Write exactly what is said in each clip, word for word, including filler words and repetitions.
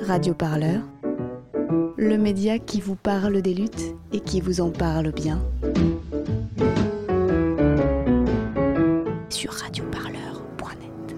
Radio Parleur, le média qui vous parle des luttes et qui vous en parle bien. Sur radioparleur point net.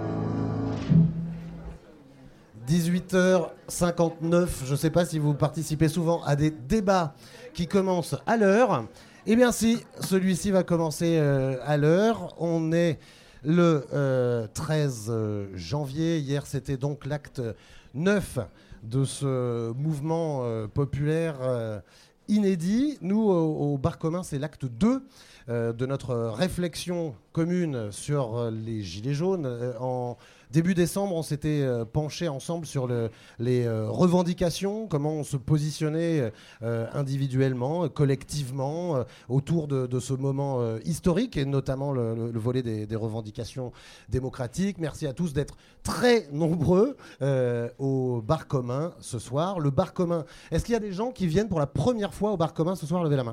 dix-huit heures cinquante-neuf, je ne sais pas si vous participez souvent à des débats qui commencent à l'heure. Eh bien si, celui-ci va commencer euh, à l'heure. On est le euh, treize janvier. Hier, c'était donc l'acte neuf de ce mouvement euh, populaire euh, inédit. Nous, au, au Bar Commun, c'est l'acte deux euh, de notre réflexion commune sur euh, les Gilets jaunes. Euh, en début décembre, on s'était euh, penché ensemble sur le, les euh, revendications, comment on se positionnait euh, individuellement, euh, collectivement, euh, autour de, de ce moment euh, historique, et notamment le, le, le volet des, des revendications démocratiques. Merci à tous d'être très nombreux euh, au Bar Commun ce soir. Le Bar Commun, est-ce qu'il y a des gens qui viennent pour la première fois au Bar Commun ce soir? Levez la main.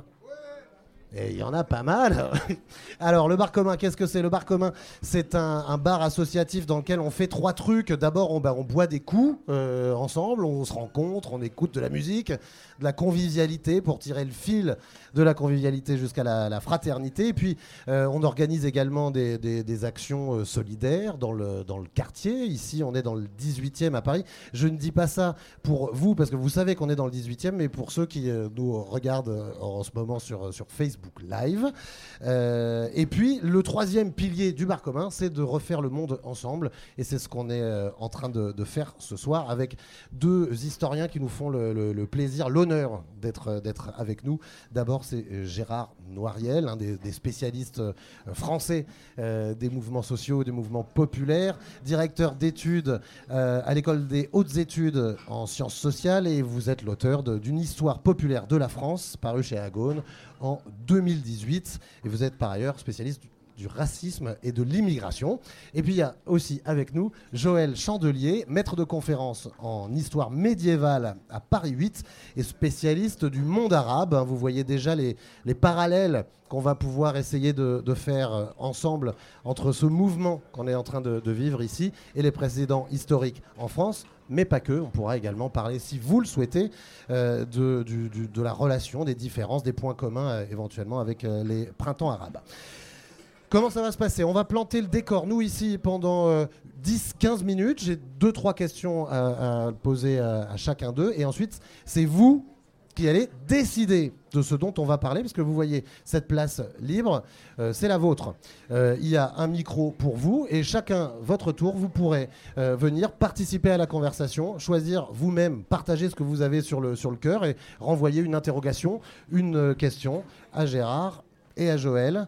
Et il y en a pas mal. Alors, le Bar Commun, qu'est-ce que c'est? Le Bar Commun, c'est un, un bar associatif dans lequel on fait trois trucs. D'abord, on, bah, on boit des coups euh, ensemble, on se rencontre, on écoute de la musique, de la convivialité pour tirer le fil de la convivialité jusqu'à la, la fraternité. Et puis, euh, on organise également des, des, des actions euh, solidaires dans le, dans le quartier. Ici, on est dans le dix-huitième à Paris. Je ne dis pas ça pour vous, parce que vous savez qu'on est dans le dix-huitième, mais pour ceux qui euh, nous regardent euh, en ce moment sur, sur Facebook Live. Euh, et puis, le troisième pilier du Bar Commun, c'est de refaire le monde ensemble. Et c'est ce qu'on est euh, en train de, de faire ce soir avec deux historiens qui nous font le, le, le plaisir, l'honneur d'être, d'être avec nous. D'abord, c'est Gérard Noiriel, un des, des spécialistes euh, français euh, des mouvements sociaux, des mouvements populaires, directeur d'études euh, à l'école des hautes études en sciences sociales, et vous êtes l'auteur de, d'une histoire populaire de la France, paru chez Agone en deux mille dix-huit, et vous êtes par ailleurs spécialiste du, du racisme et de l'immigration. Et puis il y a aussi avec nous Joël Chandelier, maître de conférence en histoire médiévale à Paris huit et spécialiste du monde arabe. Vous voyez déjà les, les parallèles qu'on va pouvoir essayer de, de faire ensemble entre ce mouvement qu'on est en train de, de vivre ici et les précédents historiques en France. Mais pas que, on pourra également parler, si vous le souhaitez, euh, de, du, du, de la relation, des différences, des points communs euh, éventuellement avec euh, les printemps arabes. Comment ça va se passer? On va planter le décor, nous, ici, pendant euh, dix à quinze minutes. J'ai deux trois questions à, à poser à, à chacun d'eux. Et ensuite, c'est vous qui allez décider de ce dont on va parler, parce que vous voyez cette place libre, euh, c'est la vôtre. Euh, il y a un micro pour vous, et chacun, votre tour, vous pourrez euh, venir participer à la conversation, choisir vous-même, partager ce que vous avez sur le, sur le cœur, et renvoyer une interrogation, une question à Gérard et à Joël.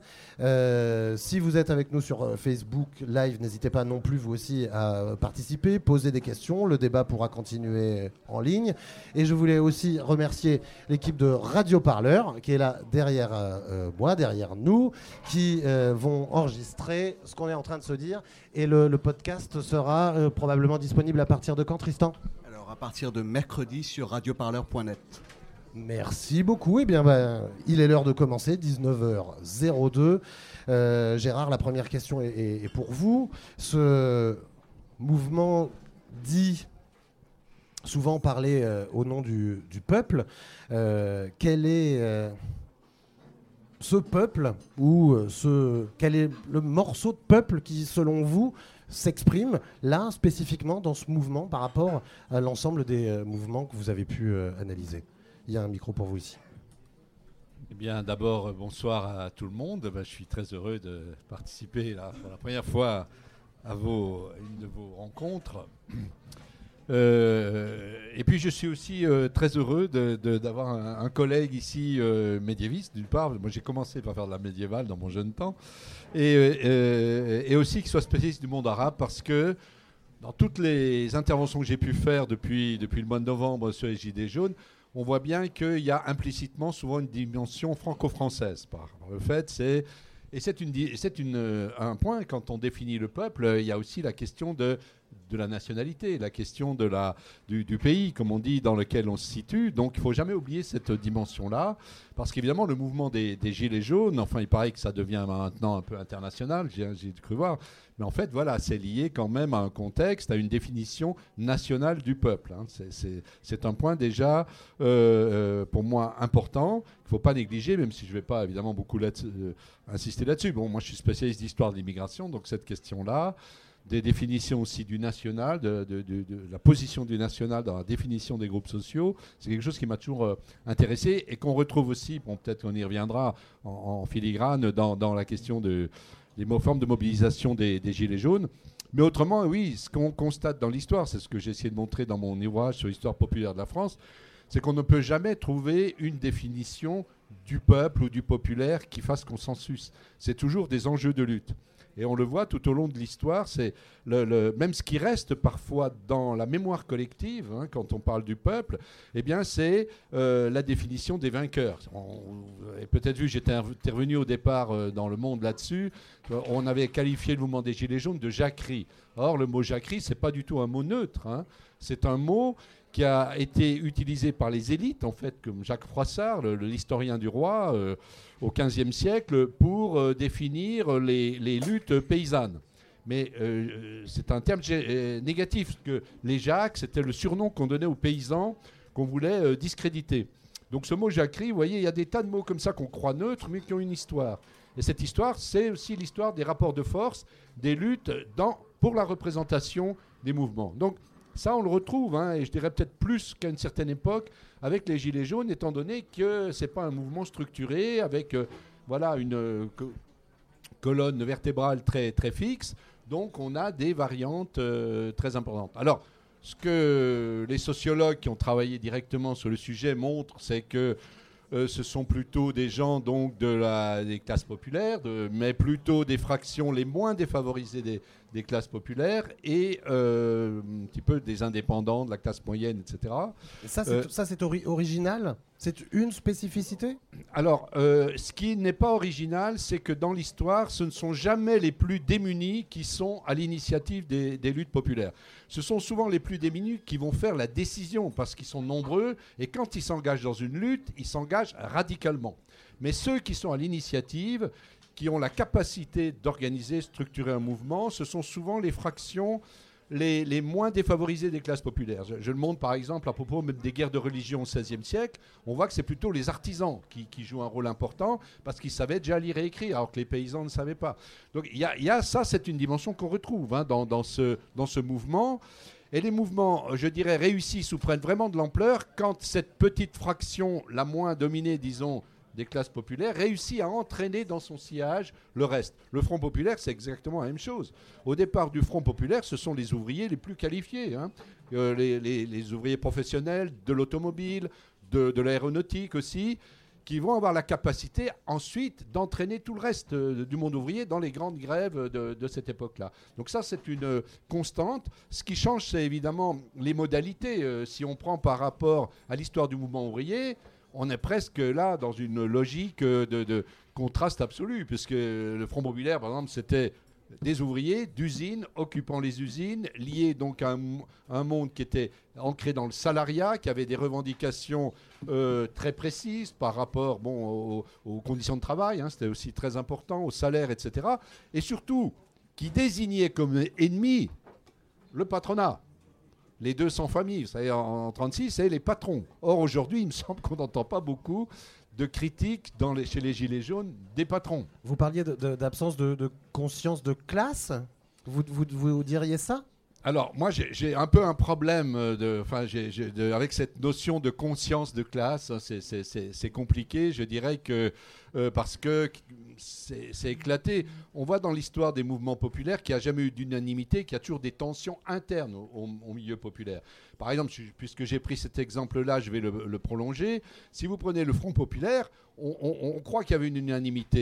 Euh, si vous êtes avec nous sur Facebook Live, n'hésitez pas non plus vous aussi à participer, poser des questions. Le débat pourra continuer en ligne. Et je voulais aussi remercier l'équipe de Radio Parleur qui est là derrière euh, moi, derrière nous, qui euh, vont enregistrer ce qu'on est en train de se dire. Et le, le podcast sera euh, probablement disponible à partir de quand, Tristan? Alors à partir de mercredi sur radioparleur point net. Merci beaucoup. Eh bien, bah, il est l'heure de commencer, dix-neuf heures deux. Euh, Gérard, la première question est, est, est pour vous. Ce mouvement dit souvent parler euh, au nom du, du peuple. Euh, quel est euh, ce peuple ou euh, ce, quel est le morceau de peuple qui, selon vous, s'exprime là spécifiquement dans ce mouvement par rapport à l'ensemble des euh, mouvements que vous avez pu euh, analyser? Il y a un micro pour vous ici. Eh bien, d'abord, bonsoir à tout le monde. Ben, je suis très heureux de participer là, pour la première fois à, vos, à une de vos rencontres. Euh, et puis, je suis aussi euh, très heureux de, de, d'avoir un, un collègue ici euh, médiéviste, d'une part. Moi, j'ai commencé par faire de la médiévale dans mon jeune temps. Et, euh, et aussi qu'il soit spécialiste du monde arabe, parce que dans toutes les interventions que j'ai pu faire depuis, depuis le mois de novembre sur les Gilets jaunes, on voit bien qu'il y a implicitement souvent une dimension franco-française. Par le fait, c'est, et c'est, une, c'est une, un point, quand on définit le peuple, il y a aussi la question de de la nationalité, la question de la, du, du pays, comme on dit, dans lequel on se situe. Donc il ne faut jamais oublier cette dimension-là, parce qu'évidemment, le mouvement des, des Gilets jaunes, enfin, il paraît que ça devient maintenant un peu international, j'ai, j'ai cru voir, mais en fait, voilà, c'est lié quand même à un contexte, à une définition nationale du peuple. Hein. C'est, c'est, c'est un point déjà, euh, euh, pour moi, important, qu'il ne faut pas négliger, même si je ne vais pas évidemment beaucoup là euh, insister là-dessus. Bon, moi, je suis spécialiste d'histoire de l'immigration, donc cette question-là, des définitions aussi du national, de, de, de, de la position du national dans la définition des groupes sociaux, c'est quelque chose qui m'a toujours euh, intéressé et qu'on retrouve aussi, bon, peut-être qu'on y reviendra en, en filigrane dans, dans la question de, des formes de mobilisation des, des Gilets jaunes. Mais autrement, oui, ce qu'on constate dans l'histoire, c'est ce que j'ai essayé de montrer dans mon ouvrage sur l'histoire populaire de la France, c'est qu'on ne peut jamais trouver une définition du peuple ou du populaire qui fasse consensus. C'est toujours des enjeux de lutte. Et on le voit tout au long de l'histoire, c'est le, le, même ce qui reste parfois dans la mémoire collective, hein, quand on parle du peuple, eh bien c'est euh, la définition des vainqueurs. On, vous avez peut-être vu, j'étais intervenu au départ euh, dans Le Monde là-dessus, on avait qualifié le mouvement des Gilets jaunes de jacquerie. Or, le mot jacquerie, c'est pas du tout un mot neutre, hein. C'est un mot qui a été utilisé par les élites, en fait, comme Jacques Froissart, le, l'historien du roi, euh, au quinzième siècle, pour euh, définir les, les luttes paysannes. Mais euh, c'est un terme g- négatif, parce que les Jacques, c'était le surnom qu'on donnait aux paysans qu'on voulait euh, discréditer. Donc ce mot jacquerie, vous voyez, il y a des tas de mots comme ça qu'on croit neutres, mais qui ont une histoire. Et cette histoire, c'est aussi l'histoire des rapports de force, des luttes dans, pour la représentation des mouvements. Donc, ça, on le retrouve, hein, et je dirais peut-être plus qu'à une certaine époque, avec les Gilets jaunes, étant donné que ce n'est pas un mouvement structuré, avec euh, voilà, une euh, co- colonne vertébrale très, très fixe. Donc, on a des variantes euh, très importantes. Alors, ce que les sociologues qui ont travaillé directement sur le sujet montrent, c'est que euh, ce sont plutôt des gens donc, de la, des classes populaires, de, mais plutôt des fractions les moins défavorisées des, des classes populaires et euh, un petit peu des indépendants, de la classe moyenne, et cetera. Et ça, c'est, Euh, ça, c'est ori- original ? C'est une spécificité ? Alors, euh, ce qui n'est pas original, c'est que dans l'histoire, ce ne sont jamais les plus démunis qui sont à l'initiative des, des luttes populaires. Ce sont souvent les plus démunis qui vont faire la décision parce qu'ils sont nombreux et quand ils s'engagent dans une lutte, ils s'engagent radicalement. Mais ceux qui sont à l'initiative, qui ont la capacité d'organiser, structurer un mouvement, ce sont souvent les fractions Les, les moins défavorisés des classes populaires. Je, je le montre par exemple à propos même des guerres de religion au seizième siècle. On voit que c'est plutôt les artisans qui, qui jouent un rôle important parce qu'ils savaient déjà lire et écrire alors que les paysans ne savaient pas. Donc il y a, y a ça, c'est une dimension qu'on retrouve hein, dans, dans, ce, dans ce mouvement. Et les mouvements, je dirais, réussissent ou prennent vraiment de l'ampleur quand cette petite fraction, la moins dominée, disons, des classes populaires, réussit à entraîner dans son sillage le reste. Le Front populaire, c'est exactement la même chose. Au départ du Front populaire, ce sont les ouvriers les plus qualifiés, hein. euh, les, les, les ouvriers professionnels de l'automobile, de, de l'aéronautique aussi, qui vont avoir la capacité ensuite d'entraîner tout le reste euh, du monde ouvrier dans les grandes grèves de, de cette époque-là. Donc ça, c'est une euh, constante. Ce qui change, c'est évidemment les modalités. Euh, si on prend par rapport à l'histoire du mouvement ouvrier, on est presque là dans une logique de, de contraste absolu, puisque le Front populaire, par exemple, c'était des ouvriers d'usines occupant les usines, liés donc à un, un monde qui était ancré dans le salariat, qui avait des revendications euh, très précises par rapport bon, aux, aux conditions de travail, hein, c'était aussi très important, au salaire, et cetera. Et surtout, qui désignait comme ennemi le patronat. Les deux sans famille, vous savez, en trente-six, c'est les patrons. Or, aujourd'hui, il me semble qu'on n'entend pas beaucoup de critiques dans les, chez les Gilets jaunes des patrons. Vous parliez de, de, d'absence de, de conscience de classe ? Vous, vous, vous diriez ça ? Alors, moi, j'ai, j'ai un peu un problème de, enfin, j'ai, j'ai de, avec cette notion de conscience de classe. C'est, c'est, c'est, c'est compliqué. Je dirais que euh, parce que c'est, c'est éclaté. On voit dans l'histoire des mouvements populaires qu'il n'y a jamais eu d'unanimité, qu'il y a toujours des tensions internes au, au, au milieu populaire. Par exemple, puisque j'ai pris cet exemple-là, je vais le, le prolonger. Si vous prenez le Front populaire, on, on, on croit qu'il y avait une unanimité.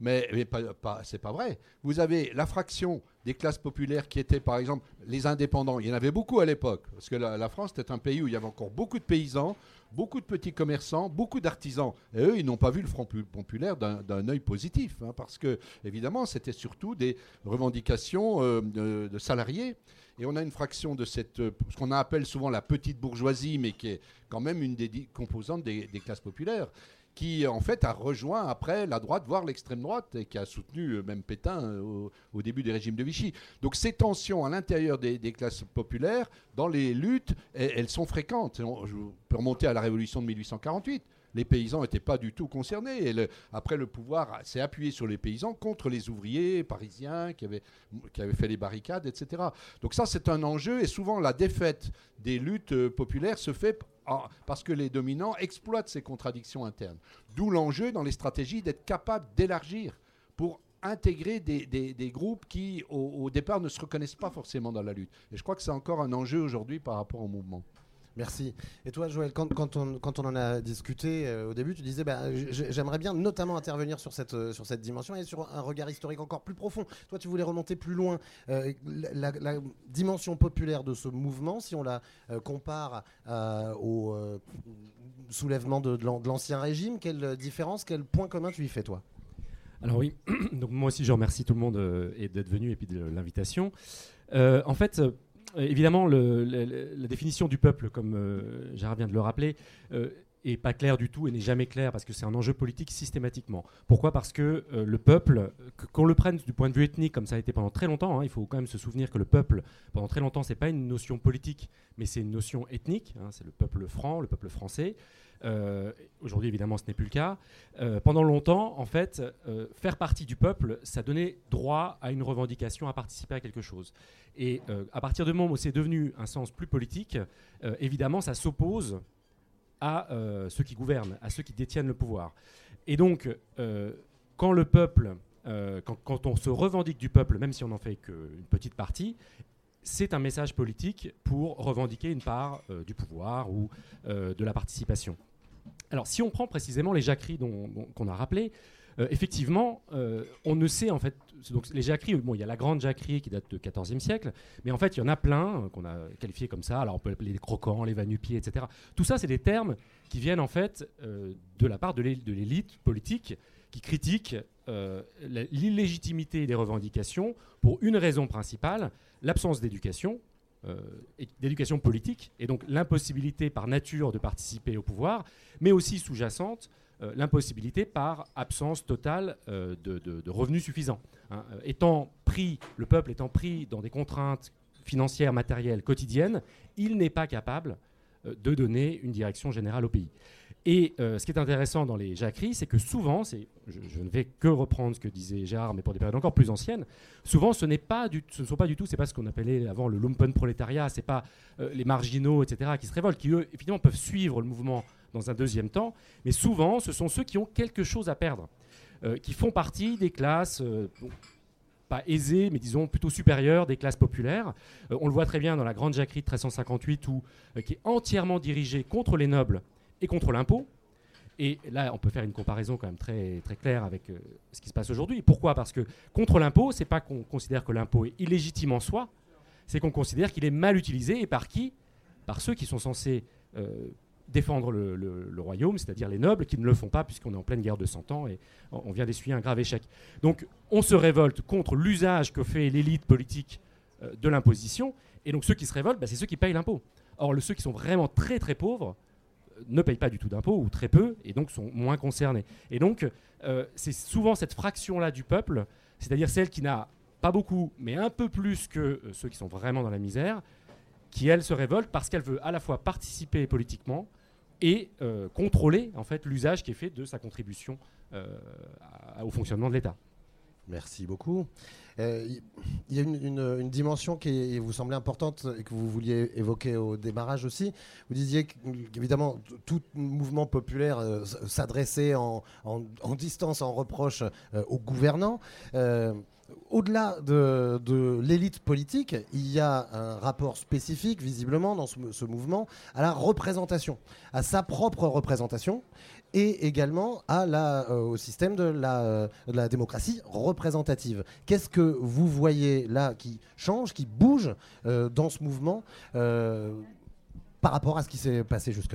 Mais, mais pas, pas, c'est pas vrai. Vous avez la fraction des classes populaires qui étaient, par exemple, les indépendants. Il y en avait beaucoup à l'époque, parce que la, la France était un pays où il y avait encore beaucoup de paysans, beaucoup de petits commerçants, beaucoup d'artisans. Et eux, ils n'ont pas vu le Front populaire d'un, d'un œil positif, hein, parce que, évidemment, c'était surtout des revendications euh, de, de salariés. Et on a une fraction de cette, ce qu'on appelle souvent la petite bourgeoisie, mais qui est quand même une des composantes des, des classes populaires, qui en fait a rejoint après la droite, voire l'extrême droite, et qui a soutenu même Pétain au, au début des régimes de Vichy. Donc ces tensions à l'intérieur des, des classes populaires, dans les luttes, elles, elles sont fréquentes. Je peux remonter à la Révolution de mille huit cent quarante-huit. Les paysans n'étaient pas du tout concernés. Et le, après, le pouvoir s'est appuyé sur les paysans contre les ouvriers parisiens qui avaient, qui avaient fait les barricades, et cetera. Donc ça, c'est un enjeu. Et souvent, la défaite des luttes euh, populaires se fait en, parce que les dominants exploitent ces contradictions internes. D'où l'enjeu dans les stratégies d'être capable d'élargir pour intégrer des, des, des groupes qui, au, au départ, ne se reconnaissent pas forcément dans la lutte. Et je crois que c'est encore un enjeu aujourd'hui par rapport au mouvement. Merci. Et toi, Joël, quand, quand, on, quand on en a discuté euh, au début, tu disais bah, j'aimerais bien notamment intervenir sur cette, euh, sur cette dimension et sur un regard historique encore plus profond. Toi, tu voulais remonter plus loin. Euh, la, la dimension populaire de ce mouvement, si on la euh, compare euh, au euh, soulèvement de, de l'Ancien Régime, quelle différence, quel point commun tu y fais, toi ? Alors oui, donc moi aussi, je remercie tout le monde euh, et d'être venu et puis de l'invitation. Euh, en fait... Euh, Évidemment, le, le, la définition du peuple, comme euh, Gérard vient de le rappeler, euh, est pas claire du tout et n'est jamais claire parce que c'est un enjeu politique systématiquement. Pourquoi ? Parce que euh, le peuple, que, qu'on le prenne du point de vue ethnique, comme ça a été pendant très longtemps, hein, il faut quand même se souvenir que le peuple, pendant très longtemps, c'est pas une notion politique, mais c'est une notion ethnique. Hein, c'est le peuple franc, le peuple français. Euh, aujourd'hui, évidemment, ce n'est plus le cas. Euh, pendant longtemps, en fait, euh, faire partie du peuple, ça donnait droit à une revendication, à participer à quelque chose. Et euh, à partir du moment où c'est devenu un sens plus politique, euh, évidemment, ça s'oppose à euh, ceux qui gouvernent, à ceux qui détiennent le pouvoir. Et donc, euh, quand le peuple, euh, quand, quand on se revendique du peuple, même si on n'en fait qu'une petite partie, c'est un message politique pour revendiquer une part euh, du pouvoir ou euh, de la participation. Alors, si on prend précisément les jacqueries dont, dont, qu'on a rappelées, euh, effectivement, euh, on ne sait en fait. Donc, les jacqueries, bon, il y a la grande jacquerie qui date du quatorzième siècle, mais en fait, il y en a plein euh, qu'on a qualifiés comme ça. Alors, on peut appeler les croquants, les va-nu-pieds, et cetera. Tout ça, c'est des termes qui viennent en fait euh, de la part de l'élite politique qui critique euh, l'illégitimité des revendications pour une raison principale, l'absence d'éducation. Euh, d'éducation politique et donc l'impossibilité par nature de participer au pouvoir, mais aussi sous-jacente euh, l'impossibilité par absence totale euh, de, de, de revenus suffisants. Hein. Euh, étant pris, le peuple étant pris dans des contraintes financières, matérielles, quotidiennes, il n'est pas capable euh, de donner une direction générale au pays. Et euh, ce qui est intéressant dans les jacqueries, c'est que souvent, c'est, je, je ne vais que reprendre ce que disait Gérard, mais pour des périodes encore plus anciennes, souvent ce, n'est pas du, ce ne sont pas du tout, c'est pas ce qu'on appelait avant le lumpenprolétariat, c'est pas euh, les marginaux, et cetera, qui se révoltent, qui eux, évidemment, peuvent suivre le mouvement dans un deuxième temps, mais souvent, ce sont ceux qui ont quelque chose à perdre, euh, qui font partie des classes... Euh, bon, pas aisées, mais disons plutôt supérieures des classes populaires. Euh, on le voit très bien dans la grande jacquerie de treize cent cinquante-huit, où, euh, qui est entièrement dirigée contre les nobles et contre l'impôt. Et là, on peut faire une comparaison quand même très, très claire avec euh, ce qui se passe aujourd'hui. Pourquoi ? Parce que contre l'impôt, c'est pas qu'on considère que l'impôt est illégitime en soi, c'est qu'on considère qu'il est mal utilisé. Et par qui ? Par ceux qui sont censés euh, défendre le, le, le royaume, c'est-à-dire les nobles, qui ne le font pas puisqu'on est en pleine guerre de cent ans et on vient d'essuyer un grave échec. Donc on se révolte contre l'usage que fait l'élite politique euh, de l'imposition. Et donc ceux qui se révoltent, bah, c'est ceux qui payent l'impôt. Or, le, ceux qui sont vraiment très très pauvres ne payent pas du tout d'impôts, ou très peu, et donc sont moins concernés. Et donc, euh, c'est souvent cette fraction-là du peuple, c'est-à-dire celle qui n'a pas beaucoup, mais un peu plus que euh, ceux qui sont vraiment dans la misère, qui, elle, se révolte parce qu'elle veut à la fois participer politiquement et euh, contrôler, en fait, l'usage qui est fait de sa contribution euh, à, au fonctionnement de l'État. Merci beaucoup. Il euh, y a une, une, une dimension qui est, vous semblait importante et que vous vouliez évoquer au démarrage aussi. Vous disiez qu'évidemment, tout mouvement populaire euh, s'adressait en, en, en distance, en reproche euh, aux gouvernants. Euh, au-delà de, de l'élite politique, il y a un rapport spécifique, visiblement, dans ce, ce mouvement, à la représentation, à sa propre représentation, et également à la, euh, au système de la, euh, de la démocratie représentative. Qu'est-ce que vous voyez là qui change, qui bouge euh, dans ce mouvement euh, par rapport à ce qui s'est passé jusque-là ?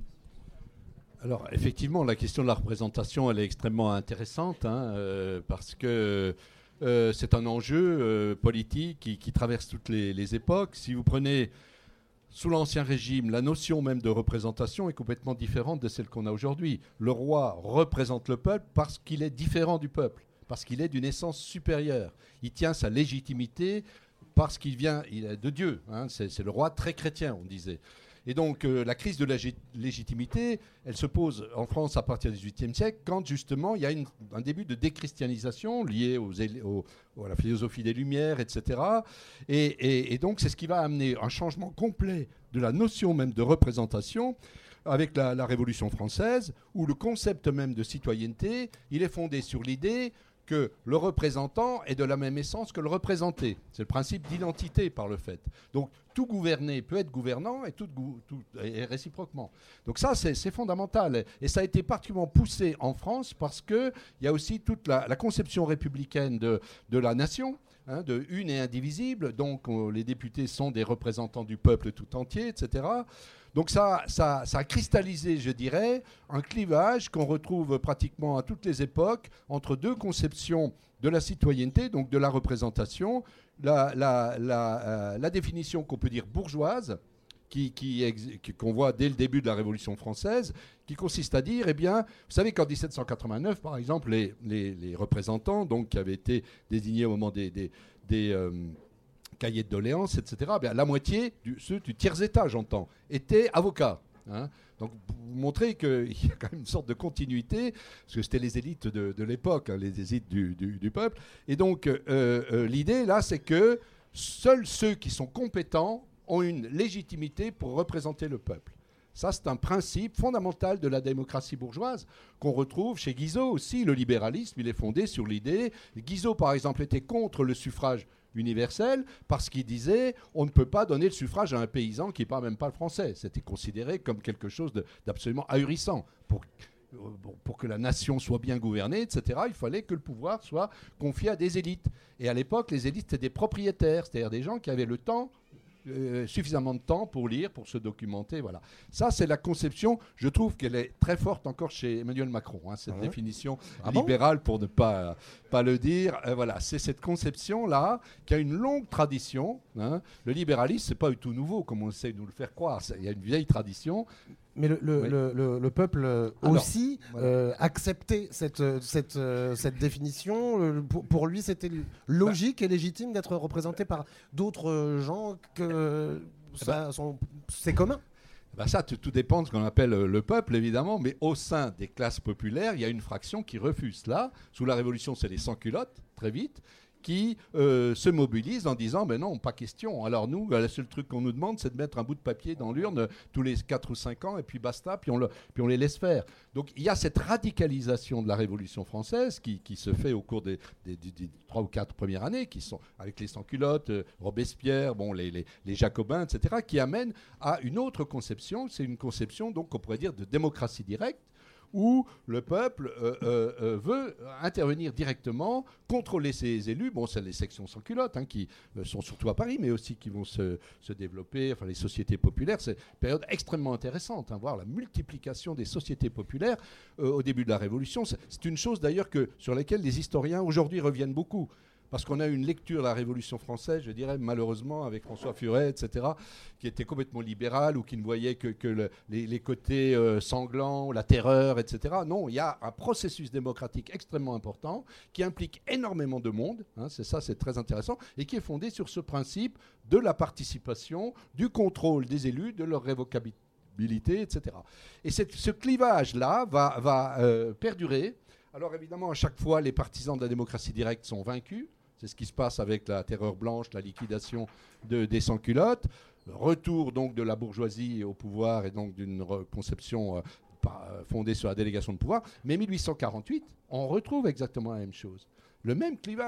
Alors, effectivement, la question de la représentation, elle est extrêmement intéressante, hein, euh, parce que euh, c'est un enjeu euh, politique qui, qui traverse toutes les, les époques. Si vous prenez, sous l'Ancien Régime, la notion même de représentation est complètement différente de celle qu'on a aujourd'hui. Le roi représente le peuple parce qu'il est différent du peuple, parce qu'il est d'une essence supérieure. Il tient sa légitimité parce qu'il vient il est de Dieu. Hein, c'est, c'est le roi très chrétien, on disait. Et donc euh, la crise de la gé- légitimité, elle se pose en France à partir du dix-huitième siècle, quand justement il y a une, un début de déchristianisation lié aux, aux, aux, à la philosophie des Lumières, et cetera. Et, et, et donc c'est ce qui va amener un changement complet de la notion même de représentation, avec la, la Révolution française, où le concept même de citoyenneté, il est fondé sur l'idée que le représentant est de la même essence que le représenté. C'est le principe d'identité par le fait. Donc tout gouverné peut être gouvernant et tout, tout et réciproquement. Donc ça, c'est, c'est fondamental. Et ça a été particulièrement poussé en France parce qu'il y a aussi toute la, la conception républicaine de, de la nation, hein, de une et indivisible. Donc euh, les députés sont des représentants du peuple tout entier, et cetera. Donc ça, ça, ça a cristallisé, je dirais, un clivage qu'on retrouve pratiquement à toutes les époques entre deux conceptions de la citoyenneté, donc de la représentation, la, la, la, euh, la définition qu'on peut dire bourgeoise, qui, qui ex, qui, qu'on voit dès le début de la Révolution française, qui consiste à dire, eh bien, vous savez qu'en dix-sept cent quatre-vingt-neuf, par exemple, les, les, les représentants, donc, qui avaient été désignés au moment des... des, des euh, cahiers de doléances, et cetera, bien, la moitié, du, ceux du tiers-état, j'entends, étaient avocats. Hein. Donc, vous montrez qu'il y a quand même une sorte de continuité, parce que c'était les élites de, de l'époque, hein, les élites du, du, du peuple. Et donc, euh, euh, l'idée, là, c'est que seuls ceux qui sont compétents ont une légitimité pour représenter le peuple. Ça, c'est un principe fondamental de la démocratie bourgeoise qu'on retrouve chez Guizot aussi. Le libéralisme, il est fondé sur l'idée... Guizot, par exemple, était contre le suffrage universel parce qu'il disait on ne peut pas donner le suffrage à un paysan qui ne parle même pas le français. C'était considéré comme quelque chose de, d'absolument ahurissant. Pour, pour que la nation soit bien gouvernée, et cetera, il fallait que le pouvoir soit confié à des élites. Et à l'époque, les élites, c'était des propriétaires, c'est-à-dire des gens qui avaient le temps, Euh, suffisamment de temps pour lire, pour se documenter, voilà. Ça, c'est la conception, je trouve qu'elle est très forte encore chez Emmanuel Macron, hein, cette ah définition ah libérale, bon pour ne pas, euh, pas le dire. Euh, voilà, c'est cette conception-là qui a une longue tradition. Hein. Le libéralisme, c'est pas du tout nouveau, comme on essaie de nous le faire croire. Il y a une vieille tradition. Mais le, le, oui. le, le, le peuple Alors, aussi voilà. euh, acceptait cette, cette, euh, cette définition. Euh, pour, pour lui, c'était logique bah. et légitime d'être représenté par d'autres gens que ça, bah. sont, c'est commun. Bah ça, tout, tout dépend de ce qu'on appelle le peuple, évidemment, mais au sein des classes populaires, il y a une fraction qui refuse cela. Sous la Révolution, c'est les sans-culottes, très vite, qui euh, se mobilisent en disant ben non, pas question. Alors nous, le seul truc qu'on nous demande, c'est de mettre un bout de papier dans l'urne tous les quatre ou cinq ans, et puis basta, puis on, le, puis on les laisse faire. Donc il y a cette radicalisation de la Révolution française qui, qui se fait au cours des, des, des, des trois ou quatre premières années, qui sont avec les sans-culottes, euh, Robespierre, bon, les, les, les Jacobins, et cetera, qui amène à une autre conception. C'est une conception, donc, qu'on pourrait dire de démocratie directe, où le peuple euh, euh, veut intervenir directement, contrôler ses élus. Bon, c'est les sections sans culottes, hein, qui euh, sont surtout à Paris, mais aussi qui vont se, se développer, enfin les sociétés populaires. C'est une période extrêmement intéressante, hein, voir la multiplication des sociétés populaires euh, au début de la Révolution. C'est, c'est une chose d'ailleurs que, sur laquelle les historiens aujourd'hui reviennent beaucoup. Parce qu'on a une lecture de la Révolution française, je dirais malheureusement, avec François Furet, et cetera, qui était complètement libéral ou qui ne voyait que, que le, les, les côtés euh, sanglants, la terreur, et cetera. Non, il y a un processus démocratique extrêmement important qui implique énormément de monde, hein, c'est ça, c'est très intéressant, et qui est fondé sur ce principe de la participation, du contrôle des élus, de leur révocabilité, et cetera. Et cette, ce clivage-là va, va euh, perdurer. Alors évidemment, à chaque fois, les partisans de la démocratie directe sont vaincus. C'est ce qui se passe avec la terreur blanche, la liquidation de, des sans-culottes. Retour donc de la bourgeoisie au pouvoir et donc d'une conception euh, fondée sur la délégation de pouvoir. Mais mille huit cent quarante-huit, on retrouve exactement la même chose. Le même clivage.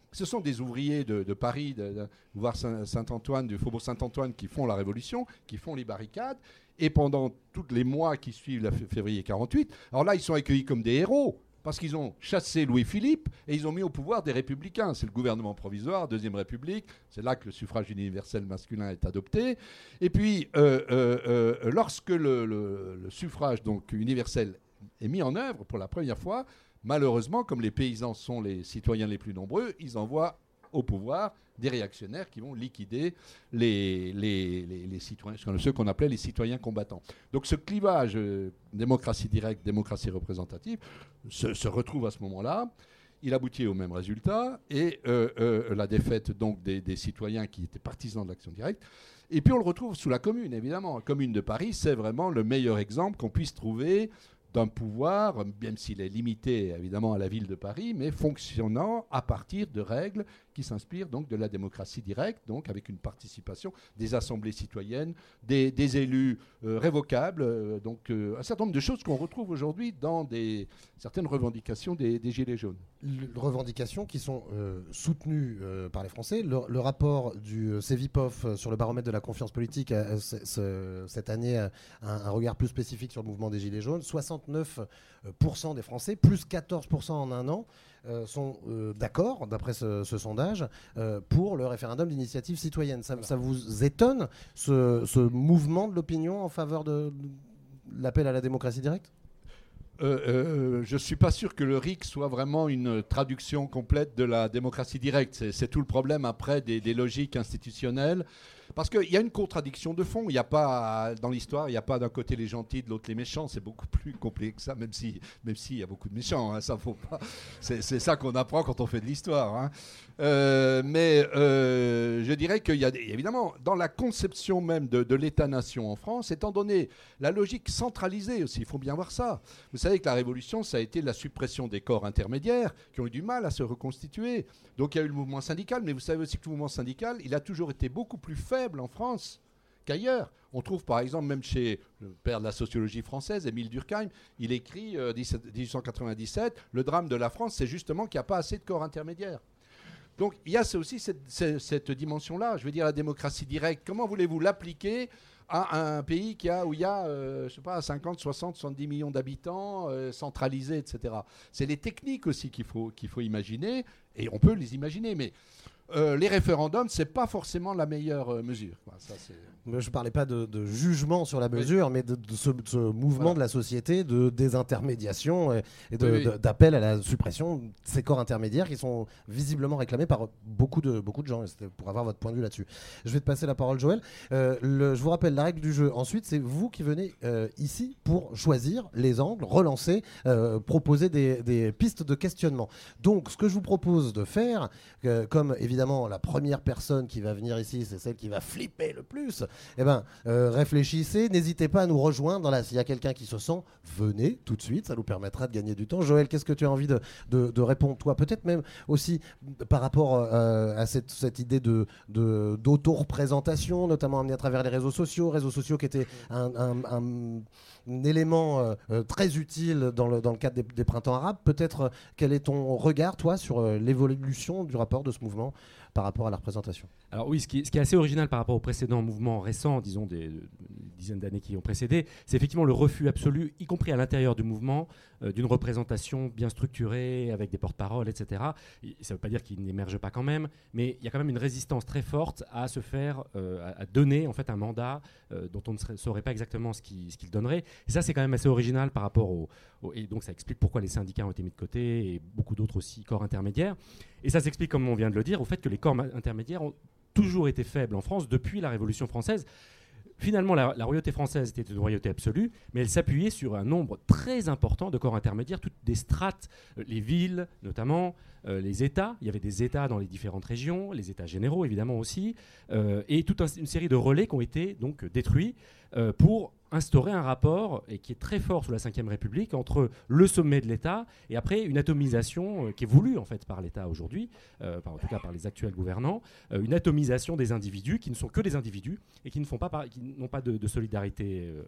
Ce sont des ouvriers de, de Paris, de, de voir Saint-Antoine, du faubourg Saint-Antoine, qui font la révolution, qui font les barricades. Et pendant tous les mois qui suivent le février quarante-huit, alors là, ils sont accueillis comme des héros, parce qu'ils ont chassé Louis-Philippe et ils ont mis au pouvoir des républicains. C'est le gouvernement provisoire, Deuxième République. C'est là que le suffrage universel masculin est adopté. Et puis, euh, euh, euh, lorsque le, le, le suffrage donc, universel est mis en œuvre pour la première fois, malheureusement, comme les paysans sont les citoyens les plus nombreux, ils envoient au pouvoir des réactionnaires qui vont liquider les, les, les, les citoyens, ceux qu'on appelait les citoyens combattants. Donc ce clivage euh, démocratie directe, démocratie représentative se, se retrouve à ce moment-là. Il aboutit au même résultat et euh, euh, la défaite donc des, des citoyens qui étaient partisans de l'action directe. Et puis on le retrouve sous la Commune, évidemment. La Commune de Paris, c'est vraiment le meilleur exemple qu'on puisse trouver d'un pouvoir, même s'il est limité évidemment à la ville de Paris, mais fonctionnant à partir de règles qui s'inspirent donc de la démocratie directe, donc avec une participation des assemblées citoyennes, des, des élus euh, révocables, euh, donc euh, un certain nombre de choses qu'on retrouve aujourd'hui dans des, certaines revendications des, des Gilets jaunes. Le, revendications qui sont euh, soutenues euh, par les Français. Le, le rapport du euh, Cevipof sur le baromètre de la confiance politique a, c- c- cette année a un, un regard plus spécifique sur le mouvement des Gilets jaunes. soixante-neuf pour cent des Français, plus quatorze pour cent en un an, euh, sont euh, d'accord, d'après ce, ce sondage, euh, pour le référendum d'initiative citoyenne. Ça, ça vous étonne, ce, ce mouvement de l'opinion en faveur de, de l'appel à la démocratie directe ? Euh, euh, je ne suis pas sûr que le R I C soit vraiment une traduction complète de la démocratie directe. C'est, c'est tout le problème après des, des logiques institutionnelles. Parce qu'il y a une contradiction de fond. Il y a pas, dans l'histoire, il n'y a pas d'un côté les gentils, de l'autre les méchants. C'est beaucoup plus compliqué que ça, même si, même s'il y a beaucoup de méchants. Hein, ça faut pas. C'est, c'est ça qu'on apprend quand on fait de l'histoire. Hein. Euh, mais euh, je dirais qu'il y a des, évidemment, dans la conception même de, de l'État-nation en France, étant donné la logique centralisée aussi, il faut bien voir ça. Vous savez que la Révolution, ça a été la suppression des corps intermédiaires qui ont eu du mal à se reconstituer. Donc il y a eu le mouvement syndical, mais vous savez aussi que le mouvement syndical, il a toujours été beaucoup plus faible en France qu'ailleurs. On trouve par exemple, même chez le père de la sociologie française, Émile Durkheim, il écrit euh, dix-huit cent quatre-vingt-dix-sept, le drame de la France, c'est justement qu'il n'y a pas assez de corps intermédiaires. Donc il y a aussi cette, cette, cette dimension-là. Je veux dire, la démocratie directe, comment voulez-vous l'appliquer à un pays qui a, où il y a, euh, je sais pas, cinquante, soixante, soixante-dix millions d'habitants, euh, centralisés, et cetera. C'est les techniques aussi qu'il faut, qu'il faut imaginer, et on peut les imaginer, mais euh, les référendums, c'est pas forcément la meilleure euh, mesure. Quoi. Ça, c'est... Je ne parlais pas de, de jugement sur la mesure, oui. mais de, de, ce, de ce mouvement voilà. de la société de désintermédiation et, et de, oui, oui. de, d'appel à la suppression de ces corps intermédiaires qui sont visiblement réclamés par beaucoup de, beaucoup de gens. Et c'était pour avoir votre point de vue là-dessus. Je vais te passer la parole, Joël. Euh, le, je vous rappelle la règle du jeu. Ensuite, c'est vous qui venez euh, ici pour choisir les angles, relancer, euh, proposer des, des pistes de questionnement. Donc, ce que je vous propose de faire, euh, comme évidemment la première personne qui va venir ici, c'est celle qui va flipper le plus. Eh ben, euh, réfléchissez, n'hésitez pas à nous rejoindre. Là, s'il y a quelqu'un qui se sent, venez tout de suite, ça nous permettra de gagner du temps. Joël, qu'est-ce que tu as envie de, de, de répondre, toi ? Peut-être même aussi par rapport euh, à cette, cette idée de, de, d'auto-représentation, notamment amenée à travers les réseaux sociaux, réseaux sociaux qui étaient un, un, un, un élément euh, très utile dans le, dans le cadre des, des printemps arabes. Peut-être, euh, quel est ton regard, toi, sur euh, l'évolution du rapport de ce mouvement par rapport à la représentation ? Alors oui, ce qui, est, ce qui est assez original par rapport aux précédents mouvements récents, disons des, des dizaines d'années qui ont précédé, c'est effectivement le refus absolu, y compris à l'intérieur du mouvement, euh, d'une représentation bien structurée, avec des porte-paroles, et cetera. Et ça ne veut pas dire qu'il n'émerge pas quand même, mais il y a quand même une résistance très forte à se faire, euh, à, à donner en fait un mandat euh, dont on ne serait, saurait pas exactement ce qu'il, ce qu'il donnerait. Et ça, c'est quand même assez original par rapport au, au... Et donc ça explique pourquoi les syndicats ont été mis de côté, et beaucoup d'autres aussi, corps intermédiaires. Et ça s'explique, comme on vient de le dire, au fait que les corps intermédiaires ont toujours été faibles en France depuis la Révolution française. Finalement, la, la royauté française était une royauté absolue, mais elle s'appuyait sur un nombre très important de corps intermédiaires, toutes des strates, euh, les villes notamment, euh, les États. Il y avait des États dans les différentes régions, les États généraux évidemment aussi, euh, et toute un, une série de relais qui ont été donc détruits euh, pour instaurer un rapport, et qui est très fort sous la cinquième République, entre le sommet de l'État et après une atomisation euh, qui est voulue en fait par l'État aujourd'hui, euh, par, en tout cas par les actuels gouvernants, euh, une atomisation des individus qui ne sont que des individus et qui ne font pas par, qui n'ont pas de, de solidarité euh,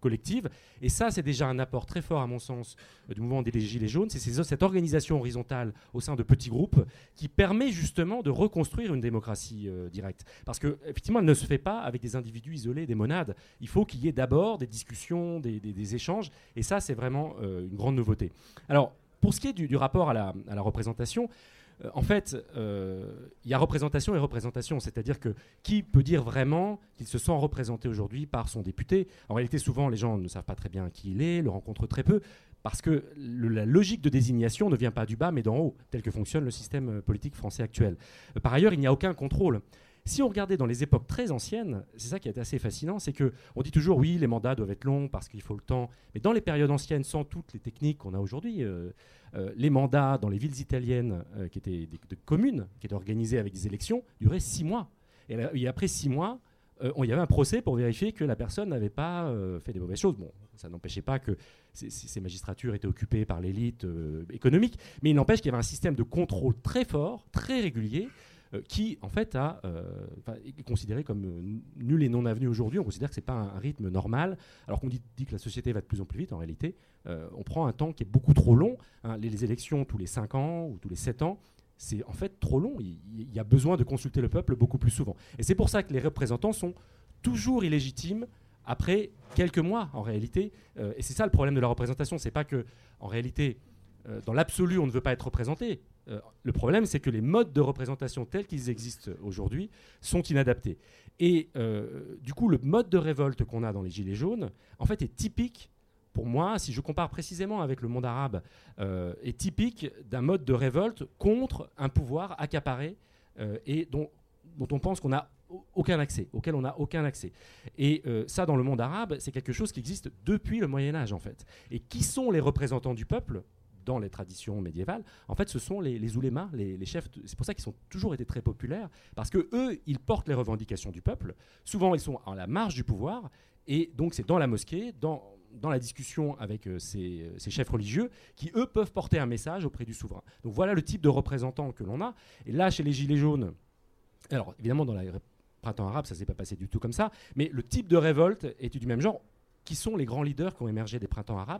collective. Et ça, c'est déjà un apport très fort, à mon sens, euh, du mouvement des Gilets jaunes. C'est ces, cette organisation horizontale au sein de petits groupes qui permet justement de reconstruire une démocratie euh, directe. Parce qu'effectivement, elle ne se fait pas avec des individus isolés, des monades. Il faut qu'il y ait d'abord des discussions, des, des, des échanges. Et ça, c'est vraiment euh, une grande nouveauté. Alors, pour ce qui est du, du rapport à la, à la représentation, euh, en fait, il euh, y a représentation et représentation. C'est-à-dire que qui peut dire vraiment qu'il se sent représenté aujourd'hui par son député? En réalité, souvent, les gens ne savent pas très bien qui il est, le rencontrent très peu, parce que le, la logique de désignation ne vient pas du bas, mais d'en haut, tel que fonctionne le système politique français actuel. Euh, par ailleurs, il n'y a aucun contrôle. Si on regardait dans les époques très anciennes, c'est ça qui est assez fascinant, c'est qu'on dit toujours oui, les mandats doivent être longs parce qu'il faut le temps. Mais dans les périodes anciennes, sans toutes les techniques qu'on a aujourd'hui, euh, euh, les mandats dans les villes italiennes, euh, qui étaient des, des communes, qui étaient organisées avec des élections, duraient six mois. Et, et après six mois, euh, il y avait un procès pour vérifier que la personne n'avait pas euh, fait des mauvaises choses. Bon, ça n'empêchait pas que ces, ces magistratures étaient occupées par l'élite euh, économique, mais il n'empêche qu'il y avait un système de contrôle très fort, très régulier, qui, en fait, a, euh, est considéré comme euh, nul et non avenu aujourd'hui. On considère que ce n'est pas un, un rythme normal, alors qu'on dit, dit que la société va de plus en plus vite. En réalité, euh, on prend un temps qui est beaucoup trop long. Hein. Les, les élections tous les cinq ans ou tous les sept ans, c'est en fait trop long. Il, il y a besoin de consulter le peuple beaucoup plus souvent. Et c'est pour ça que les représentants sont toujours illégitimes après quelques mois, en réalité. Euh, et c'est ça le problème de la représentation. C'est pas que, en réalité, euh, dans l'absolu, on ne veut pas être représenté. Euh, le problème, c'est que les modes de représentation tels qu'ils existent aujourd'hui sont inadaptés. Et euh, du coup, le mode de révolte qu'on a dans les Gilets jaunes, en fait, est typique, pour moi, si je compare précisément avec le monde arabe, euh, est typique d'un mode de révolte contre un pouvoir accaparé euh, et dont, dont on pense qu'on n'a aucun accès, auquel on n'a aucun accès. Et euh, ça, dans le monde arabe, c'est quelque chose qui existe depuis le Moyen-Âge, en fait. Et qui sont les représentants du peuple ? Dans les traditions médiévales, en fait, ce sont les, les oulémas, les, les chefs. De, c'est pour ça qu'ils ont toujours été très populaires, parce que eux, ils portent les revendications du peuple. Souvent, ils sont à la marge du pouvoir, et donc c'est dans la mosquée, dans, dans la discussion avec euh, ces, ces chefs religieux, qui eux peuvent porter un message auprès du souverain. Donc voilà le type de représentants que l'on a. Et là, chez les Gilets jaunes, alors évidemment, dans le printemps arabe, ça s'est pas passé du tout comme ça, mais le type de révolte est du même genre. Qui sont les grands leaders qui ont émergé des printemps arabes ?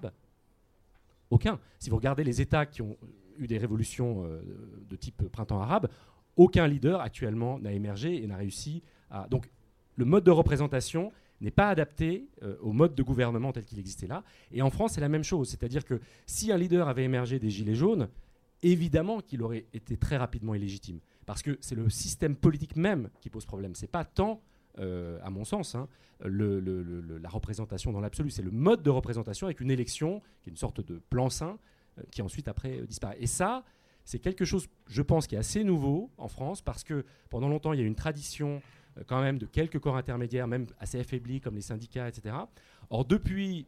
Aucun. Si vous regardez les États qui ont eu des révolutions euh, de type printemps arabe, aucun leader actuellement n'a émergé et n'a réussi à... Donc le mode de représentation n'est pas adapté euh, au mode de gouvernement tel qu'il existait là. Et en France, c'est la même chose. C'est-à-dire que si un leader avait émergé des Gilets jaunes, évidemment qu'il aurait été très rapidement illégitime. Parce que c'est le système politique même qui pose problème. C'est pas tant... Euh, à mon sens, hein, le, le, le, la représentation dans l'absolu. C'est le mode de représentation avec une élection qui est une sorte de plan-sain euh, qui ensuite après euh, disparaît. Et ça, c'est quelque chose, je pense, qui est assez nouveau en France parce que pendant longtemps, il y a eu une tradition euh, quand même de quelques corps intermédiaires, même assez affaiblis comme les syndicats, et cetera. Or, depuis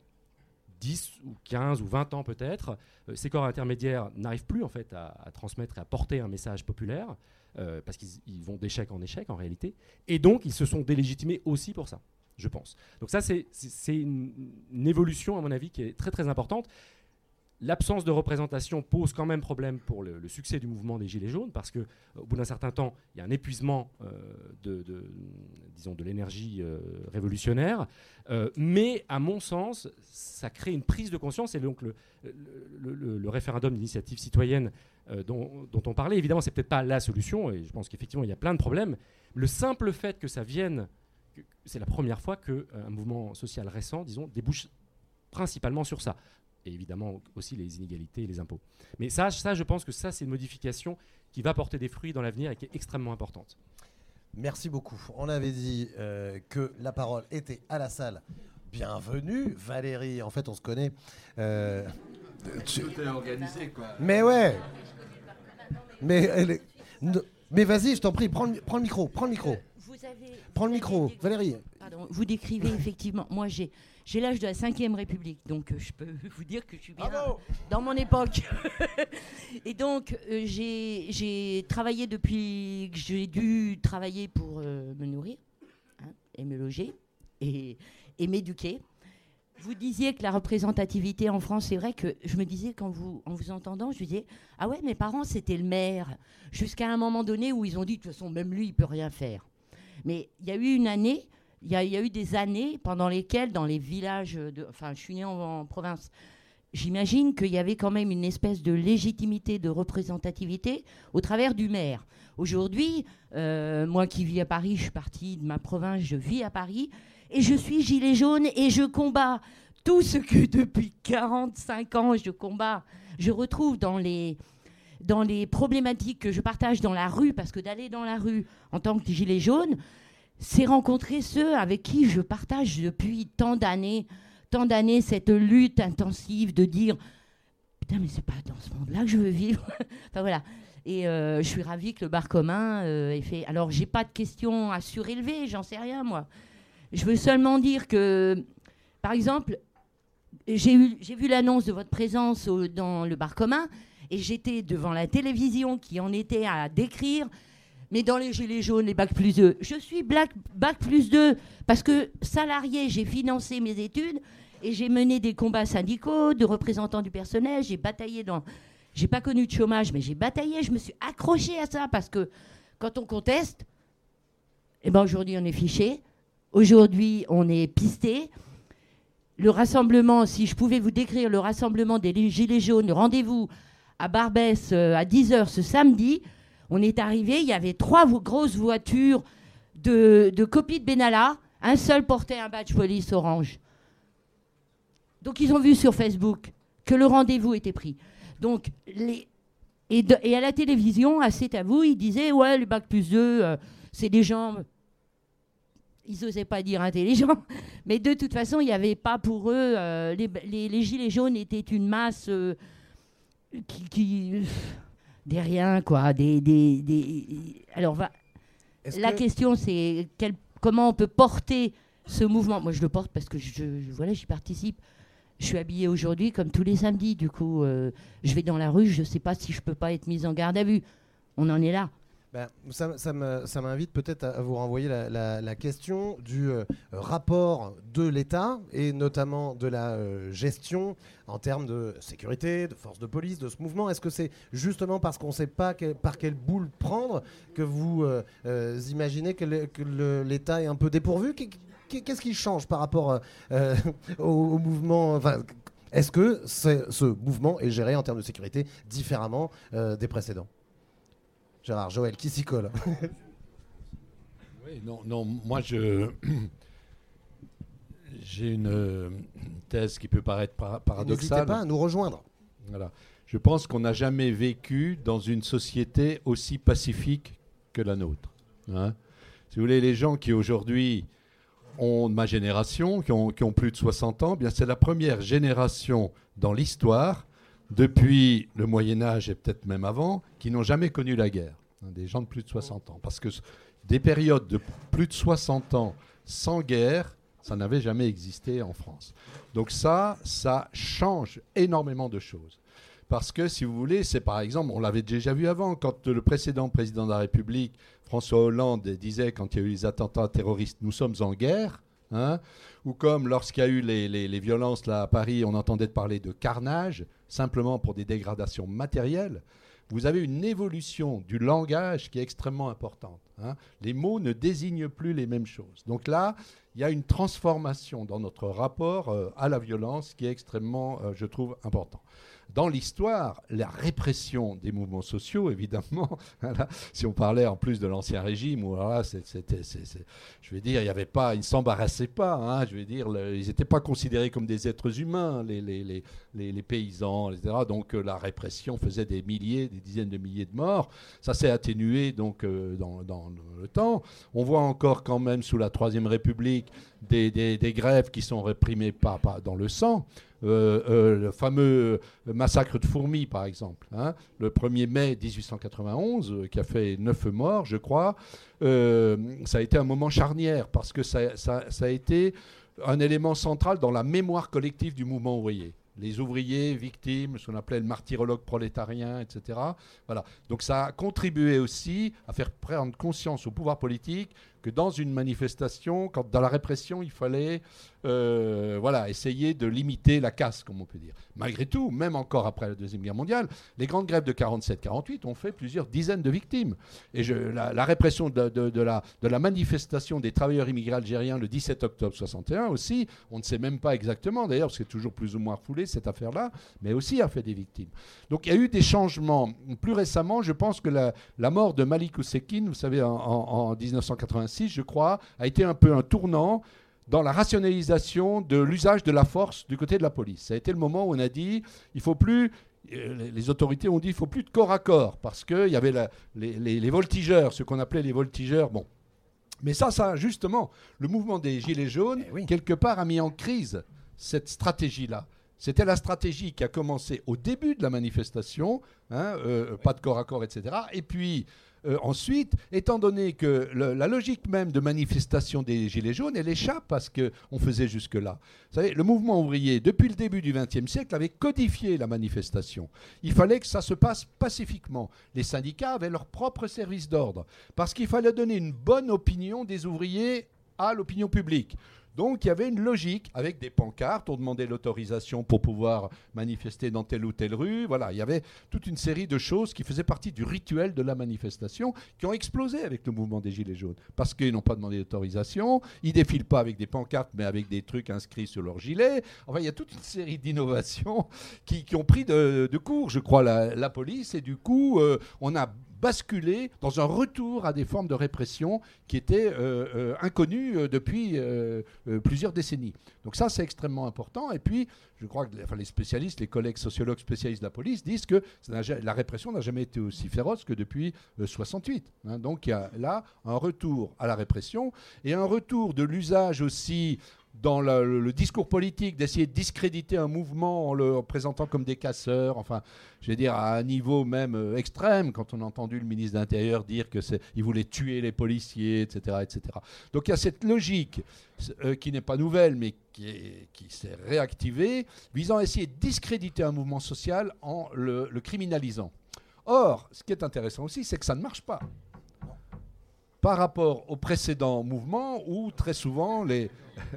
dix ou quinze ou vingt ans peut-être, euh, ces corps intermédiaires n'arrivent plus en fait à, à transmettre et à porter un message populaire. Euh, parce qu'ils ils vont d'échec en échec en réalité, et donc ils se sont délégitimés aussi pour ça, je pense. Donc ça c'est, c'est, c'est une, une évolution à mon avis qui est très très importante. L'absence de représentation pose quand même problème pour le, le succès du mouvement des Gilets jaunes, parce qu'au bout d'un certain temps, il y a un épuisement euh, de, de, disons, de l'énergie euh, révolutionnaire, euh, mais à mon sens, ça crée une prise de conscience, et donc le, le, le, le référendum d'initiative citoyenne euh, dont, dont on parlait, évidemment, c'est peut-être pas la solution, et je pense qu'effectivement, il y a plein de problèmes. Le simple fait que ça vienne, que, c'est la première fois qu'un euh, mouvement social récent, disons, débouche principalement sur ça. Et évidemment aussi les inégalités et les impôts. Mais ça, ça, je pense que ça, c'est une modification qui va porter des fruits dans l'avenir et qui est extrêmement importante. Merci beaucoup. On avait dit euh, que la parole était à la salle. Bienvenue, Valérie. En fait, on se connaît. Euh, tu... Tout est organisé, quoi. Mais ouais. Mais, elle est... Mais vas-y, je t'en prie, prends le, prends le micro. Prends le micro. Vous avez, prends le micro, décrit... Valérie. Pardon, vous décrivez effectivement. Moi, j'ai... J'ai l'âge de la cinquième République, donc euh, je peux vous dire que je suis bien Bravo dans mon époque. Et donc, euh, j'ai, j'ai travaillé depuis que j'ai dû travailler pour euh, me nourrir, hein, et me loger, et, et m'éduquer. Vous disiez que la représentativité en France, c'est vrai que je me disais, quand vous, en vous entendant, je me disais, ah ouais, mes parents, c'était le maire, jusqu'à un moment donné où ils ont dit, de toute façon, même lui, il ne peut rien faire. Mais il y a eu une année... il y, y a eu des années pendant lesquelles, dans les villages, de, enfin, je suis née en, en province, j'imagine qu'il y avait quand même une espèce de légitimité, de représentativité au travers du maire. Aujourd'hui, euh, moi qui vis à Paris, je suis partie de ma province, je vis à Paris, et je suis gilet jaune et je combats tout ce que depuis quarante-cinq ans je combats. Je retrouve dans les, dans les problématiques que je partage dans la rue, parce que d'aller dans la rue en tant que gilet jaune, c'est rencontrer ceux avec qui je partage depuis tant d'années, tant d'années cette lutte intensive de dire « Putain, mais c'est pas dans ce monde-là que je veux vivre ». Enfin voilà. Et euh, je suis ravie que le bar commun euh, ait fait... Alors, j'ai pas de questions à surélever, j'en sais rien, moi. Je veux seulement dire que, par exemple, j'ai, eu, j'ai vu l'annonce de votre présence au, dans le bar commun et j'étais devant la télévision qui en était à décrire, mais dans les gilets jaunes, les bac plus deux. Je suis black, bac plus deux parce que salarié, j'ai financé mes études et j'ai mené des combats syndicaux de représentants du personnel, j'ai bataillé dans... J'ai pas connu de chômage, mais j'ai bataillé, je me suis accrochée à ça parce que quand on conteste, eh ben aujourd'hui on est fiché, aujourd'hui on est pisté. Le rassemblement, si je pouvais vous décrire le rassemblement des Gilets jaunes, le rendez-vous à Barbès euh, à dix heures ce samedi, on est arrivé, il y avait trois vo- grosses voitures de, de copies de Benalla, un seul portait un badge police orange. Donc ils ont vu sur Facebook que le rendez-vous était pris. Donc, les, et, de, et à la télévision, à C'est à vous, ils disaient, ouais, le bac plus deux, euh, c'est des gens, ils n'osaient pas dire intelligents, mais de toute façon, il n'y avait pas pour eux, euh, les, les, les gilets jaunes étaient une masse euh, qui, qui, des riens, quoi, des, des, des alors, va, la que... question, c'est quel, comment on peut porter ce mouvement. Moi, je le porte parce que je, je, voilà, j'y participe. Je suis habillée aujourd'hui comme tous les samedis. Du coup, euh, je vais dans la rue, je ne sais pas si je ne peux pas être mise en garde à vue. On en est là. Ben, ça, ça, me, ça m'invite peut-être à, à vous renvoyer la, la, la question du euh, rapport de l'État et notamment de la euh, gestion en termes de sécurité, de force de police, de ce mouvement. Est-ce que c'est justement parce qu'on ne sait pas que, par quelle boule prendre que vous euh, euh, imaginez que, le, que le, l'État est un peu dépourvu ? Qu'est-ce qui change par rapport euh, au, au mouvement enfin, est-ce que ce mouvement est géré en termes de sécurité différemment euh, des précédents ? Gérard, Joël, qui s'y colle ? Oui, non, non, moi je j'ai une thèse qui peut paraître para- paradoxale. N'hésitez pas à nous rejoindre. Voilà. Je pense qu'on n'a jamais vécu dans une société aussi pacifique que la nôtre. Hein ? Si vous voulez, les gens qui aujourd'hui ont de ma génération, qui ont, qui ont plus de soixante ans, bien c'est la première génération dans l'histoire, depuis le Moyen-Âge et peut-être même avant, qui n'ont jamais connu la guerre. Des gens de plus de soixante ans. Parce que des périodes de plus de soixante ans sans guerre, ça n'avait jamais existé en France. Donc ça, ça change énormément de choses. Parce que, si vous voulez, c'est par exemple, on l'avait déjà vu avant, quand le précédent président de la République, François Hollande, disait, quand il y a eu les attentats terroristes, nous sommes en guerre, hein, ou comme lorsqu'il y a eu les, les, les violences là, à Paris, on entendait parler de carnage, simplement pour des dégradations matérielles. Vous avez une évolution du langage qui est extrêmement importante. Hein. Les mots ne désignent plus les mêmes choses. Donc là, il y a une transformation dans notre rapport euh, à la violence qui est extrêmement, euh, je trouve, important. Dans l'histoire, la répression des mouvements sociaux, évidemment, voilà, si on parlait en plus de l'Ancien Régime, où voilà, c'est, c'était, c'est, c'est, je vais dire, il y avait pas, ils ne s'embarrassaient pas, hein, je vais dire, le, ils n'étaient pas considérés comme des êtres humains, les, les, les, les, les paysans, et cetera. Donc euh, la répression faisait des milliers, des dizaines de milliers de morts. Ça s'est atténué donc, euh, dans, dans le temps. On voit encore quand même, sous la Troisième République, des, des, des grèves qui sont réprimées pas, pas dans le sang. Euh, euh, le fameux massacre de Fourmies, par exemple, hein, le premier mai dix-huit cent quatre-vingt-onze, euh, qui a fait neuf morts, je crois, euh, ça a été un moment charnière, parce que ça, ça, ça a été un élément central dans la mémoire collective du mouvement ouvrier. Les ouvriers victimes, ce qu'on appelait le martyrologue prolétarien, et cetera. Voilà. Donc ça a contribué aussi à faire prendre conscience au pouvoir politique que dans une manifestation, quand dans la répression, il fallait euh, voilà, essayer de limiter la casse, comme on peut dire. Malgré tout, même encore après la Deuxième Guerre mondiale, les grandes grèves de quarante-sept quarante-huit ont fait plusieurs dizaines de victimes. Et je, la, la répression de, de, de, la, de la manifestation des travailleurs immigrés algériens le dix-sept octobre soixante et un aussi, on ne sait même pas exactement d'ailleurs, parce que c'est toujours plus ou moins refoulé cette affaire-là, mais aussi a fait des victimes. Donc il y a eu des changements. Plus récemment, je pense que la, la mort de Malik Oussekine, vous savez, en, en, en dix-neuf cent quatre-vingt-six, je crois, a été un peu un tournant dans la rationalisation de l'usage de la force du côté de la police. Ça a été le moment où on a dit, il faut plus... Les autorités ont dit qu'il ne faut plus de corps à corps, parce qu'il y avait la, les, les, les voltigeurs, ce qu'on appelait les voltigeurs. Bon. Mais ça, ça, justement, le mouvement des Gilets jaunes, eh oui. quelque part, a mis en crise cette stratégie-là. C'était la stratégie qui a commencé au début de la manifestation, hein, euh, oui. pas de corps à corps, et cetera. Et puis... Euh, ensuite, étant donné que le, la logique même de manifestation des Gilets jaunes, elle échappe à ce qu'on faisait jusque-là. Vous savez, le mouvement ouvrier, depuis le début du vingtième siècle, avait codifié la manifestation. Il fallait que ça se passe pacifiquement. Les syndicats avaient leur propre service d'ordre, parce qu'il fallait donner une bonne opinion des ouvriers à l'opinion publique. Donc il y avait une logique avec des pancartes, on demandait l'autorisation pour pouvoir manifester dans telle ou telle rue. Voilà, il y avait toute une série de choses qui faisaient partie du rituel de la manifestation qui ont explosé avec le mouvement des Gilets jaunes. Parce qu'ils n'ont pas demandé d'autorisation, ils ne défilent pas avec des pancartes mais avec des trucs inscrits sur leur gilet. Enfin, il y a toute une série d'innovations qui, qui ont pris de, de court, je crois, la, la police. Et du coup, euh, on a basculer dans un retour à des formes de répression qui étaient euh, euh, inconnues euh, depuis euh, euh, plusieurs décennies. Donc ça, c'est extrêmement important. Et puis, je crois que enfin, les spécialistes, les collègues sociologues spécialistes de la police disent que la répression n'a jamais été aussi féroce que depuis euh, soixante-huit. Hein. Donc il y a là un retour à la répression et un retour de l'usage aussi dans le, le, le discours politique, d'essayer de discréditer un mouvement en le présentant comme des casseurs, enfin, je vais dire à un niveau même euh, extrême, quand on a entendu le ministre de l'Intérieur dire qu'il voulait tuer les policiers, et cetera, et cetera. Donc il y a cette logique euh, qui n'est pas nouvelle, mais qui, est, qui s'est réactivée, visant à essayer de discréditer un mouvement social en le, le criminalisant. Or, ce qui est intéressant aussi, c'est que ça ne marche pas. Par rapport au précédent mouvement, où très souvent les...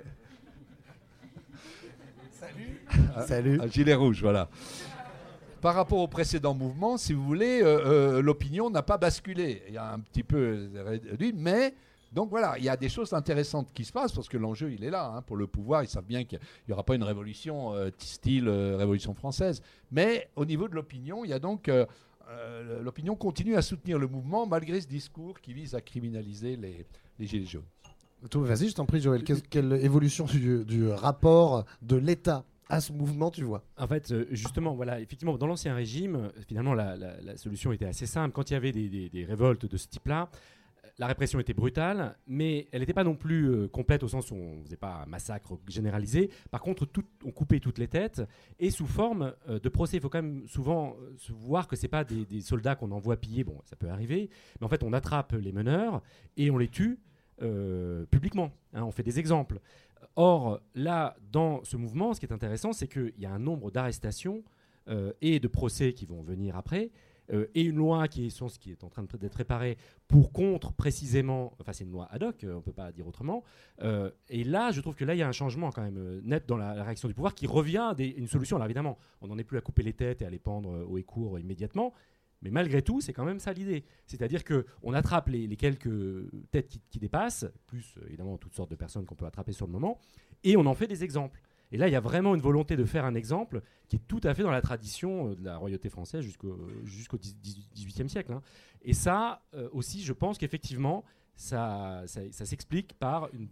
Salut. Salut. Un gilet rouge, voilà. Par rapport au précédent mouvement, si vous voulez, euh, euh, l'opinion n'a pas basculé. Il y a un petit peu réduit, mais donc voilà, il y a des choses intéressantes qui se passent parce que l'enjeu, il est là. Hein, pour le pouvoir, ils savent bien qu'il n'y aura pas une révolution euh, style euh, Révolution française. Mais au niveau de l'opinion, il y a donc... Euh, euh, l'opinion continue à soutenir le mouvement malgré ce discours qui vise à criminaliser les, les Gilets jaunes. Vas-y, je t'en prie, Joël. Quelle, quelle évolution du, du rapport de l'État à ce mouvement, tu vois? En fait, justement, voilà, effectivement, dans l'Ancien Régime, finalement, la, la, la solution était assez simple. Quand il y avait des, des, des révoltes de ce type-là, la répression était brutale, mais elle n'était pas non plus euh, complète au sens où on ne faisait pas un massacre généralisé. Par contre, tout, on coupait toutes les têtes et sous forme euh, de procès. Il faut quand même souvent euh, voir que ce n'est pas des, des soldats qu'on envoie piller. Bon, ça peut arriver, mais en fait, on attrape les meneurs et on les tue euh, publiquement. Hein, on fait des exemples. Or, là, dans ce mouvement, ce qui est intéressant, c'est qu'il y a un nombre d'arrestations euh, et de procès qui vont venir après. Euh, et une loi qui est, qui est en train d'être préparée pour contre précisément, enfin c'est une loi ad hoc, euh, on ne peut pas dire autrement, euh, et là je trouve que là il y a un changement quand même euh, net dans la, la réaction du pouvoir qui revient à des, une solution. Alors évidemment on n'en est plus à couper les têtes et à les pendre euh, haut et court immédiatement, mais malgré tout c'est quand même ça l'idée, c'est-à-dire qu'on attrape les, les quelques têtes qui, qui dépassent, plus euh, évidemment toutes sortes de personnes qu'on peut attraper sur le moment, et on en fait des exemples. Et là, il y a vraiment une volonté de faire un exemple qui est tout à fait dans la tradition de la royauté française jusqu'au, jusqu'au dix-huitième siècle. Hein. Et ça, euh, aussi, je pense qu'effectivement, ça, ça, ça s'explique par une,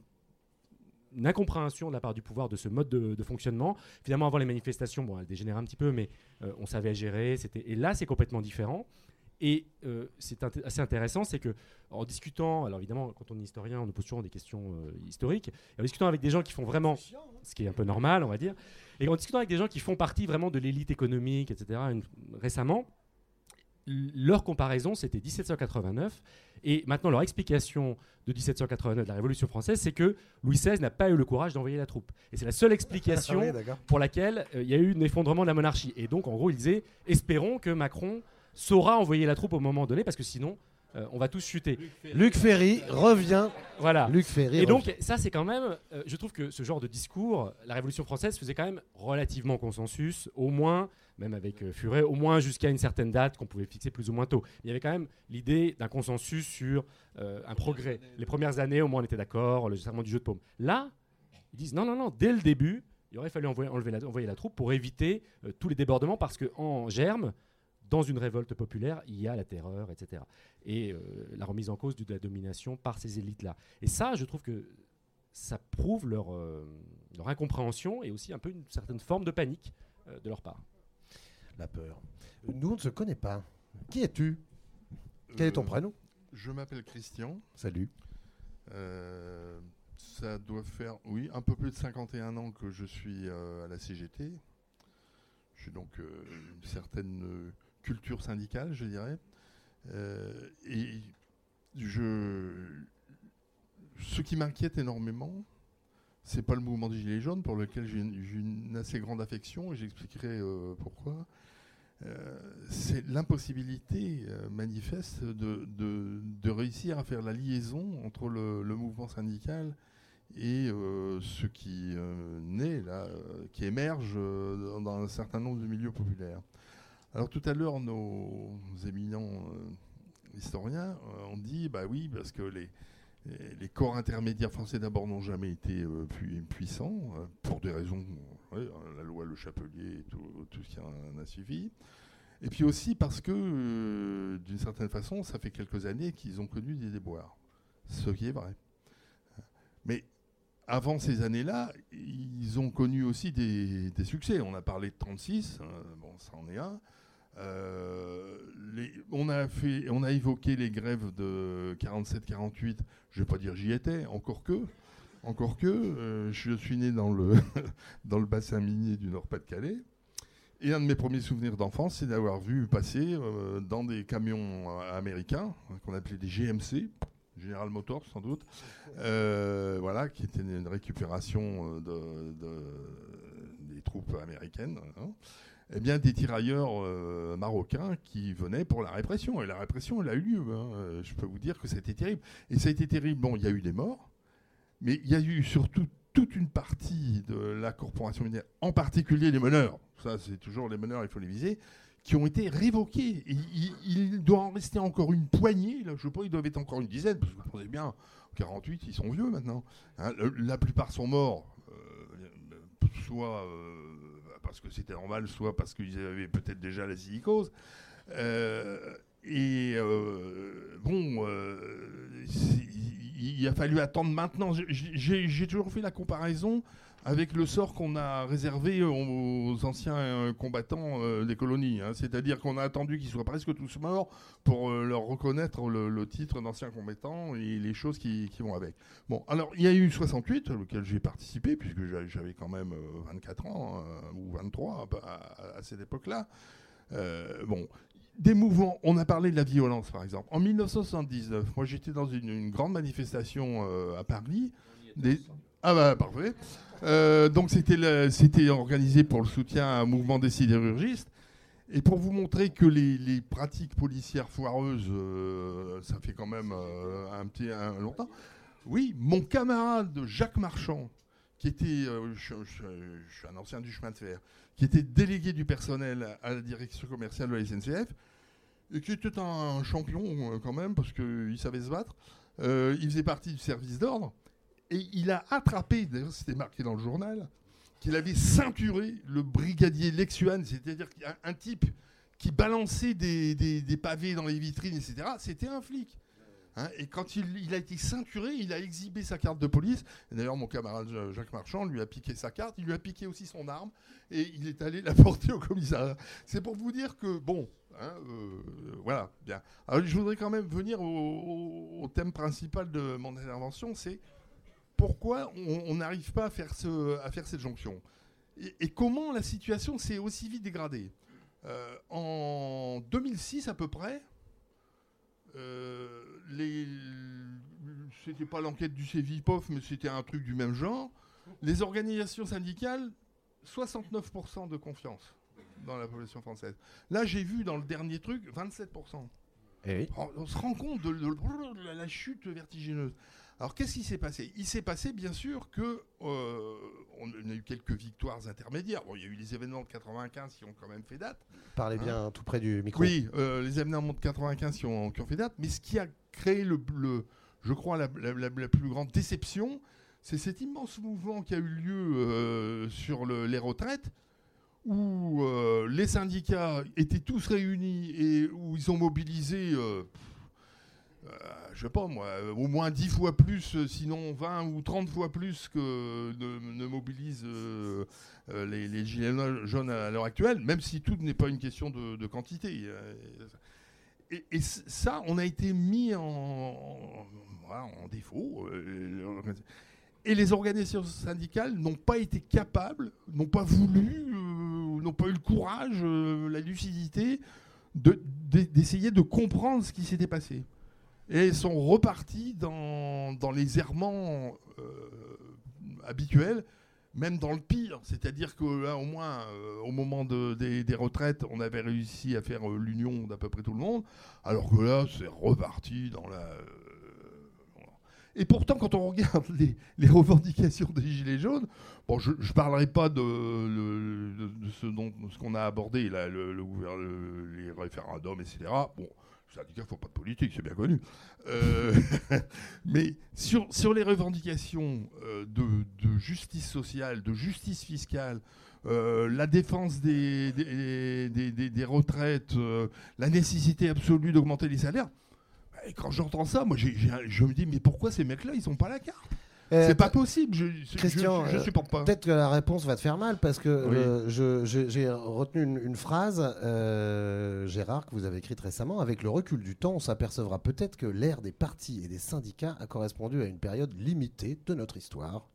une incompréhension de la part du pouvoir de ce mode de, de fonctionnement. Finalement, avant les manifestations, bon, elles dégénéraient un petit peu, mais euh, on savait gérer. C'était... Et là, c'est complètement différent. Et euh, c'est int- assez intéressant, c'est qu'en discutant, alors évidemment, quand on est historien, on nous pose toujours des questions euh, historiques, et en discutant avec des gens qui font vraiment, ce qui est un peu normal, on va dire, et en discutant avec des gens qui font partie vraiment de l'élite économique, et cetera, une, récemment, l- leur comparaison, c'était dix-sept cent quatre-vingt-neuf, et maintenant leur explication de dix-sept cent quatre-vingt-neuf, de la Révolution française, c'est que Louis seize n'a pas eu le courage d'envoyer la troupe. Et c'est la seule explication ah oui, pour laquelle il euh, y a eu un effondrement de la monarchie. Et donc, en gros, il disait, espérons que Macron saura envoyer la troupe au moment donné, parce que sinon, euh, on va tous chuter. Luc Ferry revient. Voilà. Luc Ferry. Et donc, revient. ça, c'est quand même. euh, je trouve que ce genre de discours, la Révolution française faisait quand même relativement consensus, au moins, même avec euh, Furet, au moins jusqu'à une certaine date qu'on pouvait fixer plus ou moins tôt. Il y avait quand même l'idée d'un consensus sur euh, un progrès. Les premières années, au moins, on était d'accord, le serment du jeu de paume. Là, ils disent non, non, non, dès le début, il aurait fallu envoyer, enlever la, envoyer la troupe pour éviter euh, tous les débordements, parce qu'en germe, dans une révolte populaire, il y a la terreur, et cetera. Et euh, la remise en cause de la domination par ces élites-là. Et ça, je trouve que ça prouve leur, euh, leur incompréhension et aussi un peu une certaine forme de panique euh, de leur part. La peur. Nous, on ne se connaît pas. Qui es-tu? Quel est ton Euh, prénom? Je m'appelle Christian. Salut. Euh, ça doit faire, oui, un peu plus de cinquante et un ans que je suis euh, à la C G T. J'ai donc euh, une certaine euh, culture syndicale, je dirais. Euh, et je, ce qui m'inquiète énormément, c'est pas le mouvement des Gilets jaunes, pour lequel j'ai une, j'ai une assez grande affection, et j'expliquerai euh, pourquoi. Euh, c'est l'impossibilité euh, manifeste de, de, de réussir à faire la liaison entre le, le mouvement syndical et euh, ce qui euh, naît, là, euh, qui émerge euh, dans, dans un certain nombre de milieux populaires. Alors tout à l'heure, nos éminents euh, historiens euh, ont dit, bah oui, parce que les, les corps intermédiaires français d'abord n'ont jamais été euh, pu, puissants, euh, pour des raisons, ouais, la loi Le Chapelier et tout, tout ce qui en a suivi. Et puis aussi parce que, euh, d'une certaine façon, ça fait quelques années qu'ils ont connu des déboires, ce qui est vrai. Mais avant ces années-là, ils ont connu aussi des, des succès. On a parlé de trente-six, euh, bon, ça en est un. Euh, les, on, a fait, on a évoqué les grèves de quarante-sept quarante-huit, je ne vais pas dire j'y étais, encore que, encore que euh, je suis né dans le, dans le bassin minier du Nord-Pas-de-Calais, et un de mes premiers souvenirs d'enfance, c'est d'avoir vu passer euh, dans des camions euh, américains, qu'on appelait des G M C, General Motors sans doute, euh, voilà, qui était une récupération de, de, des troupes américaines, hein. Eh bien, des tirailleurs euh, marocains qui venaient pour la répression. Et la répression, elle a eu lieu. Hein. Je peux vous dire que c'était terrible. Et ça a été terrible. Bon, il y a eu des morts, mais il y a eu surtout toute une partie de la corporation minière, en particulier les meneurs, ça c'est toujours les meneurs, il faut les viser, qui ont été révoqués. Et il, il doit en rester encore une poignée. Là, je ne sais pas, ils doivent être encore une dizaine, parce que vous pensez bien, en quarante-huit, ils sont vieux maintenant. Hein, le, la plupart sont morts, euh, soit... Euh, parce que c'était normal, soit parce qu'ils avaient peut-être déjà la silicose. Euh, et euh, bon, euh, il, il a fallu attendre maintenant. J'ai, j'ai toujours fait la comparaison avec le sort qu'on a réservé aux anciens combattants euh, des colonies. Hein. C'est-à-dire qu'on a attendu qu'ils soient presque tous morts pour euh, leur reconnaître le, le titre d'ancien combattant et les choses qui, qui vont avec. Bon, alors il y a eu soixante-huit, auquel j'ai participé, puisque j'avais quand même euh, vingt-quatre ans, euh, ou vingt-trois à, à, à cette époque-là. Euh, bon, des mouvements, on a parlé de la violence par exemple. En mille neuf cent soixante-dix-neuf, moi j'étais dans une, une grande manifestation euh, à Paris. Des... Ah bah parfait. Euh, donc c'était, le, c'était organisé pour le soutien à un mouvement des sidérurgistes. Et pour vous montrer que les, les pratiques policières foireuses, euh, ça fait quand même euh, un petit un, longtemps. Oui, mon camarade Jacques Marchand, qui était, euh, je, je, je suis un ancien du chemin de fer, qui était délégué du personnel à la direction commerciale de la S N C F, et qui était un champion euh, quand même, parce qu'il savait se battre. Euh, il faisait partie du service d'ordre. Et il a attrapé, d'ailleurs c'était marqué dans le journal, qu'il avait ceinturé le brigadier Lexuan, c'est-à-dire un, un type qui balançait des, des, des pavés dans les vitrines, et cetera. C'était un flic. Hein, et quand il, il a été ceinturé, il a exhibé sa carte de police. Et d'ailleurs, mon camarade Jacques Marchand lui a piqué sa carte, il lui a piqué aussi son arme, et il est allé la porter au commissariat. C'est pour vous dire que, bon, hein, euh, voilà, bien. Alors, je voudrais quand même venir au, au, au thème principal de mon intervention, c'est pourquoi on n'arrive pas à faire, ce, à faire cette jonction et, et comment la situation s'est aussi vite dégradée. Euh, en deux mille six à peu près, euh, les, c'était pas l'enquête du C V I P O F, mais c'était un truc du même genre. Les organisations syndicales, soixante-neuf pour cent de confiance dans la population française. Là, j'ai vu dans le dernier truc, vingt-sept pour cent. Et oui. On, on se rend compte de, de- de la, la chute vertigineuse. Alors, qu'est-ce qui s'est passé? Il s'est passé, bien sûr, que euh, on a eu quelques victoires intermédiaires. Bon, il y a eu les événements de quatre-vingt-quinze qui ont quand même fait date. Parlez bien tout près du micro. Oui, euh, les événements de quatre-vingt-quinze qui ont, qui ont fait date. Mais ce qui a créé, le, le- je crois, la, la- la- la plus grande déception, c'est cet immense mouvement qui a eu lieu euh, sur le- les retraites, où euh, les syndicats étaient tous réunis et où ils ont mobilisé, euh, euh, je sais pas moi, euh, au moins dix fois plus, euh, sinon vingt ou trente fois plus que ne, ne mobilisent euh, euh, les, les gilets jaunes à l'heure actuelle, même si tout n'est pas une question de, de quantité. Euh, Et, et c- ça, on a été mis en, en, voilà, en défaut. euh, Et les organisations syndicales n'ont pas été capables, n'ont pas voulu, euh, n'ont pas eu le courage, euh, la lucidité de- de- d'essayer de comprendre ce qui s'était passé. Et elles sont reparties dans, dans les errements euh, habituels, même dans le pire. C'est-à-dire que là, au moins, euh, au moment de- des, des retraites, on avait réussi à faire euh, l'union d'à peu près tout le monde, alors que là, c'est reparti dans la... euh, Et pourtant, quand on regarde les, les revendications des Gilets jaunes, bon, je ne parlerai pas de, le- de- de ce, dont, de ce qu'on a abordé, là, le, le gouver- le- les référendums, et cetera. Bon, les syndicats ne font pas de politique, c'est bien connu. Euh, mais sur, sur les revendications euh, de, de justice sociale, de justice fiscale, euh, la défense des, des, des- des- des retraites, euh, la nécessité absolue d'augmenter les salaires, et quand j'entends ça, moi, j'ai- j'ai- je me dis, mais pourquoi ces mecs-là, ils sont pas la carte? Euh, C'est pas possible. Je, je- Christian, je, je euh, supporte pas. Peut-être que la réponse va te faire mal parce que Oui. euh, je- je- j'ai retenu une, une phrase, euh, Gérard, que vous avez écrite récemment. Avec le recul du temps, on s'apercevra peut-être que l'ère des partis et des syndicats a correspondu à une période limitée de notre histoire.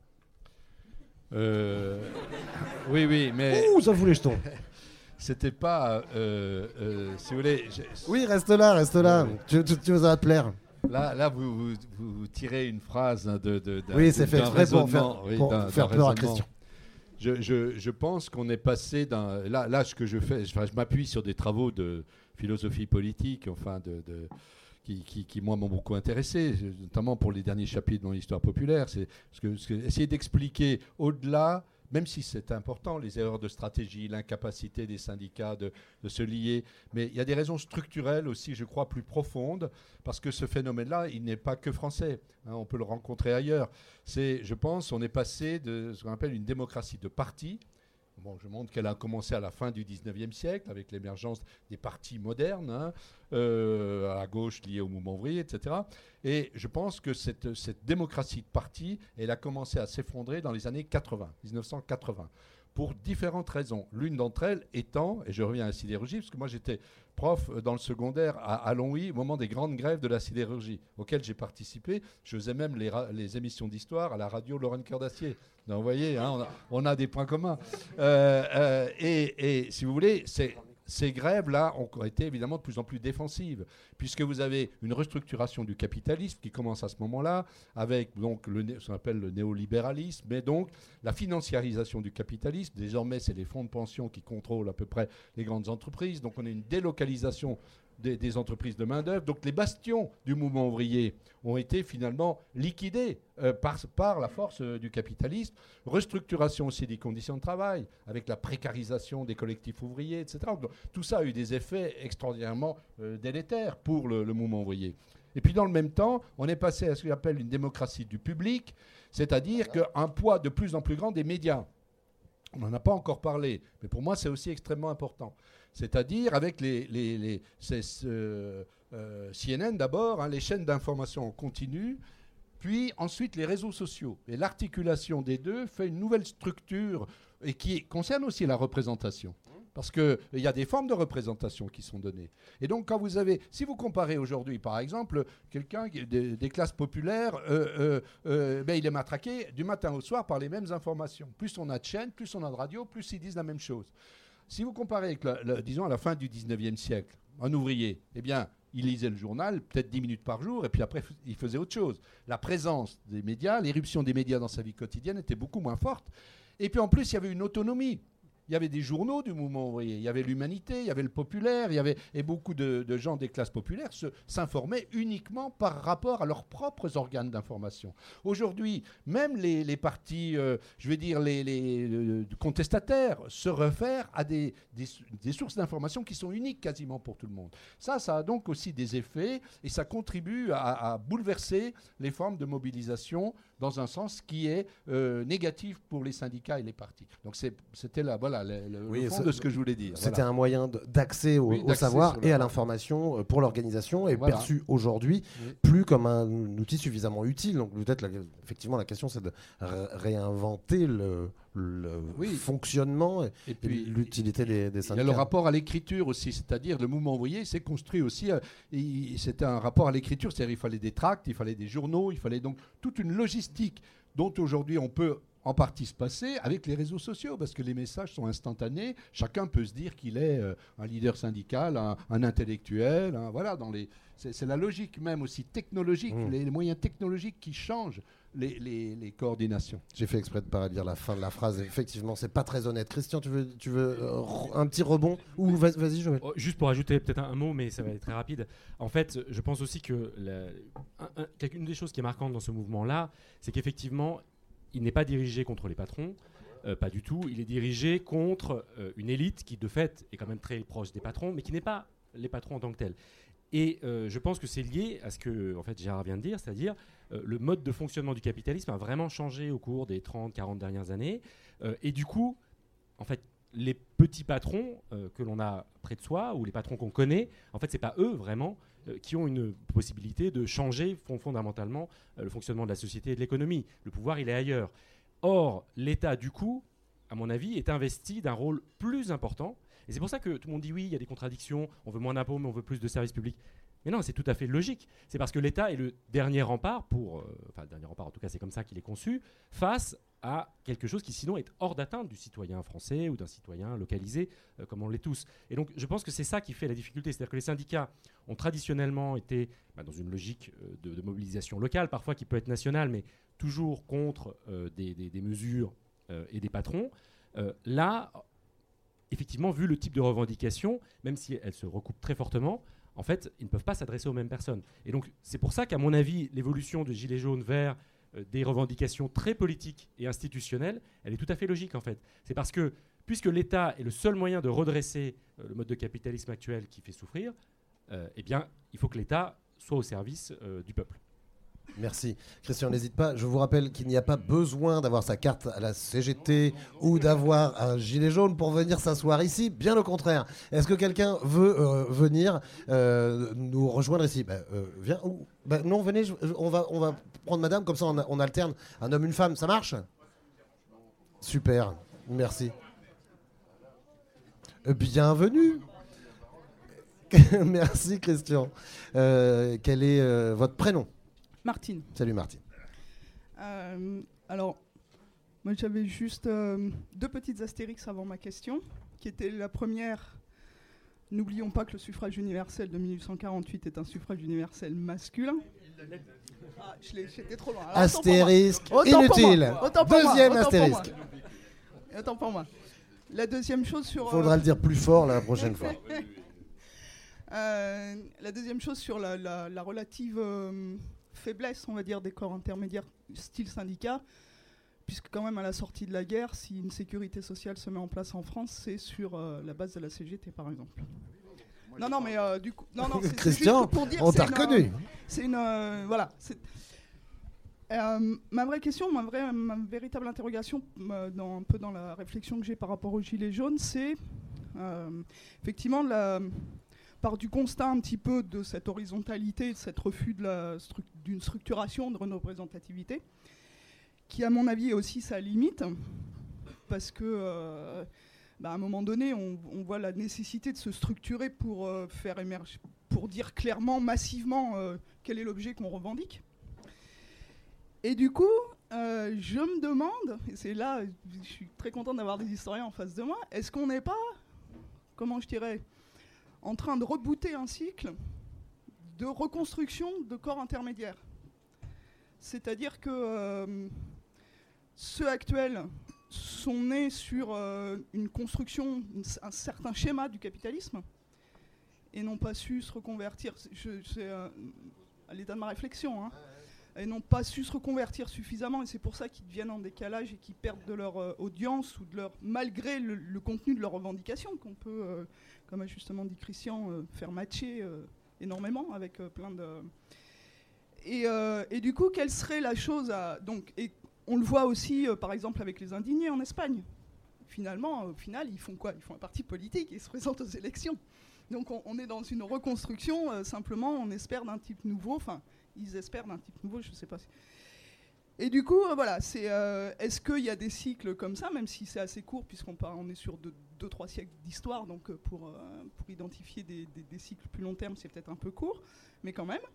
Euh, oui, oui, mais Ouh, ça fout les jetons. c'était pas. euh, euh, si vous voulez, j'ai- Oui, reste là, reste là. Ouais. Tu, tu, tu vas te plaire. là, là vous, vous, vous- vous tirez une phrase hein, de. de d'un- Oui, c'est fait d'un exprès pour raisonnement, faire, oui, pour d'un- faire d'un peur à raisonnement. Christian. Je, je- je pense qu'on est passé d'un. Là, là, ce que je fais, je, enfin, je m'appuie sur des travaux de philosophie politique, enfin, de, de- qui, qui, qui, moi, m'ont beaucoup intéressé, notamment pour les derniers chapitres dans l'histoire populaire. C'est ce que, ce que- essayer d'expliquer au-delà, même si c'est important, les erreurs de stratégie, l'incapacité des syndicats de, de se lier. Mais il y a des raisons structurelles aussi, je crois, plus profondes, parce que ce phénomène-là, il n'est pas que français. Hein, on peut le rencontrer ailleurs. C'est, je pense, on est passé de ce qu'on appelle une démocratie de parti. Bon, je montre qu'elle a commencé à la fin du dix-neuvième siècle, avec l'émergence des partis modernes, hein, euh, à gauche liés au mouvement ouvrier, et cetera. Et je pense que cette, cette démocratie de parti, elle a commencé à s'effondrer dans les années quatre-vingts, dix-neuf cent quatre-vingts, pour différentes raisons. L'une d'entre elles étant, et je reviens à la sidérurgie, parce que moi j'étais prof dans le secondaire à, à Longwy au moment des grandes grèves de la sidérurgie, auxquelles j'ai participé. Je faisais même les, ra- les émissions d'histoire à la radio Lorraine Cœur d'Acier. Donc, vous voyez, hein, on, a, on a des points communs. Euh, euh, et, et si vous voulez, c'est... Ces grèves-là ont été évidemment de plus en plus défensives, puisque vous avez une restructuration du capitalisme qui commence à ce moment-là, avec donc le, né- ce qu'on appelle le néolibéralisme, mais donc la financiarisation du capitalisme. Désormais, c'est les fonds de pension qui contrôlent à peu près les grandes entreprises. Donc on a une délocalisation des, des entreprises de main-d'œuvre. Donc les bastions du mouvement ouvrier ont été finalement liquidés euh, par, par la force euh, du capitalisme. Restructuration aussi des conditions de travail, avec la précarisation des collectifs ouvriers, et cetera. Donc, tout ça a eu des effets extraordinairement euh, délétères pour le, le mouvement ouvrier. Et puis dans le même temps, on est passé à ce qu'on appelle une démocratie du public, c'est-à-dire qu'un poids de plus en plus grand des médias. On n'en a pas encore parlé, mais pour moi c'est aussi extrêmement important. C'est-à-dire avec les, les, les c'est, euh, euh, C N N d'abord, hein, les chaînes d'information en continu, puis ensuite les réseaux sociaux. Et l'articulation des deux fait une nouvelle structure et qui concerne aussi la représentation. Parce qu'il y a des formes de représentation qui sont données. Et donc, quand vous avez, si vous comparez aujourd'hui, par exemple, quelqu'un qui- des, des classes populaires, euh, euh, euh, ben, il est matraqué du matin au soir par les mêmes informations. Plus on a de chaînes, plus on a de radio, plus ils disent la même chose. Si vous comparez avec, la, la- disons, à la fin du dix-neuvième siècle, un ouvrier, eh bien, il lisait le journal peut-être dix minutes par jour, et puis après, f- il faisait autre chose. La présence des médias, l'éruption des médias dans sa vie quotidienne était beaucoup moins forte. Et puis en plus, il y avait une autonomie. il y avait des journaux du mouvement ouvrier, il y avait l'Humanité, il y avait le Populaire, il y avait, et beaucoup de, de gens des classes populaires se, s'informaient uniquement par rapport à leurs propres organes d'information. Aujourd'hui, même les, les partis, euh, je vais dire les, les, les contestataires, se réfèrent à des, des, des sources d'information qui sont uniques quasiment pour tout le monde. Ça, ça a donc aussi des effets et ça contribue à, à bouleverser les formes de mobilisation dans un sens qui est euh, négatif pour les syndicats et les partis. Donc c'est, c'était là, voilà, le, le, oui, le fond de ce que je voulais dire. C'était voilà. un moyen de, d'accès au, oui, au d'accès savoir et la... à l'information euh, pour l'organisation et voilà. perçu aujourd'hui oui. plus comme un outil suffisamment utile. Donc peut-être, la, effectivement, la question c'est de ré- réinventer le, le oui. fonctionnement et, et, puis, et l'utilité des, des syndicats. Il y a le rapport à l'écriture aussi, c'est-à-dire le mouvement ouvrier s'est construit aussi, euh, il, c'était un rapport à l'écriture, c'est-à-dire il fallait des tracts, il fallait des journaux, il fallait donc toute une logistique dont aujourd'hui on peut en partie se passer avec les réseaux sociaux, parce que les messages sont instantanés, chacun peut se dire qu'il est euh, un leader syndical, un, un intellectuel, un, voilà, dans les, c'est, c'est la logique même aussi technologique, mmh. les, les moyens technologiques qui changent les, les, les coordinations. J'ai fait exprès de ne pas dire la fin de la phrase, effectivement, c'est pas très honnête. Christian, tu veux, tu veux euh, un petit rebond ou vas, vas-y, Joël. Oh, juste pour ajouter peut-être un, un mot, mais ça va être très rapide. En fait, je pense aussi que la, un, un, une des choses qui est marquante dans ce mouvement-là, c'est qu'effectivement, il n'est pas dirigé contre les patrons, euh, pas du tout. Il est dirigé contre euh, une élite qui, de fait, est quand même très proche des patrons, mais qui n'est pas les patrons en tant que tels. Et euh, je pense que c'est lié à ce que en fait, Gérard vient de dire, c'est-à-dire euh, le mode de fonctionnement du capitalisme a vraiment changé au cours des trente quarante dernières années. Euh, et du coup, en fait, les petits patrons euh, que l'on a près de soi, ou les patrons qu'on connaît, en fait, ce n'est pas eux vraiment euh, qui ont une possibilité de changer fond- fondamentalement euh, le fonctionnement de la société et de l'économie. Le pouvoir, il est ailleurs. Or, l'État, du coup, à mon avis, est investi d'un rôle plus important. Et c'est pour ça que tout le monde dit oui, il y a des contradictions, on veut moins d'impôts, mais on veut plus de services publics. Mais non, c'est tout à fait logique. C'est parce que l'État est le dernier rempart, pour, euh, enfin, le dernier rempart, en tout cas, c'est comme ça qu'il est conçu, face à quelque chose qui sinon est hors d'atteinte du citoyen français ou d'un citoyen localisé, euh, comme on l'est tous. Et donc, je pense que c'est ça qui fait la difficulté. C'est-à-dire que les syndicats ont traditionnellement été bah, dans une logique euh, de, de mobilisation locale, parfois qui peut être nationale, mais toujours contre euh, des, des, des mesures euh, et des patrons. Euh, là, effectivement, vu le type de revendication, même si elles se recoupent très fortement, en fait, ils ne peuvent pas s'adresser aux mêmes personnes. Et donc, c'est pour ça qu'à mon avis, l'évolution de Gilets jaunes vers euh, des revendications très politiques et institutionnelles, elle est tout à fait logique, en fait. C'est parce que, puisque l'État est le seul moyen de redresser euh, le mode de capitalisme actuel qui fait souffrir, euh, eh bien, il faut que l'État soit au service euh, du peuple. Merci. Christian, n'hésite pas. Je vous rappelle qu'il n'y a pas besoin d'avoir sa carte à la C G T ou d'avoir un gilet jaune pour venir s'asseoir ici. Bien au contraire. Est-ce que quelqu'un veut euh, venir euh, nous rejoindre ici ? bah, euh, Viens. Ou, bah, non, venez. Je, on, va, on va prendre madame. Comme ça, on, on alterne un homme, une femme. Ça marche ? Super. Merci. Bienvenue. Merci, Christian. Euh, quel est euh, votre prénom ? Martine. Salut Martine. Euh, alors, moi j'avais juste euh, deux petites astérix avant ma question, qui était la première. N'oublions pas que le suffrage universel de mille huit cent quarante-huit est un suffrage universel masculin. Ah, je l'ai, j'étais trop loin. Alors, astérisque autant inutile. Autant pour moi. Deuxième Autant astérisque. pour moi. Autant pour moi. La deuxième chose sur. Faudra euh, le dire plus fort la prochaine fois. euh, la deuxième chose sur la, la, la relative. Euh, faiblesse, on va dire, des corps intermédiaires style syndicat, puisque quand même à la sortie de la guerre, si une sécurité sociale se met en place en France, c'est sur euh, la base de la C G T, par exemple. Non, non, mais euh, du coup, non, non, c'est, Christian, c'est juste pour dire, on c'est t'a une, reconnu. Euh, c'est une, euh, voilà. C'est, euh, ma vraie question, ma vraie, ma véritable interrogation, euh, dans, un peu dans la réflexion que j'ai par rapport aux gilets jaunes, c'est euh, effectivement la part du constat un petit peu de cette horizontalité, de cet refus de la stru- d'une structuration, de représentativité, qui à mon avis est aussi sa limite, parce que euh, bah, à un moment donné, on, on voit la nécessité de se structurer pour euh, faire émerger, pour dire clairement, massivement, euh, quel est l'objet qu'on revendique. Et du coup, euh, je me demande, et c'est là, je suis très contente d'avoir des historiens en face de moi, est-ce qu'on n'est pas, comment je dirais, en train de rebooter un cycle de reconstruction de corps intermédiaires. C'est-à-dire que euh, ceux actuels sont nés sur euh, une construction, une, un certain schéma du capitalisme, et n'ont pas su se reconvertir. Je, c'est euh, à l'état de ma réflexion, hein, et n'ont pas su se reconvertir suffisamment, et c'est pour ça qu'ils deviennent en décalage et qu'ils perdent de leur euh, audience, ou de leur, malgré le, le contenu de leurs revendications, qu'on peut, euh, comme a justement dit Christian, euh, faire matcher euh, énormément avec euh, plein de... Et, euh, et du coup, quelle serait la chose à... Donc, et on le voit aussi, euh, par exemple, avec les indignés en Espagne. Finalement, au final, ils font quoi? Ils font un parti politique et ils se présentent aux élections. Donc on, on est dans une reconstruction, euh, simplement, on espère d'un type nouveau, enfin, ils espèrent d'un type nouveau, je ne sais pas si... Et du coup, euh, voilà, c'est, euh, est-ce qu'il y a des cycles comme ça, même si c'est assez court, puisqu'on part, on est sur deux trois siècles d'histoire, donc euh, pour, euh, pour identifier des, des, des cycles plus long terme, c'est peut-être un peu court, mais quand même.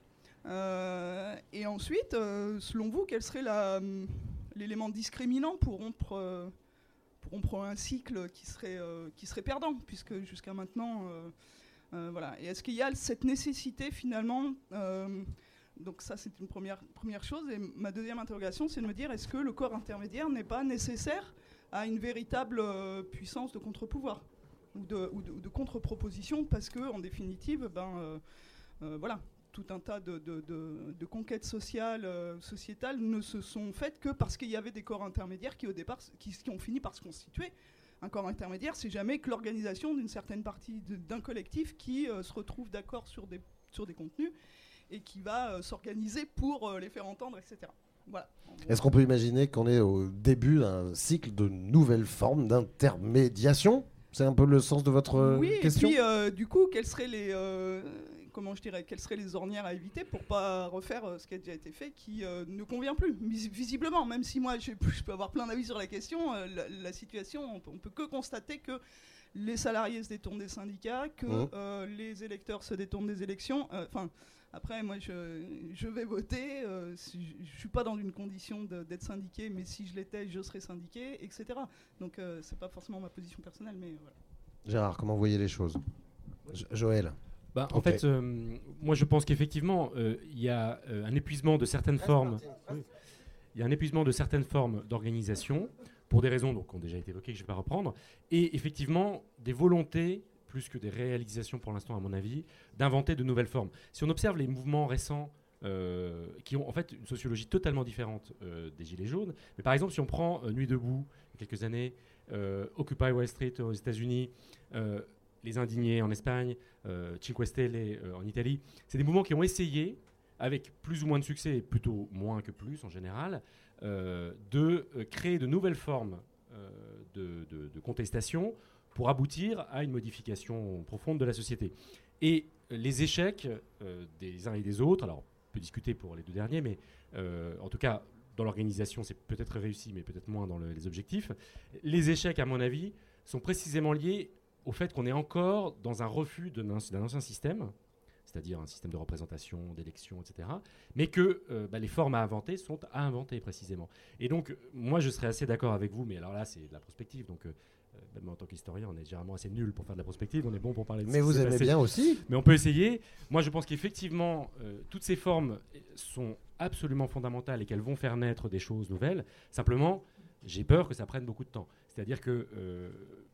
Euh, et ensuite, euh, selon vous, quel serait la, l'élément discriminant pour rompre, euh, pour rompre un cycle qui serait, euh, qui serait perdant, puisque jusqu'à maintenant... Euh, Euh, voilà. Et est-ce qu'il y a cette nécessité finalement euh, donc ça c'est une première, première chose, et ma deuxième interrogation c'est de me dire, est-ce que le corps intermédiaire n'est pas nécessaire à une véritable euh, puissance de contre-pouvoir ou de, ou de, ou de contre-proposition, parce que en définitive ben, euh, euh, voilà, tout un tas de, de, de, de conquêtes sociales, euh, sociétales ne se sont faites que parce qu'il y avait des corps intermédiaires qui au départ qui, qui ont fini par se constituer. Un corps intermédiaire, c'est jamais que l'organisation d'une certaine partie de, d'un collectif qui euh, se retrouve d'accord sur des, sur des contenus et qui va euh, s'organiser pour euh, les faire entendre, et cetera. Voilà. Est-ce qu'on peut imaginer qu'on est au début d'un cycle de nouvelles formes d'intermédiation? C'est un peu le sens de votre euh, oui, question. Oui, et puis euh, du coup, quelles seraient les... Euh, comment je dirais, quelles seraient les ornières à éviter pour pas refaire euh, ce qui a déjà été fait, qui euh, ne convient plus, vis- visiblement. Même si moi, je, je peux avoir plein d'avis sur la question, euh, la, la situation, on peut, on peut que constater que les salariés se détournent des syndicats, que mmh. euh, les électeurs se détournent des élections. Enfin, euh, après, moi, je, je vais voter. Euh, si je suis pas dans une condition de, d'être syndiqué, mais si je l'étais, je serais syndiqué, et cetera. Donc, euh, c'est pas forcément ma position personnelle, mais voilà. Gérard, comment vous voyez les choses? Jo- Joël. Bah, en okay. fait, euh, moi je pense qu'effectivement, il euh, y a euh, un épuisement de certaines Reste formes. Il oui, y a un épuisement de certaines formes d'organisation pour des raisons donc, qui ont déjà été évoquées, que je ne vais pas reprendre, et effectivement des volontés, plus que des réalisations pour l'instant à mon avis, d'inventer de nouvelles formes. Si on observe les mouvements récents euh, qui ont en fait une sociologie totalement différente euh, des Gilets jaunes, mais par exemple si on prend euh, Nuit debout, il y a quelques années, euh, Occupy Wall Street aux États-Unis, euh, les indignés en Espagne, euh, Cinque Stelle euh, en Italie, c'est des mouvements qui ont essayé, avec plus ou moins de succès, plutôt moins que plus en général, euh, de euh, créer de nouvelles formes euh, de, de, de contestation pour aboutir à une modification profonde de la société. Et euh, les échecs euh, des uns et des autres, alors on peut discuter pour les deux derniers, mais euh, en tout cas, dans l'organisation, c'est peut-être réussi, mais peut-être moins dans le, les objectifs. Les échecs, à mon avis, sont précisément liés au fait qu'on est encore dans un refus d'un, d'un ancien système, c'est-à-dire un système de représentation, d'élection, et cetera, mais que euh, bah, les formes à inventer sont à inventer précisément. Et donc, moi, je serais assez d'accord avec vous, mais alors là, c'est de la prospective, donc euh, même en tant qu'historien, on est généralement assez nul pour faire de la prospective, on est bon pour parler de mais vous aimez passé. Bien aussi. Mais on peut essayer. Moi, je pense qu'effectivement, euh, toutes ces formes sont absolument fondamentales et qu'elles vont faire naître des choses nouvelles. Simplement, j'ai peur que ça prenne beaucoup de temps. C'est-à-dire que... Euh,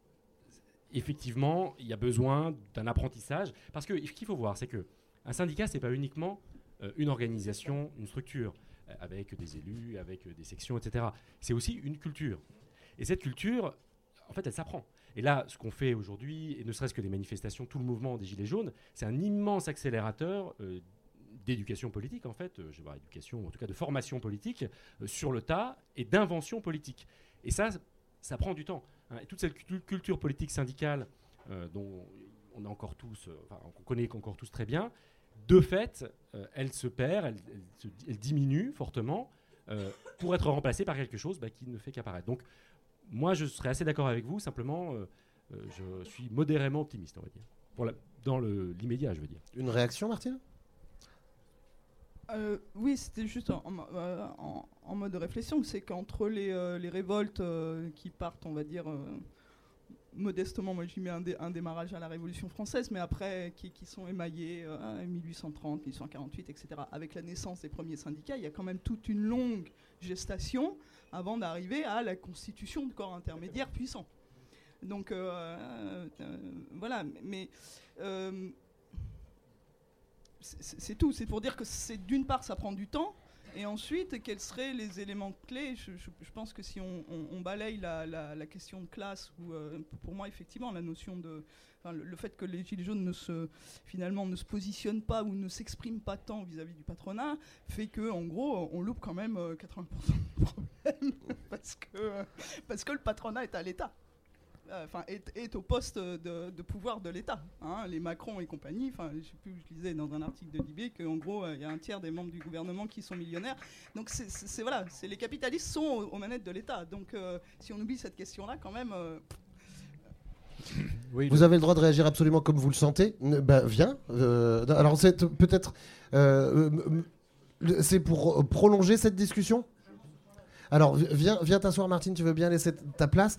effectivement, il y a besoin d'un apprentissage. Parce que ce qu'il faut voir, c'est qu'un syndicat, ce n'est pas uniquement euh, une organisation, une structure, euh, avec des élus, avec euh, des sections, et cetera. C'est aussi une culture. Et cette culture, en fait, elle s'apprend. Et là, ce qu'on fait aujourd'hui, et ne serait-ce que des manifestations, tout le mouvement des Gilets jaunes, c'est un immense accélérateur euh, d'éducation politique, en fait, euh, je vais voir, éducation, en tout cas de formation politique, euh, sur le tas, et d'invention politique. Et ça, ça prend du temps. Et toute cette culture politique syndicale euh, dont on, a encore tous, euh, enfin, on connaît encore tous très bien, de fait, euh, elle se perd, elle, elle, se, elle diminue fortement euh, pour être remplacée par quelque chose bah, qui ne fait qu'apparaître. Donc, moi, je serais assez d'accord avec vous, simplement, euh, euh, je suis modérément optimiste, on va dire. Pour la, dans le, l'immédiat, je veux dire. Une réaction, Martine ? Euh, oui, c'était juste en, en, en, en mode de réflexion. C'est qu'entre les, euh, les révoltes euh, qui partent, on va dire, euh, modestement, moi j'y mets un, dé, un démarrage à la Révolution française, mais après qui, qui sont émaillées euh, mille huit cent trente, mille huit cent quarante-huit, et cetera. Avec la naissance des premiers syndicats, il y a quand même toute une longue gestation avant d'arriver à la constitution de corps intermédiaires puissants. Donc euh, euh, voilà, mais euh, c'est, c'est tout. C'est pour dire que c'est, d'une part, ça prend du temps, et ensuite, quels seraient les éléments clés. je, je, je pense que si on, on, on balaye la, la, la question de classe, ou euh, pour moi, effectivement, la notion de... Enfin, le, le fait que les Gilets jaunes ne se, finalement, ne se positionnent pas ou ne s'expriment pas tant vis-à-vis du patronat, fait qu'en gros, on loupe quand même euh, quatre-vingts pour cent du problème, parce que, euh, parce que le patronat est à l'État. Enfin, est, est au poste de, de pouvoir de l'État. Hein, les Macron et compagnie, enfin, je sais plus, je lisais dans un article de Libé qu'en gros, il euh, y a un tiers des membres du gouvernement qui sont millionnaires. Donc, c'est, c'est, c'est voilà, c'est, les capitalistes sont aux, aux manettes de l'État. Donc, euh, si on oublie cette question-là, quand même... Euh, oui, vous le... avez le droit de réagir absolument comme vous le sentez. Ben, viens. Euh, alors, c'est peut-être... Euh, c'est pour prolonger cette discussion ? Alors, viens, viens t'asseoir, Martine, tu veux bien laisser ta place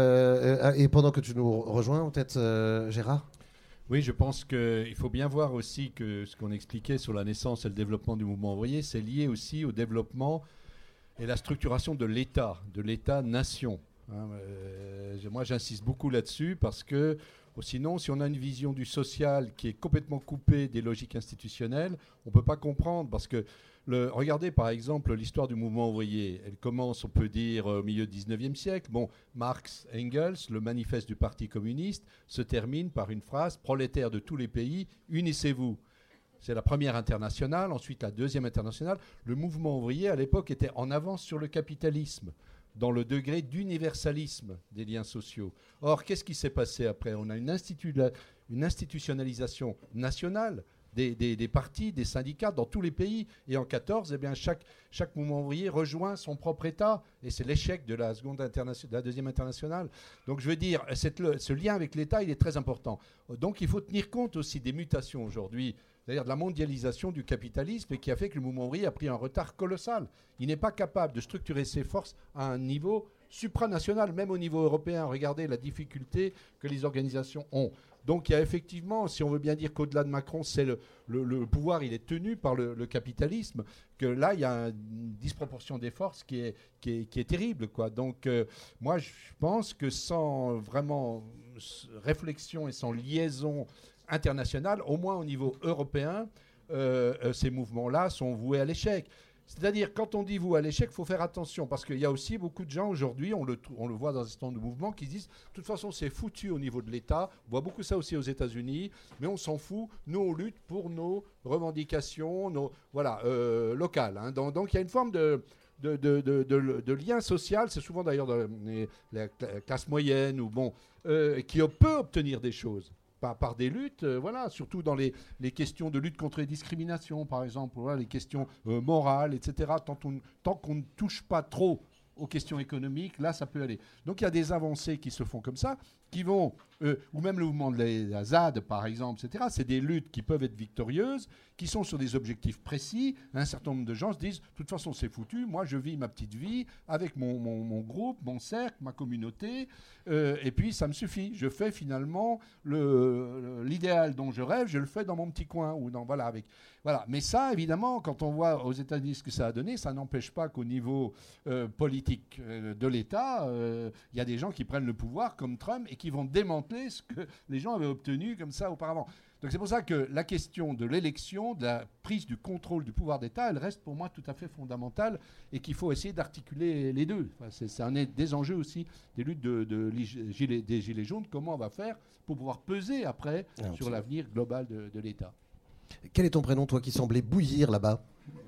euh, et pendant que tu nous rejoins, peut-être euh, Gérard ? Oui, je pense qu'il faut bien voir aussi que ce qu'on expliquait sur la naissance et le développement du mouvement ouvrier, c'est lié aussi au développement et la structuration de l'État, de l'État-nation. Hein, euh, moi, j'insiste beaucoup là-dessus parce que sinon, si on a une vision du social qui est complètement coupée des logiques institutionnelles, on ne peut pas comprendre parce que Le, regardez par exemple l'histoire du mouvement ouvrier. Elle commence, on peut dire, au milieu du dix-neuvième siècle. Bon, Marx, Engels, le manifeste du Parti communiste, se termine par une phrase « Prolétaires de tous les pays, unissez-vous ». C'est la première internationale, ensuite la deuxième internationale. Le mouvement ouvrier, à l'époque, était en avance sur le capitalisme, dans le degré d'universalisme des liens sociaux. Or, qu'est-ce qui s'est passé après ? On a une, institu- une institutionnalisation nationale, Des, des, des partis, des syndicats dans tous les pays. Et en quatorze, eh bien, chaque, chaque mouvement ouvrier rejoint son propre État. Et c'est l'échec de la, seconde internation- de la deuxième internationale. Donc je veux dire, cette, le, ce lien avec l'État, il est très important. Donc il faut tenir compte aussi des mutations aujourd'hui, c'est-à-dire de la mondialisation du capitalisme, et qui a fait que le mouvement ouvrier a pris un retard colossal. Il n'est pas capable de structurer ses forces à un niveau supranational, même au niveau européen. Regardez la difficulté que les organisations ont. Donc il y a effectivement, si on veut bien dire qu'au-delà de Macron, c'est le, le, le pouvoir, il est tenu par le, le capitalisme, que là, il y a une disproportion des forces qui est, qui est, qui est terrible, quoi. Donc euh, moi, je pense que sans vraiment réflexion et sans liaison internationale, au moins au niveau européen, euh, euh, ces mouvements-là sont voués à l'échec. C'est-à-dire, quand on dit vous à l'échec, il faut faire attention, parce qu'il y a aussi beaucoup de gens aujourd'hui, on le, on le voit dans un certain nombre de mouvements, qui disent, de toute façon, c'est foutu au niveau de l'État. On voit beaucoup ça aussi aux États-Unis, mais on s'en fout. Nous, on lutte pour nos revendications, nos, voilà, euh, locales. Hein. Donc, donc, il y a une forme de... De, de, de, de, de lien social, c'est souvent d'ailleurs de, de, la classe moyenne, ou bon, euh, qui peut obtenir des choses. Par, par des luttes, euh, voilà, surtout dans les, les questions de lutte contre les discriminations, par exemple, voilà, les questions euh, morales, et cetera. Tant, on, tant qu'on ne touche pas trop aux questions économiques, là, ça peut aller. Donc, il y a des avancées qui se font comme ça, qui vont, euh, ou même le mouvement de la, la Z A D, par exemple, et cetera. C'est des luttes qui peuvent être victorieuses, qui sont sur des objectifs précis. Un certain nombre de gens se disent, de toute façon, c'est foutu, moi, je vis ma petite vie avec mon, mon, mon groupe, mon cercle, ma communauté, euh, et puis ça me suffit. Je fais finalement le, le, l'idéal dont je rêve, je le fais dans mon petit coin, ou dans, voilà, avec... Voilà. Mais ça, évidemment, quand on voit aux États-Unis ce que ça a donné, ça n'empêche pas qu'au niveau euh, politique euh, de l'État, il euh, y a des gens qui prennent le pouvoir, comme Trump, et qui vont démanteler ce que les gens avaient obtenu comme ça auparavant. Donc c'est pour ça que la question de l'élection, de la prise du contrôle du pouvoir d'État, elle reste pour moi tout à fait fondamentale, et qu'il faut essayer d'articuler les deux. Enfin, c'est, c'est un des enjeux aussi des luttes de, de, de gilets, des Gilets jaunes. Comment on va faire pour pouvoir peser après ah, sur l'avenir global de, de l'État. Quel est ton prénom, toi qui semblais bouillir là-bas ?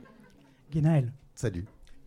Guénaël. Salut.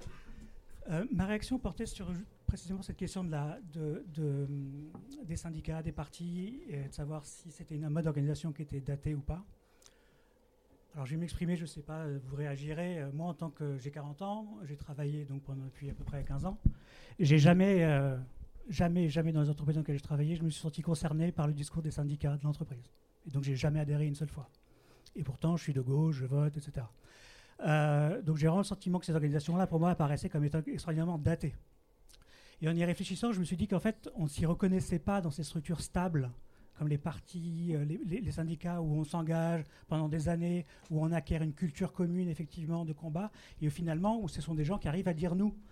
Euh, ma réaction portait sur précisément cette question de la, de, de, des syndicats, des partis, et de savoir si c'était un mode d'organisation qui était daté ou pas. Alors je vais m'exprimer, je ne sais pas, vous réagirez. Moi, en tant que j'ai quarante ans, j'ai travaillé donc pendant, depuis à peu près quinze ans. Et j'ai jamais, euh, jamais, jamais dans les entreprises dans lesquelles j'ai travaillé, je me suis senti concerné par le discours des syndicats de l'entreprise. Et donc j'ai jamais adhéré une seule fois. Et pourtant, je suis de gauche, je vote, et cetera. Euh, donc j'ai vraiment le sentiment que ces organisations-là, pour moi, apparaissaient comme étant extraordinairement datées. Et en y réfléchissant, je me suis dit qu'en fait, on ne s'y reconnaissait pas dans ces structures stables, comme les partis, les, les, les syndicats, où on s'engage pendant des années, où on acquiert une culture commune, effectivement, de combat, et finalement, où ce sont des gens qui arrivent à dire nous.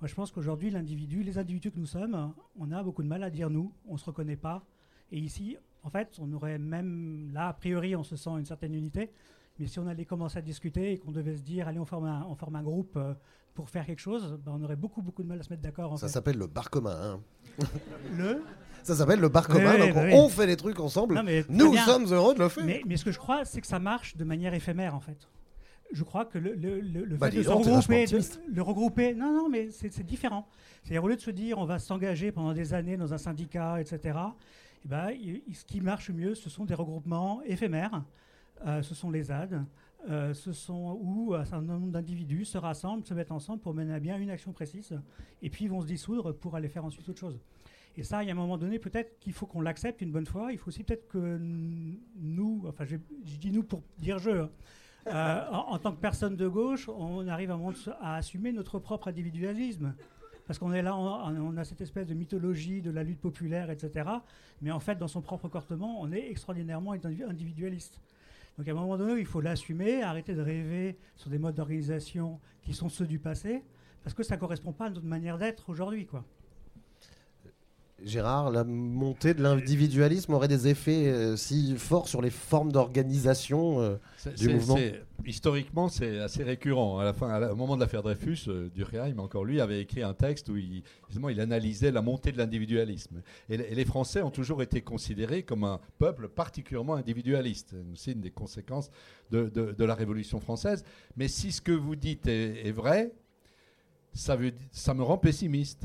Moi, je pense qu'aujourd'hui, l'individu, les individus que nous sommes, on a beaucoup de mal à dire nous, on ne se reconnaît pas. Et ici, en fait, on aurait même, là, a priori, on se sent une certaine unité. Mais si on allait commencer à discuter et qu'on devait se dire, allez, on forme un, on forme un groupe euh, pour faire quelque chose, ben, on aurait beaucoup, beaucoup de mal à se mettre d'accord. En Ça fait. s'appelle le bar commun. Hein. Le Ça s'appelle le bar commun, oui, donc oui, on oui. fait les trucs ensemble. Non, mais Nous bien. sommes heureux de le faire. Mais, mais ce que je crois, c'est que ça marche de manière éphémère, en fait. Je crois que le, le, le, le Bah, fait de dis se donc, t'es regrouper, vachement de, le regrouper, non, non, mais c'est, c'est différent. C'est-à-dire, au lieu de se dire, on va s'engager pendant des années dans un syndicat, et cetera, eh ben, il, il, ce qui marche mieux, ce sont des regroupements éphémères. Euh, ce sont les A D, euh, ce sont où un certain nombre d'individus se rassemblent, se mettent ensemble pour mener à bien une action précise, et puis ils vont se dissoudre pour aller faire ensuite autre chose. Et ça, il y a un moment donné, peut-être qu'il faut qu'on l'accepte une bonne fois. Il faut aussi peut-être que nous, enfin, je, je dis nous pour dire je, hein, euh, en, en tant que personne de gauche, on arrive à, un moment à assumer notre propre individualisme. Parce qu'on est là, on, on a cette espèce de mythologie de la lutte populaire, et cetera. Mais en fait, dans son propre comportement, on est extraordinairement individualiste. Donc à un moment donné, il faut l'assumer, arrêter de rêver sur des modes d'organisation qui sont ceux du passé, parce que ça ne correspond pas à notre manière d'être aujourd'hui, quoi. Gérard, la montée de l'individualisme aurait des effets euh, si forts sur les formes d'organisation euh, c'est, du c'est, mouvement c'est, historiquement, c'est assez récurrent. À la fin, à la, au moment de l'affaire Dreyfus, euh, Durkheim, encore lui, avait écrit un texte où il, justement, il analysait la montée de l'individualisme. Et, et les Français ont toujours été considérés comme un peuple particulièrement individualiste. C'est une des conséquences de, de, de la Révolution française. Mais si ce que vous dites est, est vrai, ça, veut, ça me rend pessimiste.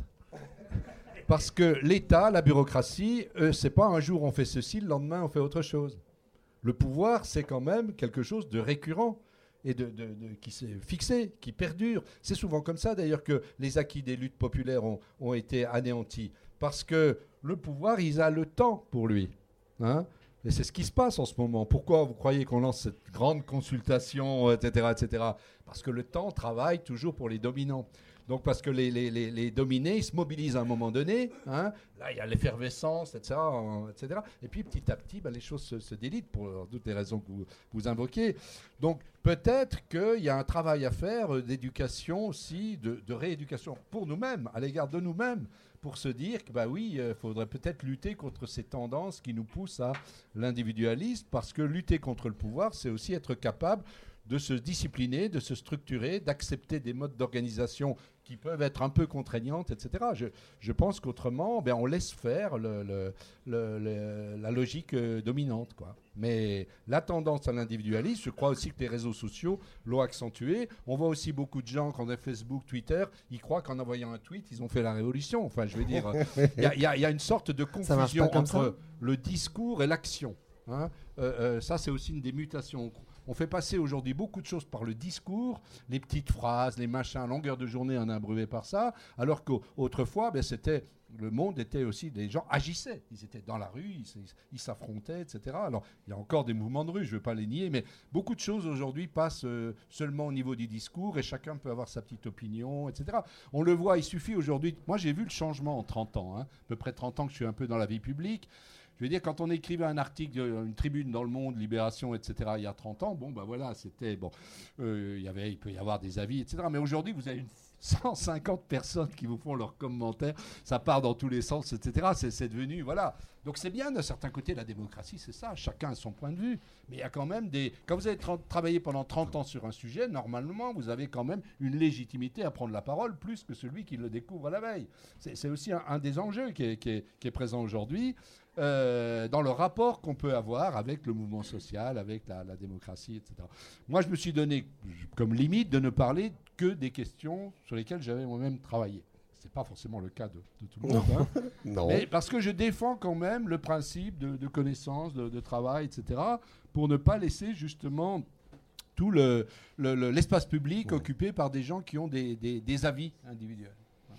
Parce que l'État, la bureaucratie, euh, c'est pas un jour on fait ceci, le lendemain on fait autre chose. Le pouvoir, c'est quand même quelque chose de récurrent et de, de, de, qui s'est fixé, qui perdure. C'est souvent comme ça d'ailleurs que les acquis des luttes populaires ont, ont été anéantis. Parce que le pouvoir, il a le temps pour lui. Hein ? Et c'est ce qui se passe en ce moment. Pourquoi vous croyez qu'on lance cette grande consultation, et cetera, et cetera ? Parce que le temps travaille toujours pour les dominants. Donc parce que les, les, les, les dominés, ils se mobilisent à un moment donné. Hein. Là, il y a l'effervescence, et cetera, et cetera. Et puis petit à petit, ben, les choses se, se délitent pour toutes les raisons que vous, vous invoquez. Donc peut-être qu'il y a un travail à faire d'éducation aussi, de, de rééducation pour nous-mêmes, à l'égard de nous-mêmes, pour se dire que bah oui, il euh, faudrait peut-être lutter contre ces tendances qui nous poussent à l'individualisme, parce que lutter contre le pouvoir, c'est aussi être capable de se discipliner, de se structurer, d'accepter des modes d'organisation qui peuvent être un peu contraignantes, et cetera. Je, je pense qu'autrement, ben, on laisse faire le, le, le, le, la logique euh, dominante, quoi. Mais la tendance à l'individualisme, je crois aussi que les réseaux sociaux l'ont accentué. On voit aussi beaucoup de gens, quand on a Facebook, Twitter, ils croient qu'en envoyant un tweet, ils ont fait la révolution. Enfin, je veux dire, il y, y, y a une sorte de confusion entre ça le discours et l'action. Hein. Euh, euh, ça, c'est aussi une des mutations. On fait passer aujourd'hui beaucoup de choses par le discours, les petites phrases, les machins, à longueur de journée, on est abreuvé par ça, alors qu'autrefois, ben, c'était, le monde était aussi, des gens agissaient, ils étaient dans la rue, ils, ils s'affrontaient, et cetera. Alors, il y a encore des mouvements de rue, je ne veux pas les nier, mais beaucoup de choses aujourd'hui passent euh, seulement au niveau du discours et chacun peut avoir sa petite opinion, et cetera. On le voit, il suffit aujourd'hui, moi j'ai vu le changement en trente ans, hein, à peu près trente ans que je suis un peu dans la vie publique. Je veux dire, quand on écrivait un article, une tribune dans Le Monde, Libération, et cetera, il y a trente ans, bon, ben voilà, c'était, bon, euh, il y avait, il peut y avoir des avis, et cetera. Mais aujourd'hui, vous avez cent cinquante personnes qui vous font leurs commentaires, ça part dans tous les sens, et cetera. C'est, c'est devenu, voilà. Donc c'est bien, d'un certain côté, la démocratie, c'est ça, chacun a son point de vue. Mais il y a quand même des... Quand vous avez tra- travaillé pendant trente ans sur un sujet, normalement, vous avez quand même une légitimité à prendre la parole, plus que celui qui le découvre à la veille. C'est, c'est aussi un, un des enjeux qui est, qui est, qui est présent aujourd'hui. Euh, dans le rapport qu'on peut avoir avec le mouvement social, avec la, la démocratie, et cetera. Moi, je me suis donné comme limite de ne parler que des questions sur lesquelles j'avais moi-même travaillé. Ce n'est pas forcément le cas de, de tout le monde. Hein. Non. Mais parce que je défends quand même le principe de, de connaissance, de, de travail, et cetera, pour ne pas laisser justement tout le, le, le, l'espace public ouais. occupé par des gens qui ont des, des, des avis individuels.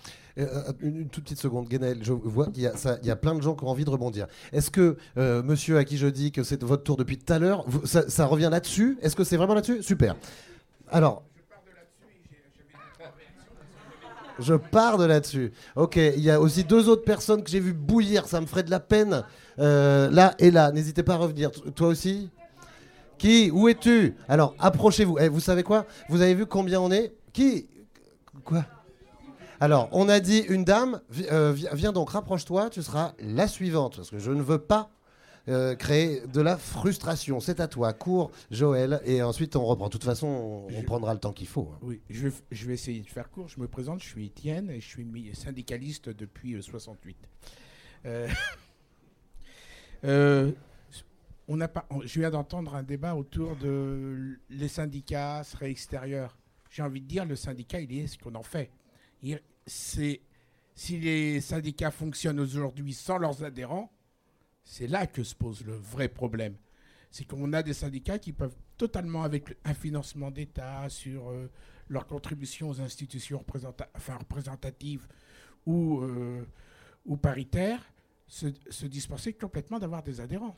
Euh, une, une toute petite seconde, Guénel, je vois qu'il y a, ça, il y a plein de gens qui ont envie de rebondir. Est-ce que, euh, monsieur à qui je dis que c'est votre tour depuis tout à l'heure, vous, ça, ça revient là-dessus ? Est-ce que c'est vraiment là-dessus ? Super. Alors... Je pars de là-dessus. Ok, il y a aussi deux autres personnes que j'ai vues bouillir, ça me ferait de la peine. Euh, là et là, n'hésitez pas à revenir. T- toi aussi ? Qui ? Où es-tu ? Alors, approchez-vous. Eh, vous savez quoi ? Vous avez vu combien on est ? Qui ? Quoi ? Alors, on a dit une dame. Vi- euh, vi- viens donc, rapproche-toi, tu seras la suivante. Parce que je ne veux pas euh, créer de la frustration. C'est à toi. Cours, Joël. Et ensuite, on reprend. De toute façon, on, on Je- prendra le temps qu'il faut. hein. Oui, je vais, f- je vais essayer de faire court. Je me présente, je suis Étienne et je suis mi- syndicaliste depuis euh, soixante-huit. Euh, euh, on a pas, on- je viens d'entendre un débat autour de l- les syndicats seraient extérieurs. J'ai envie de dire, le syndicat, il est ce qu'on en fait. Il- c'est, si les syndicats fonctionnent aujourd'hui sans leurs adhérents, c'est là que se pose le vrai problème. C'est qu'on a des syndicats qui peuvent totalement, avec le- un financement d'État sur euh, leur contribution aux institutions représenta- enfin, représentatives ou, euh, ou paritaires, se, se dispenser complètement d'avoir des adhérents.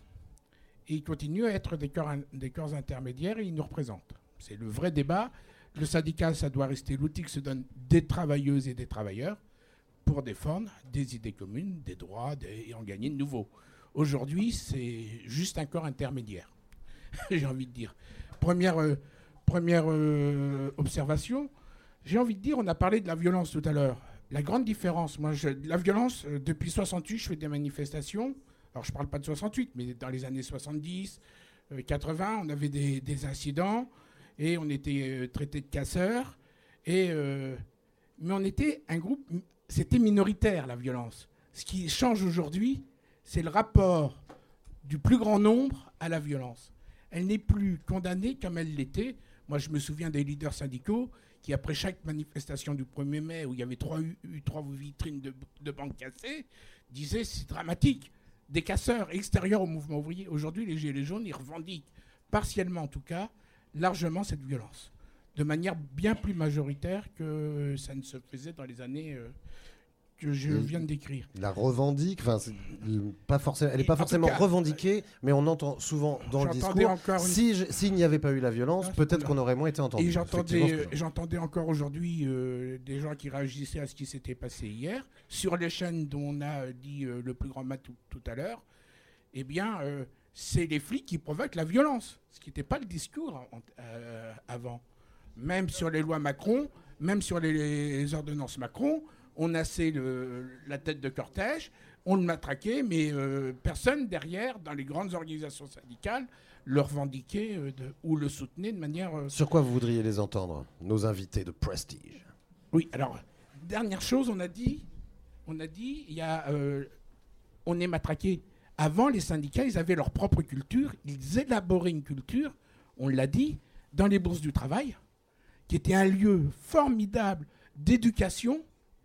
Et ils continuent à être des corps, in- des corps intermédiaires et ils nous représentent. C'est le vrai débat. Le syndicat, ça doit rester l'outil que se donnent des travailleuses et des travailleurs pour défendre des idées communes, des droits des- et en gagner de nouveaux. Aujourd'hui, c'est juste un corps intermédiaire, j'ai envie de dire. Première, euh, première euh, observation, j'ai envie de dire, on a parlé de la violence tout à l'heure. La grande différence, moi, je, la violence, euh, depuis soixante-huit, je fais des manifestations. Alors, je ne parle pas de soixante-huit, mais dans les années soixante-dix, euh, quatre-vingts, on avait des, des incidents et on était euh, traités de casseurs. Et, euh, mais on était un groupe, c'était minoritaire, la violence. Ce qui change aujourd'hui, c'est le rapport du plus grand nombre à la violence. Elle n'est plus condamnée comme elle l'était. Moi, je me souviens des leaders syndicaux qui, après chaque manifestation du premier mai, où il y avait trois, u- trois vitrines de, de banques cassées, disaient c'est dramatique. Des casseurs extérieurs au mouvement ouvrier. Aujourd'hui, les Gilets jaunes, ils revendiquent, partiellement en tout cas, largement cette violence. De manière bien plus majoritaire que ça ne se faisait dans les années euh, que je Et viens de décrire. La revendique, enfin, c'est pas forcément, elle n'est Et pas en tout forcément cas, revendiquée, mais on entend souvent dans le j'entendais discours. encore une- Si je- s'il n'y avait pas eu la violence, Ah, peut-être voilà. qu'on aurait moins été entendu. Et Effectivement, j'entendais, ce que je- j'entendais encore aujourd'hui euh, des gens qui réagissaient à ce qui s'était passé hier sur les chaînes dont on a euh, dit euh, le plus grand mal tout, tout à l'heure. Eh bien, euh, c'est les flics qui provoquent la violence, ce qui n'était pas le discours en- euh, avant. Même sur les lois Macron, même sur les, les ordonnances Macron, on assait le, la tête de cortège, on le matraquait, mais euh, personne derrière, dans les grandes organisations syndicales, le revendiquait euh, de- ou le soutenait de manière... euh, Sur quoi vous voudriez les entendre, nos invités de Prestige? Oui, alors, dernière chose, on a dit, on a dit, il y a, euh, on est matraqué. Avant, les syndicats, ils avaient leur propre culture, ils élaboraient une culture, on l'a dit, dans les bourses du travail, qui était un lieu formidable d'éducation.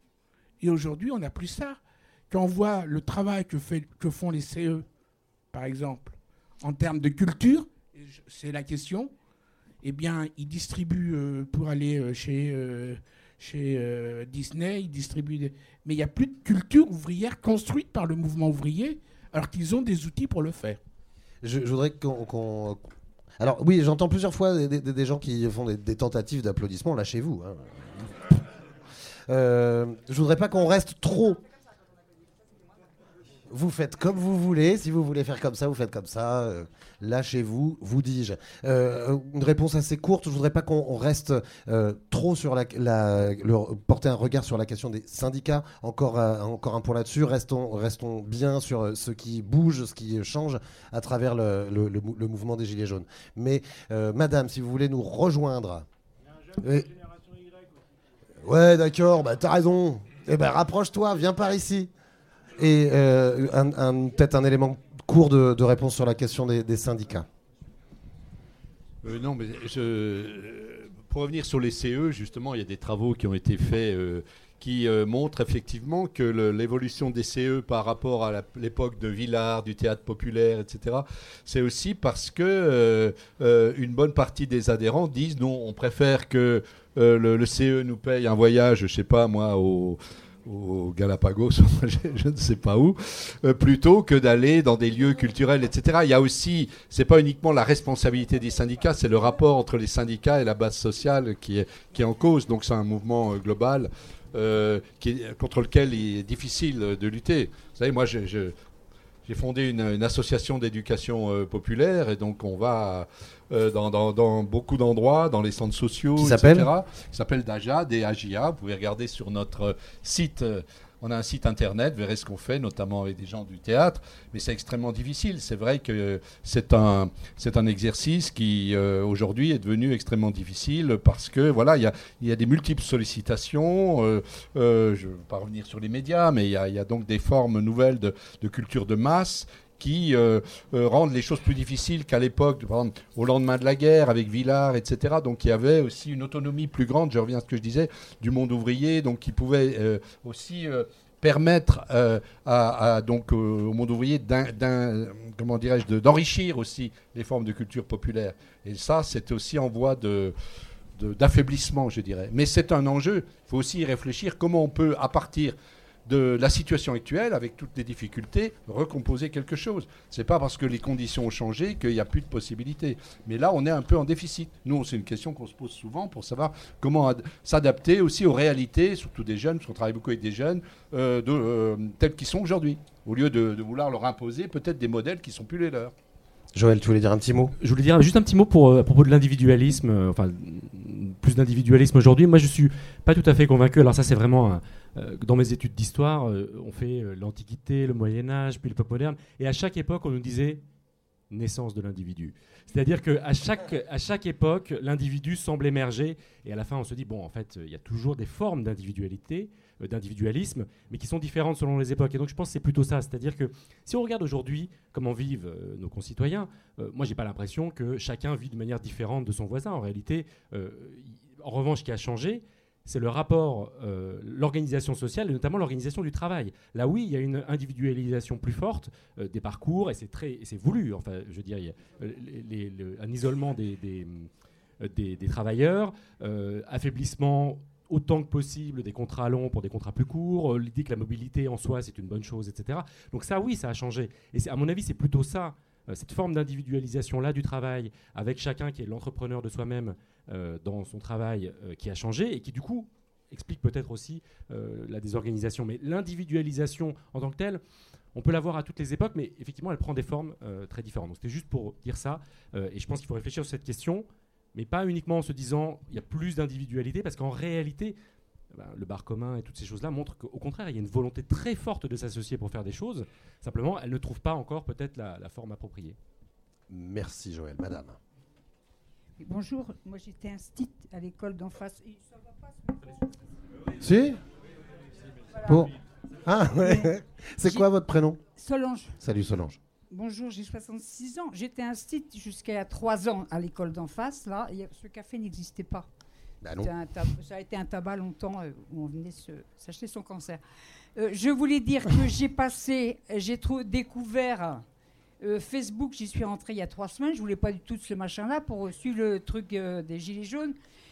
Et aujourd'hui, on n'a plus ça. Quand on voit le travail que, fait, que font les C E, par exemple, en termes de culture, et je- c'est la question, eh bien, ils distribuent euh, pour aller euh, chez, euh, chez euh, Disney, ils distribuent des... Mais il n'y a plus de culture ouvrière construite par le mouvement ouvrier, alors qu'ils ont des outils pour le faire. Je, je voudrais qu'on... qu'on- Alors oui, j'entends plusieurs fois des, des- des gens qui font des, des tentatives d'applaudissements, lâchez-vous. Hein. Euh, je voudrais pas qu'on reste trop... Vous faites comme vous voulez, si vous voulez faire comme ça, vous faites comme ça, euh, lâchez-vous, vous dis-je. Euh, une réponse assez courte, je voudrais pas qu'on on reste euh, trop sur la, la le- porter un regard sur la question des syndicats, encore, un- encore un point là-dessus, restons, restons bien sur euh, ce qui bouge, ce qui change à travers le, le- le mou- le mouvement des Gilets jaunes. Mais euh, madame, si vous voulez nous rejoindre... Et- Ouais, d'accord, bah t'as raison. Eh ben rapproche-toi, viens par ici. Et euh, un, un- peut-être un élément court de, de réponse sur la question des, des syndicats. Euh, non, mais je, euh, pour revenir sur les C E, justement, il y a des travaux qui ont été faits euh, qui euh, montrent effectivement que le- l'évolution des C E par rapport à la- l'époque de Villard, du théâtre populaire, et cetera, c'est aussi parce que euh, euh, une bonne partie des adhérents disent non, on préfère que euh, le, le C E nous paye un voyage, je sais pas moi, au au Galapagos, je, je ne sais pas où, euh, plutôt que d'aller dans des lieux culturels, et cetera. Il y a aussi, c'est pas uniquement la responsabilité des syndicats, c'est le rapport entre les syndicats et la base sociale qui est, qui est en cause. Donc c'est un mouvement euh, global euh, qui est, contre lequel il est difficile de lutter. Vous savez, moi, je, je, j'ai fondé une, une association d'éducation euh, populaire et donc on va euh, dans, dans, dans beaucoup d'endroits, dans les centres sociaux, Qui et s'appelle cetera. Qui s'appelle DAJA, D A J A. Vous pouvez regarder sur notre site. Euh, on a un site internet, vous verrez ce qu'on fait, notamment avec des gens du théâtre, mais c'est extrêmement difficile. C'est vrai que c'est un, c'est un exercice qui, euh, aujourd'hui, est devenu extrêmement difficile parce que, voilà, il y a, y a des multiples sollicitations. Euh, euh, je ne veux pas revenir sur les médias, mais il y, y a donc des formes nouvelles de, de culture de masse qui euh, euh, rendent les choses plus difficiles qu'à l'époque, par exemple, au lendemain de la guerre, avec Villars, et cetera. Donc il y avait aussi une autonomie plus grande, je reviens à ce que je disais, du monde ouvrier, donc qui pouvait euh, aussi euh, permettre euh, à, à, donc, euh, au monde ouvrier d'un, d'un, comment dirais-je, de, d'enrichir aussi les formes de culture populaire. Et ça, c'est aussi en voie de... De, d'affaiblissement, je dirais. Mais c'est un enjeu. Il faut aussi y réfléchir comment on peut, à partir de la situation actuelle, avec toutes les difficultés, recomposer quelque chose. Ce n'est pas parce que les conditions ont changé qu'il n'y a plus de possibilités. Mais là, on est un peu en déficit. Nous, c'est une question qu'on se pose souvent pour savoir comment ad- s'adapter aussi aux réalités, surtout des jeunes, parce qu'on travaille beaucoup avec des jeunes, euh, de, euh, tels qu'ils sont aujourd'hui, au lieu de, de vouloir leur imposer peut-être des modèles qui ne sont plus les leurs. Joël, tu voulais dire un petit mot ? Je voulais dire juste un petit mot pour, euh, à propos de l'individualisme, euh, enfin, plus d'individualisme aujourd'hui. Moi, je ne suis pas tout à fait convaincu. Alors ça, c'est vraiment... Un, euh, dans mes études d'histoire, euh, on fait euh, l'Antiquité, le Moyen-Âge, puis l'époque moderne. Et à chaque époque, on nous disait naissance de l'individu. C'est-à-dire qu'à chaque, à chaque époque, l'individu semble émerger. Et à la fin, on se dit, bon, en fait, il y a toujours des formes d'individualité, euh, d'individualisme, mais qui sont différentes selon les époques. Et donc, je pense que c'est plutôt ça. C'est-à-dire que si on regarde aujourd'hui comment vivent euh, nos concitoyens, euh, moi, j'ai pas l'impression que chacun vit de manière différente de son voisin. En réalité, euh, y, en revanche, ce qui a changé, c'est le rapport, euh, l'organisation sociale et notamment l'organisation du travail. Là, oui, il y a une individualisation plus forte euh, des parcours et c'est très, et c'est voulu. Enfin, je veux dire, il y a euh, les, les, un isolement des, des, euh, des, des travailleurs, euh, affaiblissement autant que possible des contrats longs pour des contrats plus courts, euh, l'idée que la mobilité en soi c'est une bonne chose, et cetera. Donc ça, oui, ça a changé. Et c'est, à mon avis, c'est plutôt ça. Cette forme d'individualisation-là du travail, avec chacun qui est l'entrepreneur de soi-même euh, dans son travail, euh, qui a changé et qui, du coup, explique peut-être aussi euh, la désorganisation. Mais l'individualisation en tant que telle, on peut la voir à toutes les époques, mais effectivement, elle prend des formes euh, très différentes. Donc, c'était juste pour dire ça. Euh, et je pense qu'il faut réfléchir sur cette question, mais pas uniquement en se disant il y a plus d'individualité, parce qu'en réalité, ben, le bar commun et toutes ces choses-là montrent qu'au contraire, il y a une volonté très forte de s'associer pour faire des choses. Simplement, elle ne trouve pas encore peut-être la, la forme appropriée. Merci Joël. Madame. Et bonjour, moi j'étais instite à l'école d'en face. Et ça va pas, si voilà. Pour... Ah ouais. C'est j'ai... quoi votre prénom ? Solange. Salut Solange. Bonjour, j'ai soixante-six ans. J'étais instite jusqu'à trois ans à l'école d'en face. Là, et ce café n'existait pas. Bah non. Tab- ça a été un tabac longtemps euh, où on venait se, s'acheter son cancer. Euh, je voulais dire que j'ai passé, j'ai trou- découvert euh, Facebook, j'y suis rentrée il y a trois semaines, je voulais pas du tout de ce machin-là pour suivre le truc euh, des gilets jaunes.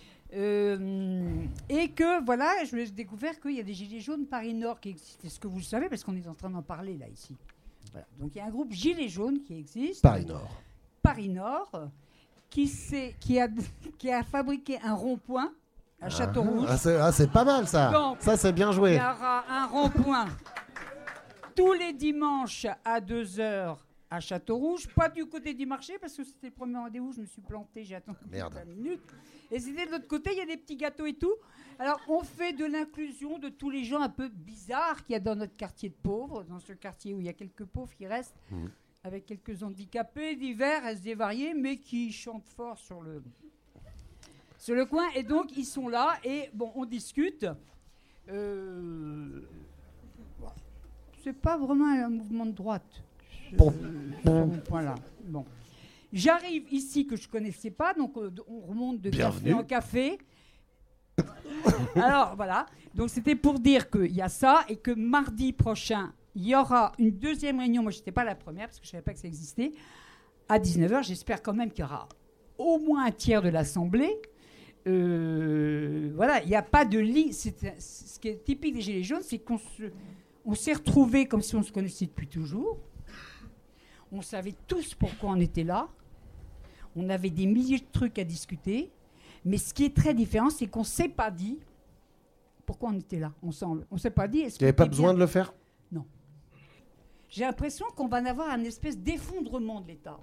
Euh, et que voilà, je me suis découvert qu'il y a des gilets jaunes Paris-Nord qui existent. Est-ce que vous le savez ? Parce qu'on est en train d'en parler là, ici. Voilà. Donc il y a un groupe gilets jaunes qui existe. Paris-Nord. Paris-Nord. Qui, qui, a, qui a fabriqué un rond-point à Châteaurouge. Ah, c'est, ah, c'est pas mal ça. Donc, ça, c'est bien joué. Il y aura un rond-point tous les dimanches à deux heures à Châteaurouge. Pas du côté du marché parce que c'était le premier rendez-vous. Je me suis plantée, j'ai attendu vingt minutes. Et c'était de l'autre côté, il y a des petits gâteaux et tout. Alors, on fait de l'inclusion de tous les gens un peu bizarres qu'il y a dans notre quartier de pauvres, dans ce quartier où il y a quelques pauvres qui restent. Mmh. Avec quelques handicapés divers, S D variés, mais qui chantent fort sur le, sur le coin. Et donc, ils sont là, et bon, on discute. Euh, c'est pas vraiment un mouvement de droite, ce, bon. ce point-là. Bon. J'arrive ici, que je connaissais pas, donc euh, on remonte de Bienvenue. Café en café. Alors, voilà. Donc, c'était pour dire qu'il y a ça, et que mardi prochain, il y aura une deuxième réunion, moi je n'étais pas la première parce que je ne savais pas que ça existait, à dix-neuf heures. J'espère quand même qu'il y aura au moins un tiers de l'Assemblée. Euh, voilà, il n'y a pas de ligne. C'est, ce qui est typique des Gilets jaunes, c'est qu'on se, on s'est retrouvés comme si on se connaissait depuis toujours. On savait tous pourquoi on était là. On avait des milliers de trucs à discuter. Mais ce qui est très différent, c'est qu'on ne s'est pas dit pourquoi on était là, ensemble. On ne s'est pas dit... Est-ce il n'y avait pas besoin bien... de le faire ? Non. j'ai l'impression qu'on va en avoir un espèce d'effondrement de l'État.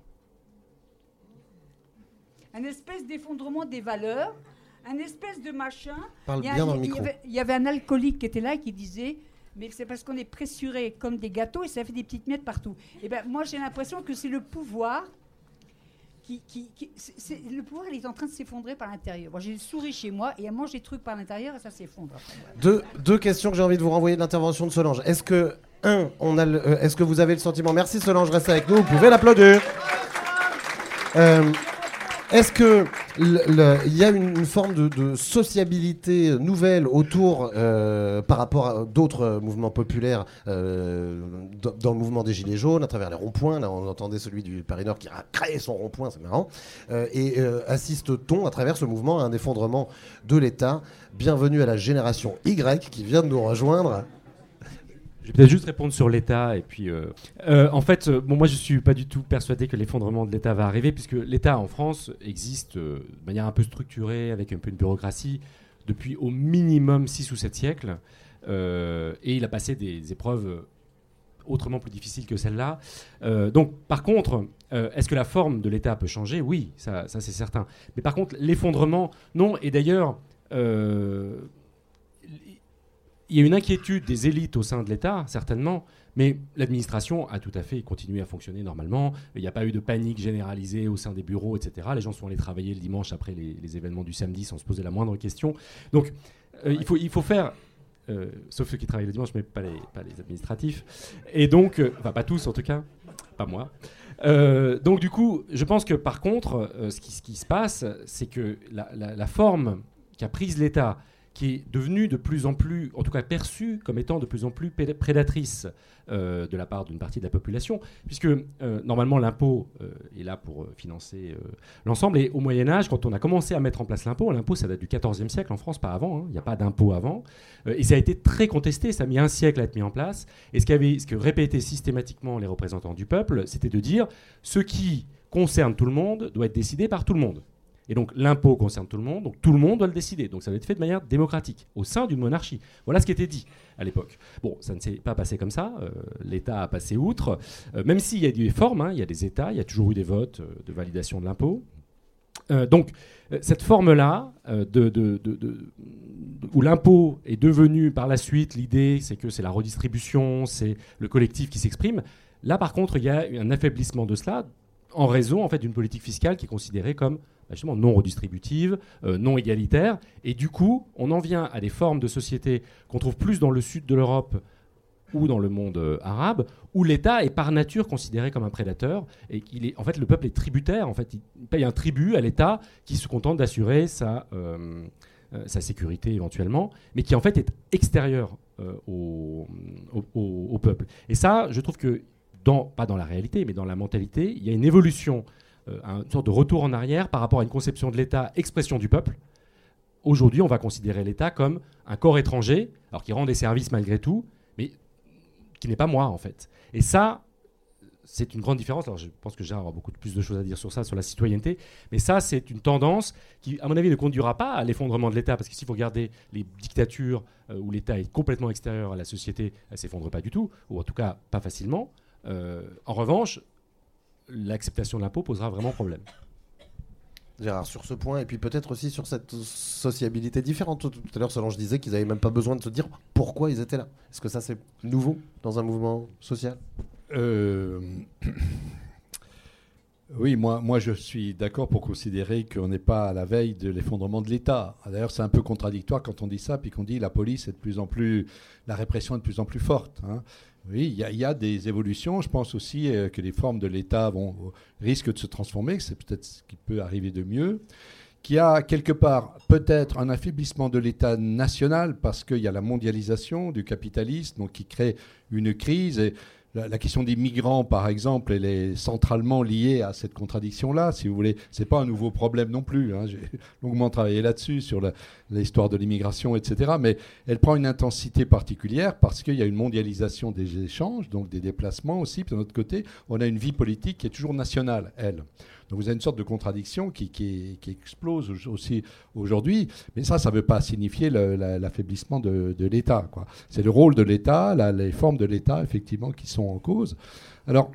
Un espèce d'effondrement des valeurs, un espèce de machin. Parle il y a, bien dans il, le micro. Il y, avait, il y avait un alcoolique qui était là et qui disait mais c'est parce qu'on est pressuré comme des gâteaux et ça fait des petites miettes partout. Et ben moi j'ai l'impression que c'est le pouvoir qui, qui, qui c'est, c'est, le pouvoir il est en train de s'effondrer par l'intérieur. Moi j'ai une souris chez moi et elle mange des trucs par l'intérieur et ça s'effondre. Deux, deux questions que j'ai envie de vous renvoyer de l'intervention de Solange. Est-ce que un, on a le, euh, est-ce que vous avez le sentiment, merci Solange, restez avec nous, vous pouvez l'applaudir. Euh, Est-ce que il y a une, une forme de, de sociabilité nouvelle autour, euh, par rapport à d'autres mouvements populaires, euh, dans, dans le mouvement des Gilets jaunes, à travers les ronds-points, là on entendait celui du Paris Nord qui a créé son rond-point, c'est marrant, euh, et euh, assiste-t-on à travers ce mouvement à un effondrement de l'État? Bienvenue à la génération Y qui vient de nous rejoindre. Je vais peut-être juste répondre sur l'État. Et puis, euh, euh, en fait, euh, bon, moi, je ne suis pas du tout persuadé que l'effondrement de l'État va arriver, puisque l'État en France existe euh, de manière un peu structurée, avec un peu une bureaucratie, depuis au minimum six ou sept siècles. Euh, et il a passé des épreuves autrement plus difficiles que celle-là. Euh, donc, par contre, euh, est-ce que la forme de l'État peut changer? Oui, ça, ça c'est certain. Mais par contre, l'effondrement, non. Et d'ailleurs... Euh, il y a une inquiétude des élites au sein de l'État, certainement, mais l'administration a tout à fait continué à fonctionner normalement. Il n'y a pas eu de panique généralisée au sein des bureaux, et cetera. Les gens sont allés travailler le dimanche après les, les événements du samedi sans se poser la moindre question. Donc, euh, il, faut, il faut faire... Euh, sauf ceux qui travaillent le dimanche, mais pas les, pas les administratifs. Et donc... Euh, enfin, pas tous, en tout cas. Pas moi. Euh, donc, du coup, je pense que, par contre, euh, ce, qui, ce qui se passe, c'est que la, la, la forme qu'a prise l'État, qui est devenue de plus en plus, en tout cas perçue comme étant de plus en plus prédatrice euh, de la part d'une partie de la population, puisque euh, normalement l'impôt euh, est là pour euh, financer euh, l'ensemble. Et au Moyen-Âge, quand on a commencé à mettre en place l'impôt, l'impôt ça date du quatorzième siècle en France, pas avant, il n'y a pas d'impôt avant, euh, et ça a été très contesté, ça a mis un siècle à être mis en place. Et ce, qu'avait, ce que répétaient systématiquement les représentants du peuple, c'était de dire ce qui concerne tout le monde doit être décidé par tout le monde. Et donc l'impôt concerne tout le monde, donc tout le monde doit le décider. Donc ça doit être fait de manière démocratique, au sein d'une monarchie. Voilà ce qui était dit à l'époque. Bon, ça ne s'est pas passé comme ça, euh, l'État a passé outre, euh, même s'il y a des formes, hein, il y a des États, il y a toujours eu des votes euh, de validation de l'impôt. Euh, donc euh, cette forme-là, euh, de, de, de, de, où l'impôt est devenu par la suite, l'idée c'est que c'est la redistribution, c'est le collectif qui s'exprime, là par contre il y a un affaiblissement de cela, en raison en fait, d'une politique fiscale qui est considérée comme justement non redistributive, euh, non égalitaire. Et du coup, on en vient à des formes de société qu'on trouve plus dans le sud de l'Europe ou dans le monde euh, arabe, où l'État est par nature considéré comme un prédateur. Et qu'il est, en fait, le peuple est tributaire. En fait, il paye un tribut à l'État qui se contente d'assurer sa, euh, euh, sa sécurité éventuellement, mais qui en fait est extérieur euh, au, au, au, au peuple. Et ça, je trouve que, dans, pas dans la réalité, mais dans la mentalité, il y a une évolution, euh, une sorte de retour en arrière par rapport à une conception de l'État, expression du peuple. Aujourd'hui, on va considérer l'État comme un corps étranger, alors qui rend des services malgré tout, mais qui n'est pas moi, en fait. Et ça, c'est une grande différence. Alors, je pense que Gérard aura beaucoup plus de choses à dire sur ça, sur la citoyenneté, mais ça, c'est une tendance qui, à mon avis, ne conduira pas à l'effondrement de l'État, parce que si vous regardez les dictatures euh, où l'État est complètement extérieur à la société, elle ne s'effondre pas du tout, ou en tout cas pas facilement. Euh, en revanche, l'acceptation de l'impôt posera vraiment problème. Gérard, sur ce point, et puis peut-être aussi sur cette sociabilité différente. Tout à l'heure, Solange disait qu'ils n'avaient même pas besoin de se dire pourquoi ils étaient là. Est-ce que ça, c'est nouveau dans un mouvement social ? euh... Oui, moi, moi je suis d'accord pour considérer qu'on n'est pas à la veille de l'effondrement de l'État. D'ailleurs, c'est un peu contradictoire quand on dit ça, puis qu'on dit la police est de plus en plus, la répression est de plus en plus forte. Hein. Oui, il y, y a des évolutions. Je pense aussi euh, que les formes de l'État vont, risquent de se transformer, que c'est peut-être ce qui peut arriver de mieux. Qu'il y a quelque part peut-être un affaiblissement de l'État national parce qu'il y a la mondialisation du capitalisme donc qui crée une crise. Et la, la question des migrants, par exemple, elle est centralement liée à cette contradiction-là. Si vous voulez, c'est pas un nouveau problème non plus. Hein. J'ai longuement travaillé là-dessus, sur la, l'histoire de l'immigration, et cetera. Mais elle prend une intensité particulière parce qu'il y a une mondialisation des échanges, donc des déplacements aussi. Puis de notre côté, on a une vie politique qui est toujours nationale, elle. Donc vous avez une sorte de contradiction qui, qui, qui explose aussi aujourd'hui. Mais ça, ça ne veut pas signifier le, la, l'affaiblissement de, de l'État, quoi. C'est le rôle de l'État, la, les formes de l'État, effectivement, qui sont sont en cause. Alors,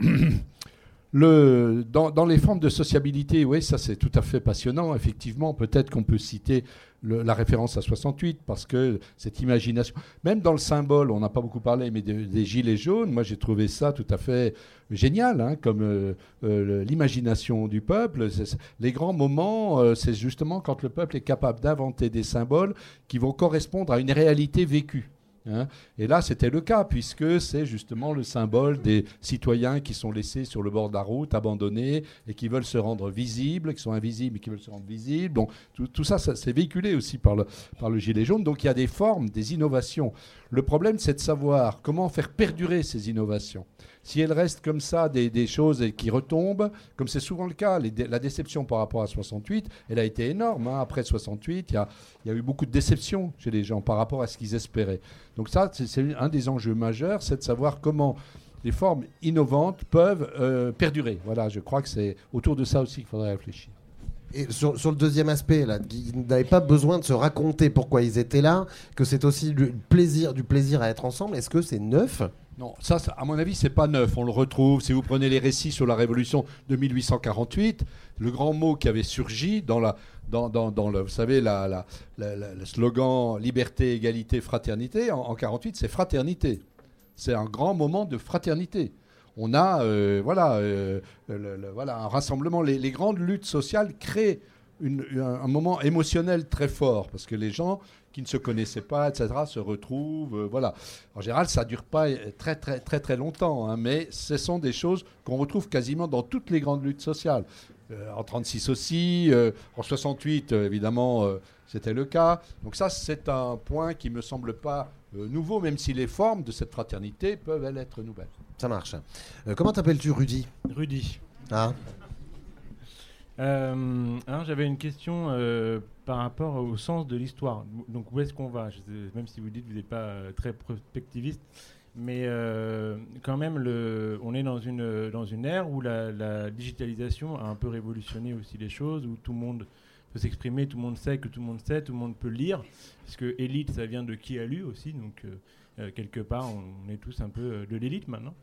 le, dans, dans les formes de sociabilité, oui, ça c'est tout à fait passionnant. Effectivement, peut-être qu'on peut citer le, la référence à soixante-huit, parce que cette imagination, même dans le symbole, on n'a pas beaucoup parlé, mais des, des gilets jaunes, moi j'ai trouvé ça tout à fait génial, hein, comme euh, euh, l'imagination du peuple. C'est, c'est, les grands moments, euh, c'est justement quand le peuple est capable d'inventer des symboles qui vont correspondre à une réalité vécue. Hein. Et là, c'était le cas, puisque c'est justement le symbole des citoyens qui sont laissés sur le bord de la route, abandonnés, et qui veulent se rendre visibles, qui sont invisibles et qui veulent se rendre visibles. Donc, tout, tout ça, ça, c'est véhiculé aussi par le, par le gilet jaune. Donc, il y a des formes, des innovations. Le problème, c'est de savoir comment faire perdurer ces innovations. Si elles restent comme ça, des, des choses qui retombent, comme c'est souvent le cas, les dé- la déception par rapport à soixante-huit, elle a été énorme. Hein. Après soixante-huit, il y a, y a eu beaucoup de déceptions chez les gens par rapport à ce qu'ils espéraient. Donc ça, c'est, c'est un des enjeux majeurs, c'est de savoir comment les formes innovantes peuvent euh, perdurer. Voilà, je crois que c'est autour de ça aussi qu'il faudrait réfléchir. Et sur, sur le deuxième aspect, là, ils n'avaient pas besoin de se raconter pourquoi ils étaient là, que c'est aussi du plaisir, du plaisir à être ensemble. Est-ce que c'est neuf ? Non, ça, ça, à mon avis, c'est pas neuf. On le retrouve, si vous prenez les récits sur la Révolution de mille huit cent quarante-huit, le grand mot qui avait surgi dans, la, dans, dans, dans le, vous savez, la, la, la, la, le slogan « Liberté, égalité, fraternité », en, en quarante-huit, c'est « fraternité ». C'est un grand moment de fraternité. On a euh, voilà, euh, le, le, voilà, un rassemblement. Les, les grandes luttes sociales créent une, un, un moment émotionnel très fort, parce que les gens qui ne se connaissaient pas, et cetera, se retrouvent. Euh, voilà. En général, ça ne dure pas très, très, très, très longtemps, hein, mais ce sont des choses qu'on retrouve quasiment dans toutes les grandes luttes sociales. Euh, en trente-six aussi, euh, en soixante-huit, euh, évidemment, euh, c'était le cas. Donc ça, c'est un point qui ne me semble pas euh, nouveau, même si les formes de cette fraternité peuvent, elles, être nouvelles. Ça marche. Euh, comment t'appelles-tu, Rudy ? Rudy. Ah. Euh, alors j'avais une question euh, par rapport au sens de l'histoire. Donc où est-ce qu'on va ? Je sais, même si vous dites que vous n'êtes pas euh, très prospectiviste, mais euh, quand même, le, on est dans une, dans une ère où la, la digitalisation a un peu révolutionné aussi les choses, où tout le monde peut s'exprimer, tout le monde sait que tout le monde sait, tout le monde peut lire, parce que élite, ça vient de qui a lu aussi, donc euh, euh, quelque part, on, on est tous un peu euh, de l'élite maintenant.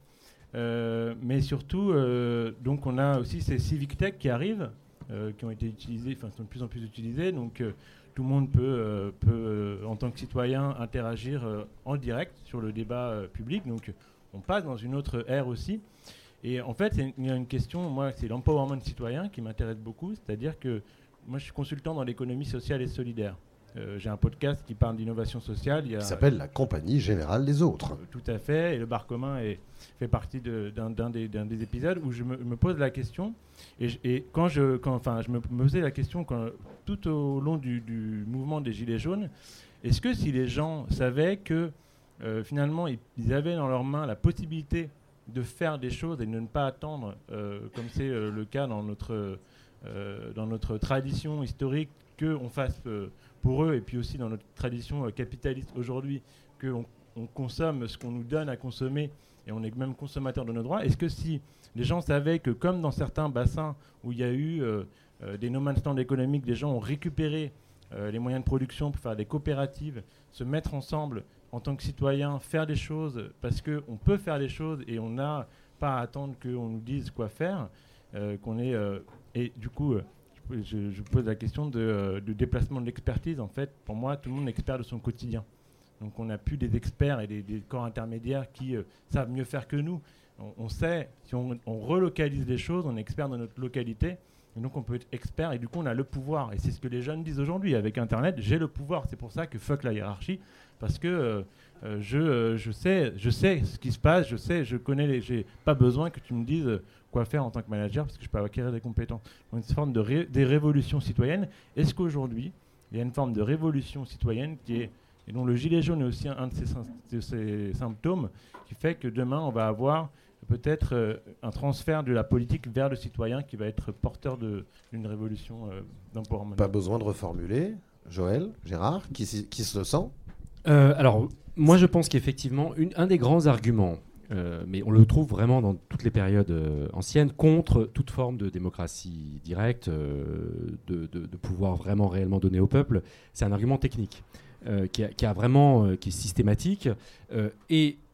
Euh, mais surtout, euh, donc on a aussi ces civic tech qui arrivent, euh, qui ont été utilisés, enfin sont de plus en plus utilisés. Donc euh, tout le monde peut, euh, peut euh, en tant que citoyen, interagir euh, en direct sur le débat euh, public. Donc on passe dans une autre ère aussi. Et en fait, il y a une question, moi, c'est l'empowerment citoyen qui m'intéresse beaucoup. C'est-à-dire que moi, je suis consultant dans l'économie sociale et solidaire. Euh, j'ai un podcast qui parle d'innovation sociale. Il y a, qui s'appelle La Compagnie Générale des Autres. Euh, tout à fait. Et le bar commun est, fait partie de, d'un, d'un, des, d'un des épisodes où je me, me pose la question. Et, je, et quand je, quand, enfin, je me, me posais la question quand, tout au long du, du mouvement des Gilets jaunes, est-ce que si les gens savaient que euh, finalement ils, ils avaient dans leurs mains la possibilité de faire des choses et de ne pas attendre, euh, comme c'est euh, le cas dans notre, euh, dans notre tradition historique, qu'on fasse euh, pour eux, et puis aussi dans notre tradition euh, capitaliste aujourd'hui, qu'on on consomme ce qu'on nous donne à consommer, et on est même consommateur de nos droits. Est-ce que si les gens savaient que, comme dans certains bassins où il y a eu euh, euh, des no man's land économiques, des gens ont récupéré euh, les moyens de production pour faire des coopératives, se mettre ensemble en tant que citoyens, faire des choses, parce qu'on peut faire des choses et on n'a pas à attendre qu'on nous dise quoi faire, euh, qu'on est... Euh, et du coup... Euh, Je, je pose la question de, euh, de déplacement de l'expertise. En fait, pour moi, tout le monde est expert de son quotidien. Donc on n'a plus des experts et des, des corps intermédiaires qui euh, savent mieux faire que nous. On, on sait, si on, on relocalise les choses, on est expert dans notre localité. Et donc on peut être expert et du coup on a le pouvoir. Et c'est ce que les jeunes disent aujourd'hui. Avec Internet, j'ai le pouvoir. C'est pour ça que fuck la hiérarchie. Parce que euh, euh, je, euh, je, sais, je sais ce qui se passe, je sais, je connais les... J'ai pas besoin que tu me dises... Euh, quoi faire en tant que manager, parce que je peux acquérir des compétences. Donc, une forme de ré- des révolutions citoyennes. Est-ce qu'aujourd'hui, il y a une forme de révolution citoyenne qui est, et dont le gilet jaune est aussi un, un de, ces, de ces symptômes, qui fait que demain, on va avoir peut-être euh, un transfert de la politique vers le citoyen qui va être porteur de, d'une révolution euh, d'empowerment. Pas besoin de reformuler. Joël, Gérard, qui, qui se le sent euh, Alors, moi, je pense qu'effectivement, une, un des grands arguments, Euh, mais on le trouve vraiment dans toutes les périodes euh, anciennes, contre toute forme de démocratie directe, euh, de, de, de pouvoir vraiment réellement donner au peuple. C'est un argument technique euh, qui, a, qui, a vraiment, euh, qui est systématique. Euh, et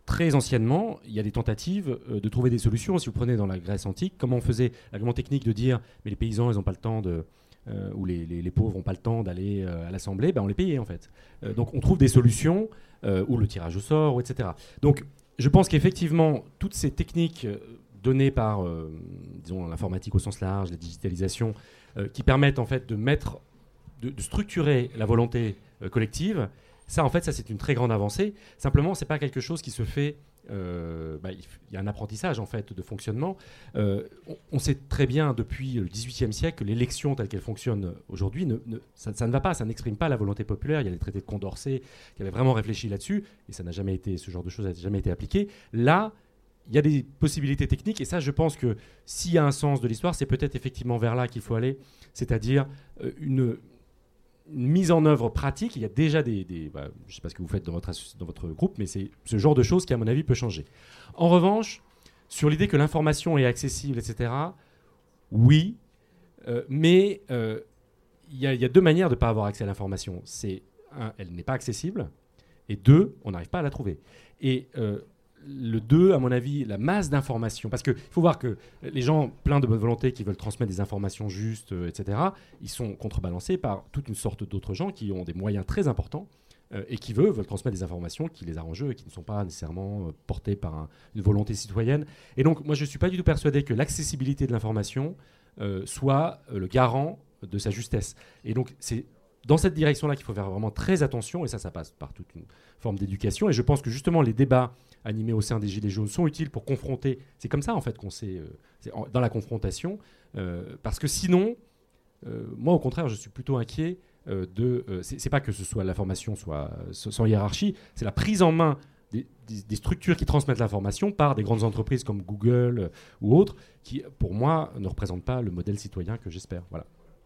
très anciennement, il y a des tentatives euh, de trouver des solutions. Si vous prenez dans la Grèce antique, comment on faisait l'argument technique de dire mais les paysans, ils n'ont pas le temps de... Euh, ou les, les, les pauvres n'ont pas le temps d'aller euh, à l'Assemblée, ben on les payait en fait. Euh, donc on trouve des solutions, euh, ou le tirage au sort, ou et cetera. Donc je pense qu'effectivement, toutes ces techniques euh, données par, euh, disons, l'informatique au sens large, la digitalisation, euh, qui permettent en fait de mettre, de, de structurer la volonté euh, collective, ça en fait, ça c'est une très grande avancée. Simplement, c'est pas quelque chose qui se fait... Euh, bah, il y a un apprentissage en fait de fonctionnement. Euh, on, on sait très bien depuis le dix-huitième siècle que l'élection telle qu'elle fonctionne aujourd'hui, ne, ne, ça, ça ne va pas, ça n'exprime pas la volonté populaire. Il y a les traités de Condorcet qui avaient vraiment réfléchi là-dessus, et ça n'a jamais été, ce genre de choses n'a jamais été appliqué. Là, il y a des possibilités techniques, et ça, je pense que s'il y a un sens de l'histoire, c'est peut-être effectivement vers là qu'il faut aller, c'est-à-dire euh, une Une mise en œuvre pratique. Il y a déjà des... des bah, je ne sais pas ce que vous faites dans votre, dans votre groupe, mais c'est ce genre de choses qui, à mon avis, peut changer. En revanche, sur l'idée que l'information est accessible, et cetera, oui, euh, mais euh, il y, y a deux manières de ne pas avoir accès à l'information. C'est, un, elle n'est pas accessible, et deux, on n'arrive pas à la trouver. Et... Euh, le deux, à mon avis, la masse d'informations, parce qu'il faut voir que les gens pleins de bonne volonté qui veulent transmettre des informations justes, euh, et cetera, ils sont contrebalancés par toute une sorte d'autres gens qui ont des moyens très importants euh, et qui, veulent, veulent transmettre des informations qui les arrangent eux et qui ne sont pas nécessairement euh, portées par un, une volonté citoyenne. Et donc, moi, je ne suis pas du tout persuadé que l'accessibilité de l'information euh, soit euh, le garant de sa justesse. Et donc, c'est dans cette direction-là qu'il faut faire vraiment très attention, et ça, ça passe par toute une forme d'éducation. Et je pense que justement, les débats animés au sein des Gilets jaunes sont utiles pour confronter. C'est comme ça, en fait, qu'on sait, euh, c'est en, dans la confrontation. Euh, parce que sinon, euh, moi, au contraire, je suis plutôt inquiet euh, de... Euh, c'est, c'est pas que ce soit l'information soit sans hiérarchie, c'est la prise en main des, des, des structures qui transmettent l'information par des grandes entreprises comme Google euh, ou autres, qui, pour moi, ne représentent pas le modèle citoyen que j'espère. Voilà.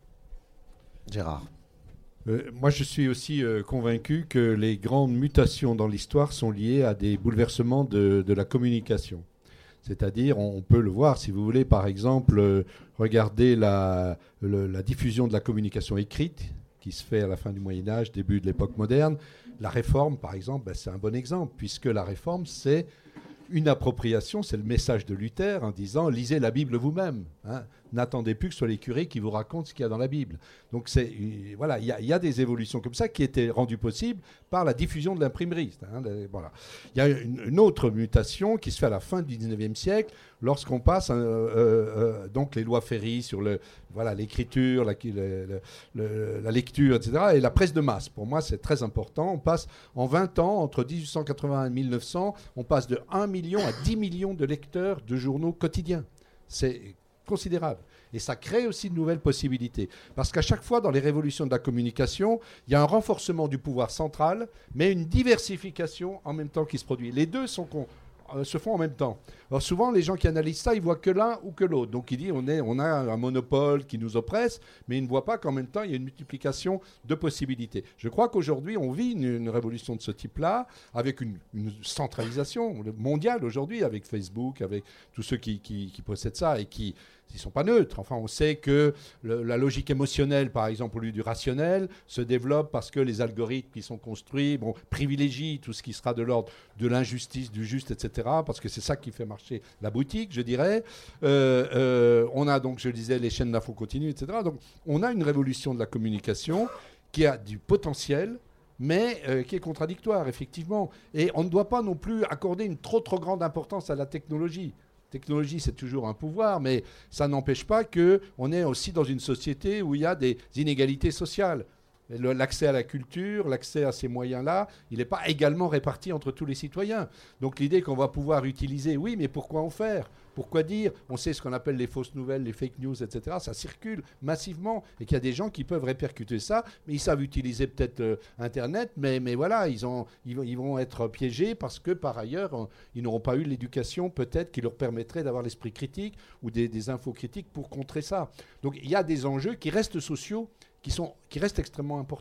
Gérard. Euh, moi, je suis aussi euh, convaincu que les grandes mutations dans l'histoire sont liées à des bouleversements de, de la communication. C'est-à-dire, on, on peut le voir, si vous voulez, par exemple, euh, regarder la, le, la diffusion de la communication écrite qui se fait à la fin du Moyen-Âge, début de l'époque moderne. La Réforme, par exemple, ben, c'est un bon exemple, puisque la Réforme, c'est une appropriation, c'est le message de Luther en disant « lisez la Bible vous-même hein. ». N'attendez plus que ce soit les curés qui vous racontent ce qu'il y a dans la Bible. Donc c'est, voilà, il y, y a des évolutions comme ça qui étaient rendues possibles par la diffusion de l'imprimerie. Hein, voilà. Il y a une, une autre mutation qui se fait à la fin du dix-neuvième siècle, lorsqu'on passe euh, euh, donc les lois Ferry sur le, voilà, l'écriture, la, le, le, la lecture, et cetera, et la presse de masse. Pour moi, c'est très important. On passe en vingt ans, entre dix-huit cent quatre-vingts et mille neuf cents, on passe de un million à dix millions de lecteurs de journaux quotidiens. C'est considérable. Et ça crée aussi de nouvelles possibilités. Parce qu'à chaque fois, dans les révolutions de la communication, il y a un renforcement du pouvoir central, mais une diversification en même temps qui se produit. Les deux sont con- euh, se font en même temps. Alors souvent, les gens qui analysent ça, ils voient que l'un ou que l'autre. Donc ils disent on, est, on a un monopole qui nous oppresse, mais ils ne voient pas qu'en même temps, il y a une multiplication de possibilités. Je crois qu'aujourd'hui, on vit une, une révolution de ce type-là, avec une, une centralisation mondiale aujourd'hui, avec Facebook, avec tous ceux qui, qui, qui possèdent ça et qui ne sont pas neutres. Enfin, on sait que le, la logique émotionnelle, par exemple, au lieu du rationnel, se développe parce que les algorithmes qui sont construits bon, privilégient tout ce qui sera de l'ordre de l'injustice, du juste, et cetera, parce que c'est ça qui fait marcher la boutique, je dirais. Euh, euh, on a donc, je disais, les chaînes d'infos continues, et cetera. Donc, on a une révolution de la communication qui a du potentiel, mais euh, qui est contradictoire, effectivement. Et on ne doit pas non plus accorder une trop, trop grande importance à la technologie. Technologie, c'est toujours un pouvoir, mais ça n'empêche pas qu'on est aussi dans une société où il y a des inégalités sociales. Le, l'accès à la culture, l'accès à ces moyens-là, il n'est pas également réparti entre tous les citoyens. Donc l'idée qu'on va pouvoir utiliser, oui, mais pourquoi en faire ? Pourquoi dire ? On sait ce qu'on appelle les fausses nouvelles, les fake news, et cetera. Ça circule massivement et qu'il y a des gens qui peuvent répercuter ça, mais ils savent utiliser peut-être euh, Internet, mais, mais voilà, ils, ont, ils, ils vont être piégés parce que par ailleurs, euh, ils n'auront pas eu l'éducation peut-être qui leur permettrait d'avoir l'esprit critique ou des, des infos critiques pour contrer ça. Donc il y a des enjeux qui restent sociaux, qui, sont, qui restent extrêmement importants.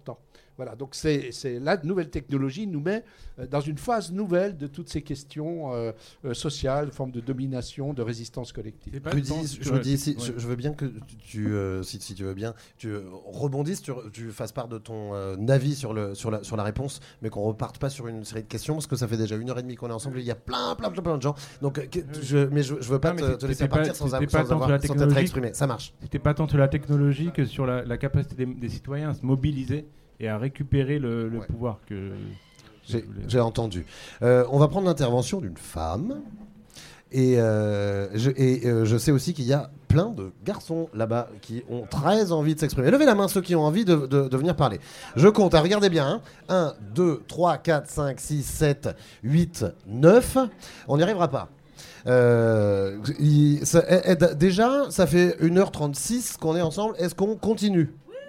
Voilà, donc c'est, c'est la nouvelle technologie nous met euh, dans une phase nouvelle de toutes ces questions euh, euh, sociales, formes de domination, de résistance collective. Rudy, je, dis, si, ouais. je, je veux bien que tu, euh, si, si tu veux bien, tu rebondisses, tu, tu fasses part de ton euh, avis sur, le, sur, la, sur la réponse, mais qu'on reparte pas sur une série de questions, parce que ça fait déjà une heure et demie qu'on est ensemble, et il y a plein, plein, plein, plein de gens. Donc, euh, je, mais je, je veux pas non, te, te laisser pas, partir sans, sans, avoir, sans t'être exprimé. Ça marche. C'était pas tant sur la technologie que sur la, la capacité des, des citoyens à se mobiliser et à récupérer le, le ouais. pouvoir que j'ai, j'ai entendu. Euh, on va prendre l'intervention d'une femme. Et, euh, je, et euh, je sais aussi qu'il y a plein de garçons là-bas qui ont très envie de s'exprimer. Levez la main ceux qui ont envie de, de, de venir parler. Je compte, hein, regardez bien. Hein. un, deux, trois, quatre, cinq, six, sept, huit, neuf. On n'y arrivera pas. Euh, il, ça, et, et, déjà, ça fait une heure trente-six qu'on est ensemble. Est-ce qu'on continue ?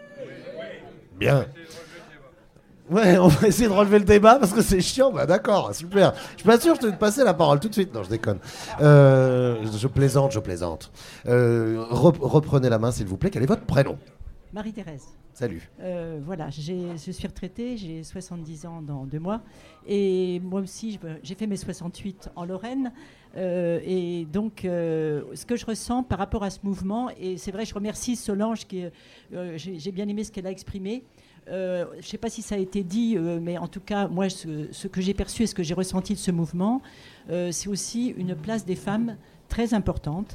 Bien. Ouais, on va essayer de relever le débat parce que c'est chiant. Bah d'accord, super. Je suis pas sûr, je vais te passer la parole tout de suite. Non, je déconne. Euh, je plaisante, je plaisante. Euh, rep- reprenez la main, s'il vous plaît. Quel est votre prénom ? Marie-Thérèse. Salut. Euh, voilà, j'ai, je suis retraitée, j'ai soixante-dix ans dans deux mois. Et moi aussi, je, j'ai fait mes soixante-huit en Lorraine. Euh, et donc, euh, ce que je ressens par rapport à ce mouvement, et c'est vrai, je remercie Solange, qui, euh, j'ai, j'ai bien aimé ce qu'elle a exprimé. Euh, je ne sais pas si ça a été dit, euh, mais en tout cas, moi, ce, ce que j'ai perçu et ce que j'ai ressenti de ce mouvement, euh, c'est aussi une place des femmes très importante.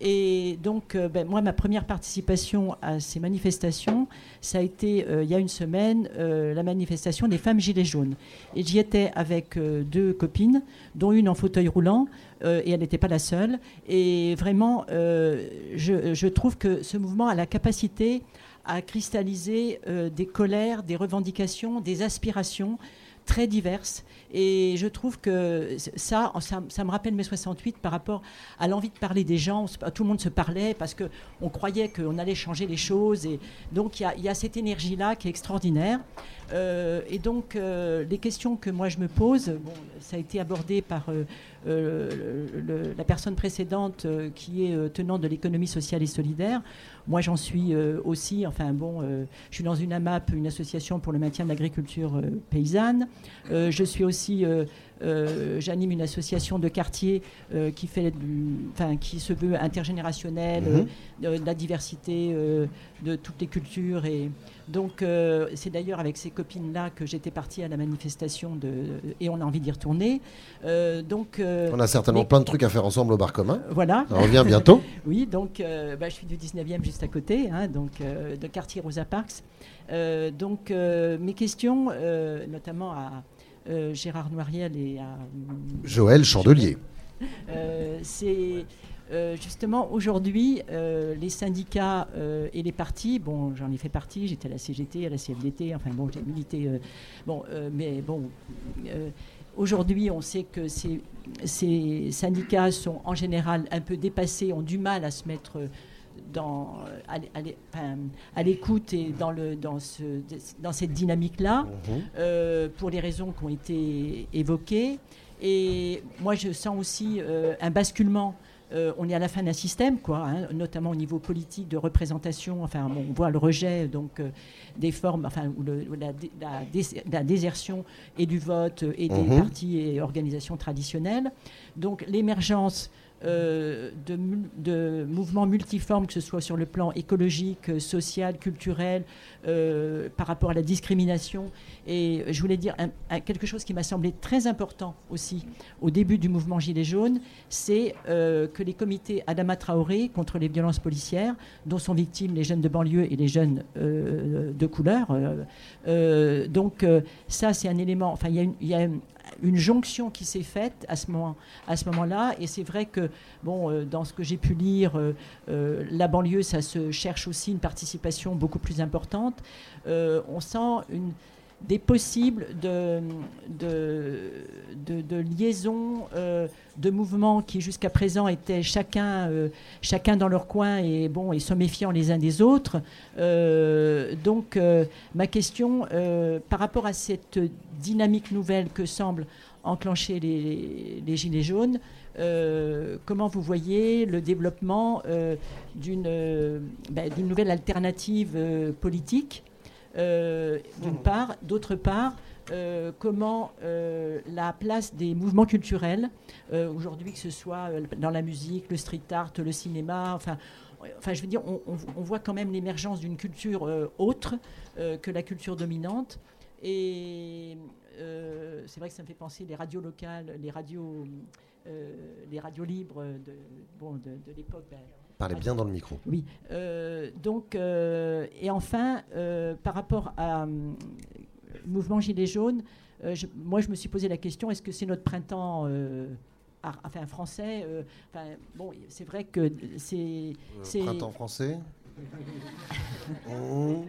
Et donc, euh, ben, moi, ma première participation à ces manifestations, ça a été, euh, il y a une semaine, euh, la manifestation des femmes Gilets jaunes. Et j'y étais avec euh, deux copines, dont une en fauteuil roulant, euh, et elle n'était pas la seule. Et vraiment, euh, je, je trouve que ce mouvement a la capacité à cristalliser euh, des colères, des revendications, des aspirations très diverses. Et je trouve que ça, ça, ça me rappelle mes soixante-huit par rapport à l'envie de parler des gens. Tout le monde se parlait parce qu'on croyait qu'on allait changer les choses. Et donc, il y, y a cette énergie-là qui est extraordinaire. Euh, et donc, euh, les questions que moi je me pose, bon, ça a été abordé par euh, euh, le, le, la personne précédente euh, qui est euh, tenante de l'économie sociale et solidaire. Moi, j'en suis euh, aussi, enfin bon, euh, je suis dans une A M A P, une association pour le maintien de l'agriculture euh, paysanne. Euh, je suis aussi, euh, euh, j'anime une association de quartier euh, qui fait, enfin, qui se veut intergénérationnelle, mmh. euh, de la diversité euh, de toutes les cultures. Et donc, euh, c'est d'ailleurs avec ces copines-là que j'étais partie à la manifestation de, et on a envie d'y retourner. Euh, donc, euh, on a certainement les... plein de trucs à faire ensemble au bar commun. Voilà. On revient bientôt. Oui, donc euh, bah, je suis du dix-neuvième juste à côté, hein, donc euh, de quartier Rosa Parks. Euh, donc euh, mes questions, euh, notamment à euh, Gérard Noiriel et à Joël Chandelier. Euh, c'est euh, justement aujourd'hui euh, les syndicats euh, et les partis. Bon, j'en ai fait partie. J'étais à la C G T, à la C F D T. Enfin bon, j'ai milité. Euh, bon, euh, mais bon. Euh, Aujourd'hui, on sait que ces, ces syndicats sont en général un peu dépassés, ont du mal à se mettre dans, à, à, enfin, à l'écoute et dans, le, dans, ce, dans cette dynamique-là, mmh. euh, pour les raisons qui ont été évoquées. Et moi, je sens aussi euh, un basculement. Euh, on est à la fin d'un système, quoi, hein, notamment au niveau politique de représentation. Enfin, bon, on voit le rejet donc euh, des formes, enfin, ou le, la, la, dés, la désertion et du vote et des mmh. partis et organisations traditionnelles. Donc, l'émergence euh, de, de mouvements multiformes, que ce soit sur le plan écologique, social, culturel, euh, par rapport à la discrimination. Et je voulais dire un, un, quelque chose qui m'a semblé très important aussi au début du mouvement Gilets jaunes, c'est euh, que les comités Adama Traoré contre les violences policières, dont sont victimes les jeunes de banlieue et les jeunes euh, de couleur, euh, euh, donc euh, ça c'est un élément, enfin il y a une, y a une, une jonction qui s'est faite à ce moment, à ce moment-là, et c'est vrai que bon, euh, dans ce que j'ai pu lire, euh, euh, la banlieue, ça se cherche aussi une participation beaucoup plus importante. Euh, on sent une des possibles de, de, de, de liaisons, euh, de mouvements qui jusqu'à présent étaient chacun, euh, chacun dans leur coin et, bon, et se méfiant les uns des autres. Euh, donc euh, ma question euh, par rapport à cette dynamique nouvelle que semblent enclencher les, les Gilets jaunes, euh, comment vous voyez le développement euh, d'une, euh, ben, d'une nouvelle alternative euh, politique euh, d'une part. D'autre part, euh, comment euh, la place des mouvements culturels, euh, aujourd'hui, que ce soit dans la musique, le street art, le cinéma, enfin, enfin je veux dire, on, on, on voit quand même l'émergence d'une culture euh, autre euh, que la culture dominante. Et euh, c'est vrai que ça me fait penser les radios locales, les radios, euh, les radios libres de, bon, de, de l'époque. Ben, Parlez bien dans le micro. Oui. Euh, donc, euh, et enfin, euh, par rapport à euh, mouvement Gilets jaunes, euh, je, moi je me suis posé la question, est-ce que c'est notre printemps euh, ar, enfin, français euh, enfin, bon, c'est vrai que c'est... Euh, c'est... Printemps français oh.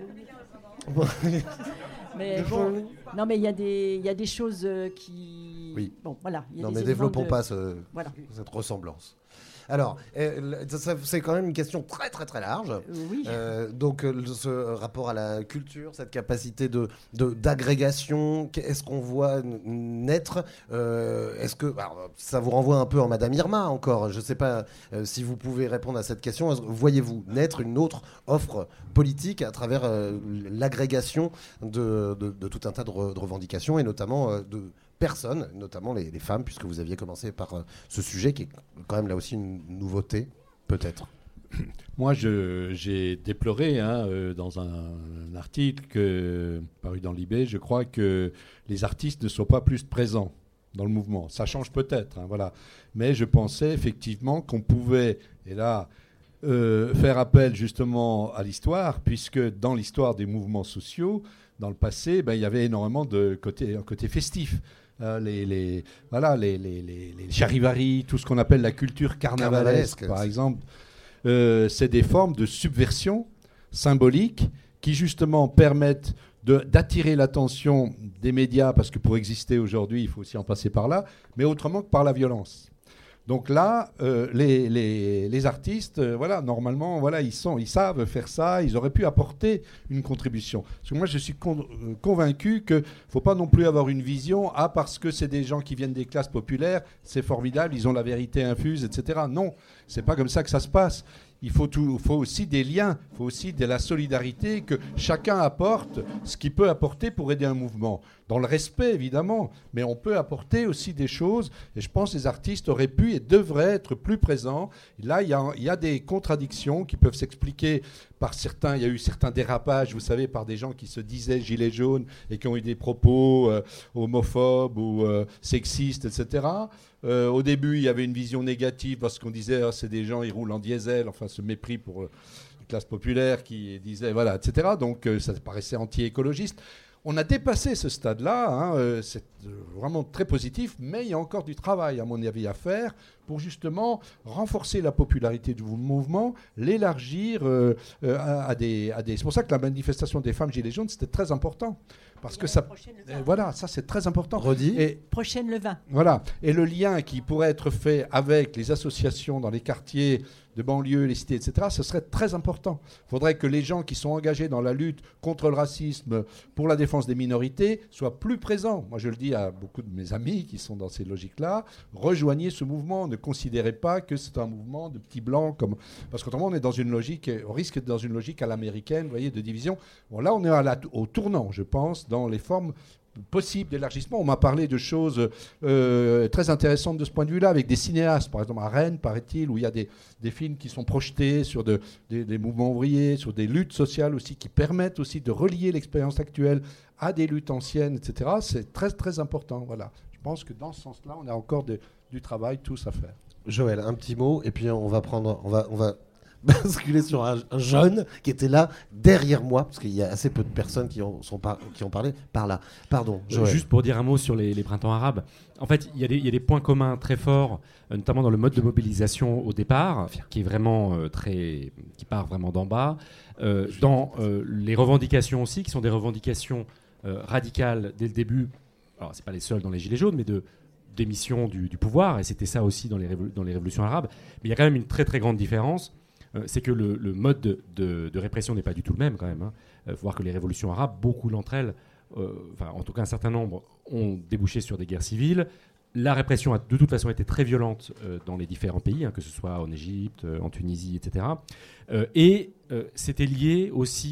Mais bon, non, mais il y a des, il y a des choses euh, qui... Oui. Bon, voilà. Y a non, des mais développons de... pas ce, voilà. cette ressemblance. Alors, euh, ça, c'est quand même une question très très très large. Euh, oui. Euh, donc, euh, ce rapport à la culture, cette capacité de, de, d'agrégation, est-ce qu'on voit naître euh, Est-ce que alors, ça vous renvoie un peu en Madame Irma encore. Je ne sais pas euh, si vous pouvez répondre à cette question. Voyez-vous naître une autre offre politique à travers euh, l'agrégation de, de, de tout un tas de, re, de revendications et notamment euh, de personnes, notamment les, les femmes, puisque vous aviez commencé par euh, ce sujet qui est quand même là aussi une nouveauté, peut-être. Moi, je, j'ai déploré hein, euh, dans un, un article que, paru dans Libé, je crois que les artistes ne sont pas plus présents dans le mouvement. Ça change peut-être, hein, voilà. Mais je pensais effectivement qu'on pouvait, et là, euh, faire appel justement à l'histoire, puisque dans l'histoire des mouvements sociaux, dans le passé, ben, il y avait énormément de côté, un côté festif. Euh, les, les, voilà, les, les, les, les charivaris, tout ce qu'on appelle la culture carnavalesque, carnavalesque par exemple, euh, c'est des formes de subversion symbolique qui justement permettent de, d'attirer l'attention des médias, parce que pour exister aujourd'hui, il faut aussi en passer par là, mais autrement que par la violence. Donc là, euh, les, les, les artistes, euh, voilà, normalement, voilà, ils, sont, ils savent faire ça, ils auraient pu apporter une contribution. Parce que moi, je suis con, euh, convaincu qu'il ne faut pas non plus avoir une vision, ah, parce que c'est des gens qui viennent des classes populaires, c'est formidable, ils ont la vérité infuse, et cetera. Non, c'est pas comme ça que ça se passe. Il faut, tout, faut aussi des liens, il faut aussi de la solidarité, que chacun apporte ce qu'il peut apporter pour aider un mouvement. Dans le respect, évidemment, mais on peut apporter aussi des choses. Et je pense que les artistes auraient pu et devraient être plus présents. Et là, il y a, y a des contradictions qui peuvent s'expliquer par certains. Il y a eu certains dérapages, vous savez, par des gens qui se disaient gilets jaunes et qui ont eu des propos euh, homophobes ou euh, sexistes, et cetera. Euh, au début, il y avait une vision négative parce qu'on disait oh, c'est des gens, ils roulent en diesel, enfin ce mépris pour euh, les classes populaires qui disaient, voilà, et cetera. Donc euh, ça paraissait anti-écologiste. On a dépassé ce stade-là, hein, euh, c'est euh, vraiment très positif, mais il y a encore du travail, à mon avis, à faire pour justement renforcer la popularité du mouvement, l'élargir euh, euh, à, à, des, à des... C'est pour ça que la manifestation des femmes Gilets jaunes, c'était très important. Parce que ça, euh, voilà, ça c'est très important. Redit. Et prochaine le vingt. Voilà. Et le lien qui pourrait être fait avec les associations dans les quartiers de banlieue, les cités, et cetera, ce serait très important. Il faudrait que les gens qui sont engagés dans la lutte contre le racisme, pour la défense des minorités, soient plus présents. Moi, je le dis à beaucoup de mes amis qui sont dans ces logiques-là, rejoignez ce mouvement. Ne considérez pas que c'est un mouvement de petits blancs, comme... parce qu'autrement, on est dans une logique, on risque d'être dans une logique à l'américaine, vous voyez, de division. Bon, là, on est à la, au tournant, je pense, dans les formes possible d'élargissement. On m'a parlé de choses euh, très intéressantes de ce point de vue-là, avec des cinéastes, par exemple à Rennes, paraît-il, où il y a des, des films qui sont projetés sur de, des, des mouvements ouvriers, sur des luttes sociales aussi, qui permettent aussi de relier l'expérience actuelle à des luttes anciennes, et cetera. C'est très, très important. Voilà. Je pense que dans ce sens-là, on a encore de, du travail, tous à faire. Joël, un petit mot, et puis on va prendre... On va, on va... basculer sur un, un jeune qui était là derrière moi, parce qu'il y a assez peu de personnes qui ont, sont par, qui ont parlé par là. Pardon, Joël. Juste pour dire un mot sur les, les printemps arabes. En fait, il y, y a des points communs très forts, euh, notamment dans le mode de mobilisation au départ, qui est vraiment euh, très, qui part vraiment d'en bas. Euh, dans euh, les revendications aussi, qui sont des revendications euh, radicales dès le début. Alors, c'est pas les seules dans les Gilets jaunes, mais de démission du, du pouvoir, et c'était ça aussi dans les, révol- dans les révolutions arabes. Mais il y a quand même une très très grande différence. C'est que le, le mode de, de, de répression n'est pas du tout le même quand même. Il hein. euh, faut voir que les révolutions arabes, beaucoup d'entre elles, euh, enfin en tout cas un certain nombre, ont débouché sur des guerres civiles. La répression a de toute façon été très violente euh, dans les différents pays, hein, que ce soit en Égypte, euh, en Tunisie, et cetera. Euh, et euh, c'était lié aussi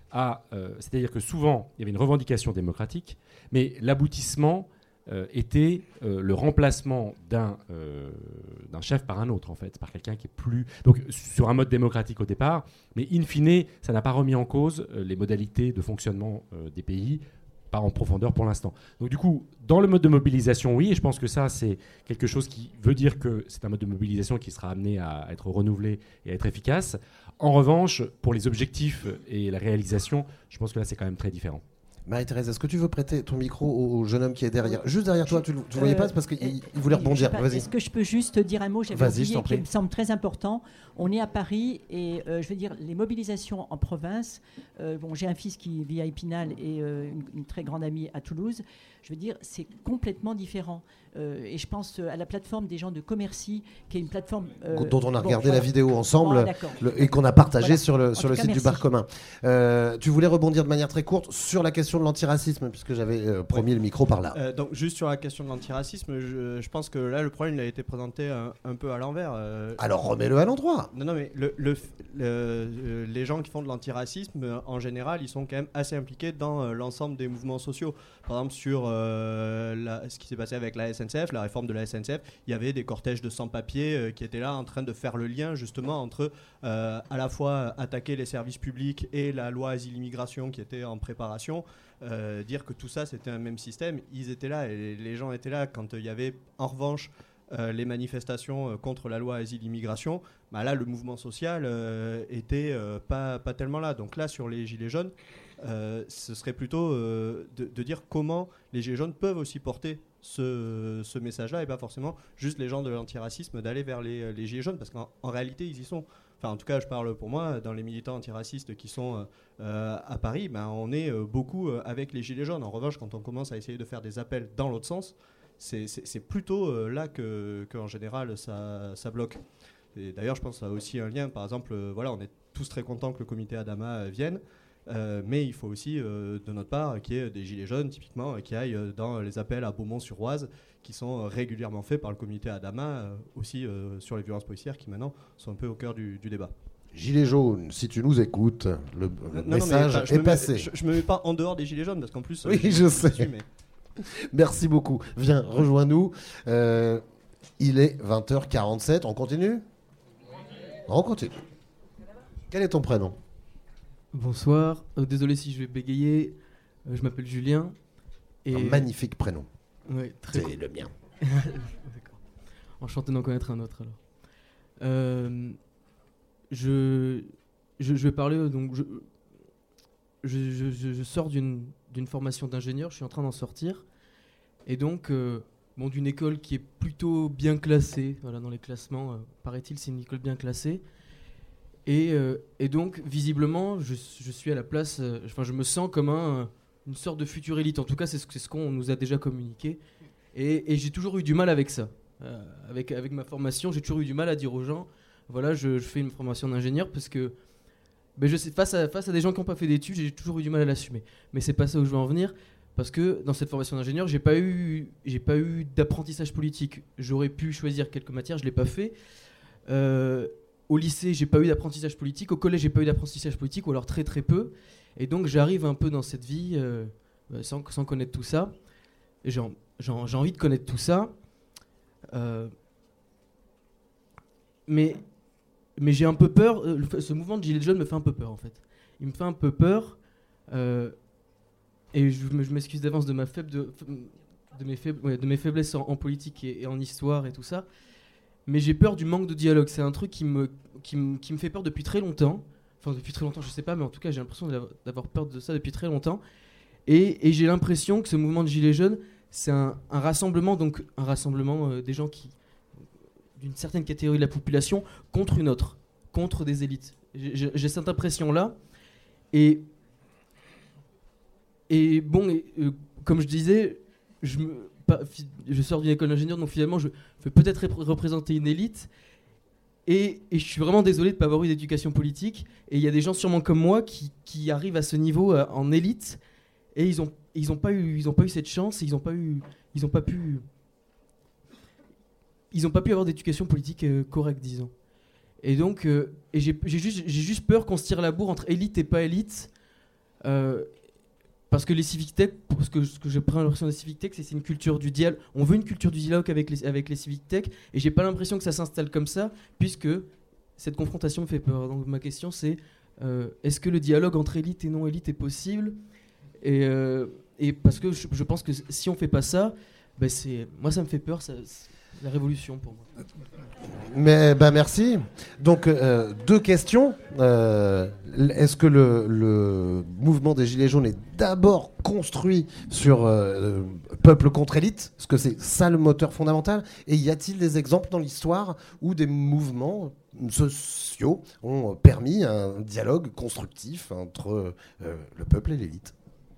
à... Euh, c'est-à-dire que souvent, il y avait une revendication démocratique, mais l'aboutissement euh, était euh, le remplacement d'un, euh, d'un chef par un autre, en fait, par quelqu'un qui est plus... Donc, sur un mode démocratique au départ, mais in fine, ça n'a pas remis en cause euh, les modalités de fonctionnement euh, des pays, pas en profondeur pour l'instant. Donc du coup, dans le mode de mobilisation, oui, et je pense que ça, c'est quelque chose qui veut dire que c'est un mode de mobilisation qui sera amené à être renouvelé et à être efficace. En revanche, pour les objectifs et la réalisation, je pense que là, c'est quand même très différent. Marie-Thérèse, est-ce que tu veux prêter ton micro au jeune homme qui est derrière ? Juste derrière toi, tu ne voyais pas, c'est parce qu'il il voulait oui, rebondir. Pas, Vas-y. Est-ce que je peux juste dire un mot ? J'avais Vas-y, oublié qui me semble très important. On est à Paris et euh, je veux dire, les mobilisations en province, euh, bon, j'ai un fils qui vit à Épinal et euh, une, une très grande amie à Toulouse. Je veux dire, c'est complètement différent. Euh, et je pense à la plateforme des gens de Commercy, qui est une plateforme... Euh, dont on a bon, regardé voilà. la vidéo ensemble bon, le, et qu'on a partagé voilà. sur le, En sur le cas, site merci. du Bar Commun. Euh, tu voulais rebondir de manière très courte sur la question de l'antiracisme, puisque j'avais euh, promis ouais. le micro par là. Euh, donc, juste sur la question de l'antiracisme, je, je pense que là, le problème il a été présenté un, un peu à l'envers. Euh, Alors, remets-le à l'endroit. Non, non, mais le, le, le, les gens qui font de l'antiracisme, en général, ils sont quand même assez impliqués dans euh, l'ensemble des mouvements sociaux. Par exemple, sur euh, la, ce qui s'est passé avec la S N C F, la réforme de la S N C F, il y avait des cortèges de sans-papiers euh, qui étaient là en train de faire le lien justement entre euh, à la fois attaquer les services publics et la loi asile-immigration qui était en préparation, euh, dire que tout ça c'était un même système. Ils étaient là et les gens étaient là quand il y avait en revanche euh, les manifestations euh, contre la loi asile-immigration. Bah là, le mouvement social euh, était euh, pas, pas tellement là. Donc là, sur les Gilets jaunes, euh, ce serait plutôt euh, de, de dire comment les Gilets jaunes peuvent aussi porter ce, ce message-là et pas forcément juste les gens de l'antiracisme d'aller vers les, les Gilets jaunes, parce qu'en en réalité, ils y sont. Enfin, en tout cas, je parle pour moi, dans les militants antiracistes qui sont euh, à Paris, ben, on est euh, beaucoup euh, avec les Gilets jaunes. En revanche, quand on commence à essayer de faire des appels dans l'autre sens, c'est, c'est, c'est plutôt euh, là que, qu'en général, ça, ça bloque. Et d'ailleurs, je pense que ça a aussi un lien. Par exemple, euh, voilà, on est tous très contents que le comité Adama euh, vienne. Euh, mais il faut aussi, euh, de notre part, qu'il y ait des gilets jaunes, typiquement, euh, qui aillent euh, dans les appels à Beaumont-sur-Oise, qui sont euh, régulièrement faits par le comité Adama, euh, aussi euh, sur les violences policières, qui maintenant sont un peu au cœur du, du débat. Gilets jaunes, si tu nous écoutes, le, le non, message non, mais, est me passé. Mets, je ne me mets pas en dehors des gilets jaunes, parce qu'en plus... Oui, euh, je sais. Dessus, mais... Merci beaucoup. Viens, rejoins-nous. Euh, il est vingt heures quarante-sept. On continue ? On continue. Quel est ton prénom ? Bonsoir, euh, désolé si je vais bégayer, euh, je m'appelle Julien. Et un magnifique prénom. Ouais, très C'est le mien. D'accord. Enchanté d'en connaître un autre alors. Euh, je, je, je vais parler, donc je, je, je, je, je sors d'une, d'une formation d'ingénieur, je suis en train d'en sortir. Et donc, euh, bon, d'une école qui est plutôt bien classée, voilà, dans les classements, euh, paraît-il, c'est une école bien classée. Et, euh, et donc, visiblement, je, je suis à la place... Euh, enfin, je me sens comme un, une sorte de future élite. En tout cas, c'est ce, c'est ce qu'on nous a déjà communiqué. Et, et j'ai toujours eu du mal avec ça. Euh, avec, avec ma formation, j'ai toujours eu du mal à dire aux gens, voilà, je, je fais une formation d'ingénieur parce que ben je sais, face, à, face à des gens qui n'ont pas fait d'études, j'ai toujours eu du mal à l'assumer. Mais c'est pas ça où je veux en venir. Parce que dans cette formation d'ingénieur, j'ai pas eu, j'ai pas eu d'apprentissage politique. J'aurais pu choisir quelques matières, je l'ai pas fait. Euh, Au lycée, j'ai pas eu d'apprentissage politique. Au collège, j'ai pas eu d'apprentissage politique, ou alors très très peu. Et donc, j'arrive un peu dans cette vie euh, sans, sans connaître tout ça. Et j'ai, j'ai, j'ai envie de connaître tout ça. Euh, mais, mais j'ai un peu peur. Euh, le, ce mouvement de Gilets jaunes me fait un peu peur, en fait. Il me fait un peu peur. Euh, et je, je m'excuse d'avance de, ma faible, de, de, mes, faibles, ouais, de mes faiblesses en, en politique et, et en histoire et tout ça. Mais j'ai peur du manque de dialogue. C'est un truc qui me, qui me, qui me fait peur depuis très longtemps. Enfin, depuis très longtemps, je sais pas, mais en tout cas, j'ai l'impression d'avoir, d'avoir peur de ça depuis très longtemps. Et, et j'ai l'impression que ce mouvement de Gilets jaunes, c'est un, un rassemblement, donc un rassemblement euh, des gens qui, d'une certaine catégorie de la population, contre une autre, contre des élites. J'ai, j'ai cette impression-là. Et, et bon, et, euh, comme je disais, je me... Pas, je sors d'une école d'ingénieur, donc finalement je vais peut-être rep- représenter une élite et, et je suis vraiment désolé de ne pas avoir eu d'éducation politique, et il y a des gens sûrement comme moi qui, qui arrivent à ce niveau euh, en élite, et ils n'ont ils ont pas, pas eu cette chance, et ils n'ont pas, eu, ils ont pas pu ils ont pas pu avoir d'éducation politique euh, correcte, disons. Et donc euh, et j'ai, j'ai, juste, j'ai juste peur qu'on se tire la bourre entre élite et pas élite, Euh, parce que les civic tech, parce que ce que j'ai pris l'impression des civic tech, c'est c'est une culture du dialogue. On veut une culture du dialogue avec les avec les civic tech, et j'ai pas l'impression que ça s'installe comme ça, puisque cette confrontation me fait peur. Donc ma question c'est euh, est-ce que le dialogue entre élite et non élite est possible? Et, euh, et parce que je, je pense que si on fait pas ça, bah c'est moi ça me fait peur. Ça, c'est la révolution pour moi. Mais bah merci. Donc euh, deux questions. Euh, est-ce que le, le mouvement des Gilets jaunes est d'abord construit sur euh, peuple contre élite? Est-ce que c'est ça le moteur fondamental? Et y a-t-il des exemples dans l'histoire où des mouvements sociaux ont permis un dialogue constructif entre euh, le peuple et l'élite?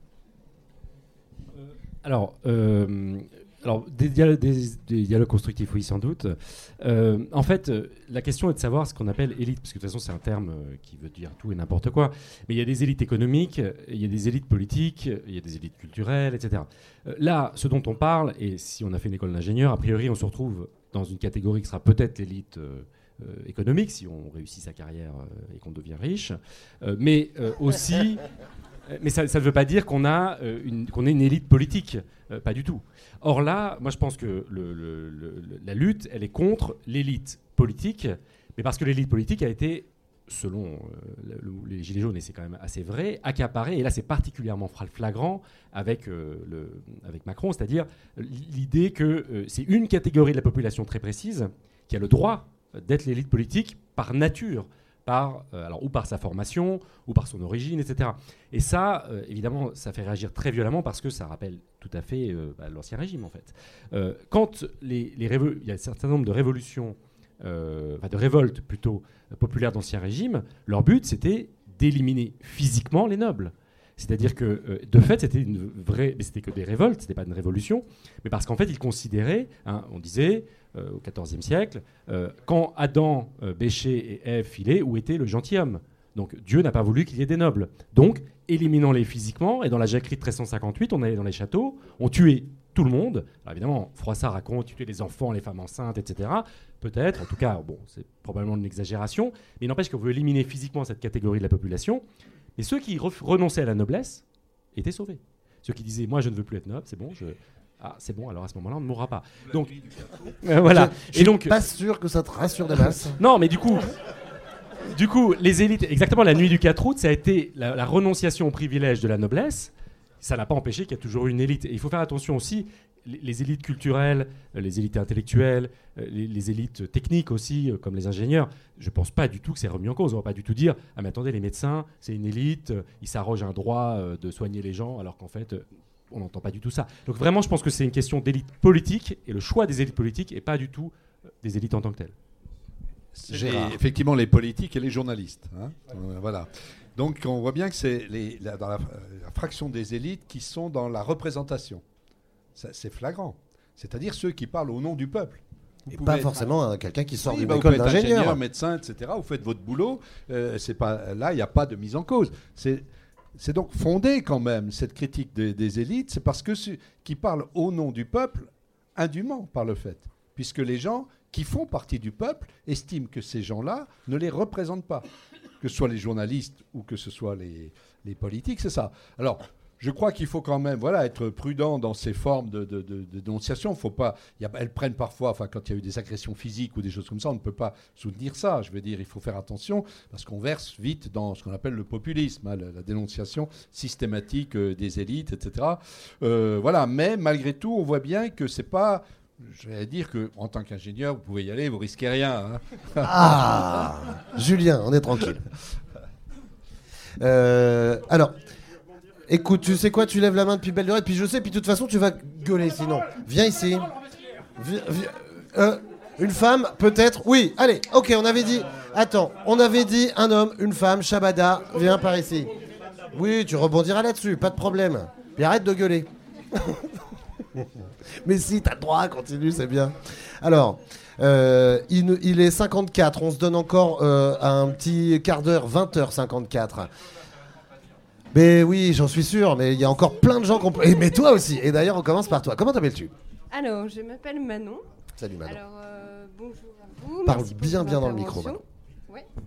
Alors, euh, alors des, dialogues, des, des dialogues constructifs, oui, sans doute. Euh, en fait, euh, la question est de savoir ce qu'on appelle élite, parce que de toute façon, c'est un terme euh, qui veut dire tout et n'importe quoi. Mais il y a des élites économiques, il y a des élites politiques, il y a des élites culturelles, et cetera. Euh, là, ce dont on parle, et si on a fait une école d'ingénieur, a priori, on se retrouve dans une catégorie qui sera peut-être l'élite euh, euh, économique, si on réussit sa carrière euh, et qu'on devient riche, euh, mais euh, aussi... Mais ça ne veut pas dire qu'on a euh, une, qu'on est une élite politique, euh, pas du tout. Or là, moi je pense que le, le, le, la lutte, elle est contre l'élite politique, mais parce que l'élite politique a été, selon euh, le, les Gilets jaunes, et c'est quand même assez vrai, accaparée, et là c'est particulièrement flagrant avec, euh, le, avec Macron, c'est-à-dire l'idée que euh, c'est une catégorie de la population très précise qui a le droit d'être l'élite politique par nature. Par, euh, alors, ou par sa formation, ou par son origine, et cetera. Et ça, euh, évidemment, ça fait réagir très violemment parce que ça rappelle tout à fait euh, bah, l'Ancien Régime, en fait. Euh, quand les, les révo- il y a un certain nombre de révolutions, euh, enfin de révoltes plutôt euh, populaires d'Ancien Régime, leur but, c'était d'éliminer physiquement les nobles. C'est-à-dire que, euh, de fait, c'était une vraie, mais c'était que des révoltes, c'était pas une révolution, mais parce qu'en fait, ils considéraient, hein, on disait, euh, au quatorzième siècle, euh, quand Adam, euh, Béché et Ève filaient, où était le gentilhomme? Donc Dieu n'a pas voulu qu'il y ait des nobles. Donc, éliminons-les physiquement, et dans la jacquerie de treize cent cinquante-huit, on allait dans les châteaux, on tuait tout le monde. Alors évidemment, Froissart raconte tuer les enfants, les femmes enceintes, et cetera. Peut-être, en tout cas, bon, c'est probablement une exagération, mais il n'empêche qu'on veut éliminer physiquement cette catégorie de la population. Et ceux qui re- renonçaient à la noblesse étaient sauvés. Ceux qui disaient « moi, je ne veux plus être noble, c'est bon, je... ah, c'est bon, alors à ce moment-là, on ne mourra pas. » Donc, euh, voilà. Je, je et donc, suis pas sûr que ça te rassure des masses. Non, mais du coup, du coup, les élites, exactement, la nuit du quatre août, ça a été la, la renonciation au privilège de la noblesse. Ça n'a pas empêché qu'il y ait toujours une élite. Et il faut faire attention aussi, les, les élites culturelles, les élites intellectuelles, les, les élites techniques aussi, comme les ingénieurs. Je ne pense pas du tout que c'est remis en cause. On ne va pas du tout dire « Ah mais attendez, les médecins, c'est une élite, ils s'arrogent un droit de soigner les gens, alors qu'en fait, on n'entend pas du tout ça. » Donc vraiment, je pense que c'est une question d'élite politique, et le choix des élites politiques, et pas du tout des élites en tant que telles. C'est les, effectivement les politiques et les journalistes. Hein. Euh, voilà. Donc on voit bien que c'est les, la, dans la, la fraction des élites qui sont dans la représentation. Ça, c'est flagrant. C'est-à-dire ceux qui parlent au nom du peuple. Vous et pas forcément être... quelqu'un qui sort oui, d'une bah école d'ingénieur. Ingénieur, médecin, et cetera. Vous faites votre boulot. Euh, c'est pas, là, il n'y a pas de mise en cause. C'est, c'est donc fondé quand même, cette critique des, des élites. C'est parce que ceux qui parlent au nom du peuple, indûment par le fait. Puisque les gens qui font partie du peuple estiment que ces gens-là ne les représentent pas. Que ce soit les journalistes ou que ce soit les, les politiques, c'est ça. Alors, je crois qu'il faut quand même voilà, être prudent dans ces formes de, de, de, de dénonciation. Faut pas, y a, elles prennent parfois, enfin, quand il y a eu des agressions physiques ou des choses comme ça, on ne peut pas soutenir ça. Je veux dire, il faut faire attention parce qu'on verse vite dans ce qu'on appelle le populisme, hein, la, la dénonciation systématique euh, des élites, et cetera. Euh, voilà, mais malgré tout, on voit bien que c'est pas... Je vais dire qu'en tant qu'ingénieur, vous pouvez y aller, vous risquez rien. Hein. Ah Julien, on est tranquille. Euh, alors, écoute, tu sais quoi, tu lèves la main depuis belle lurette, puis je sais, puis de toute façon, tu vas gueuler sinon. Viens ici. Viens, viens, euh, une femme, peut-être. Oui, allez, ok, on avait dit... Attends, on avait dit un homme, une femme, Shabada, viens par ici. Oui, tu rebondiras là-dessus, pas de problème. Puis arrête de gueuler. Mais si, t'as le droit, continue, c'est bien. Alors, euh, il, il est cinquante-quatre, on se donne encore euh, un petit quart d'heure, vingt heures cinquante-quatre. Mais oui, j'en suis sûr, mais il y a encore plein de gens qu'on peut... Et, mais toi aussi, et d'ailleurs on commence par toi. Comment t'appelles-tu ? Alors, je m'appelle Manon. Salut Manon. Alors, euh, bonjour à vous. Parle Merci bien pour bien dans le micro, Manon. Ouais.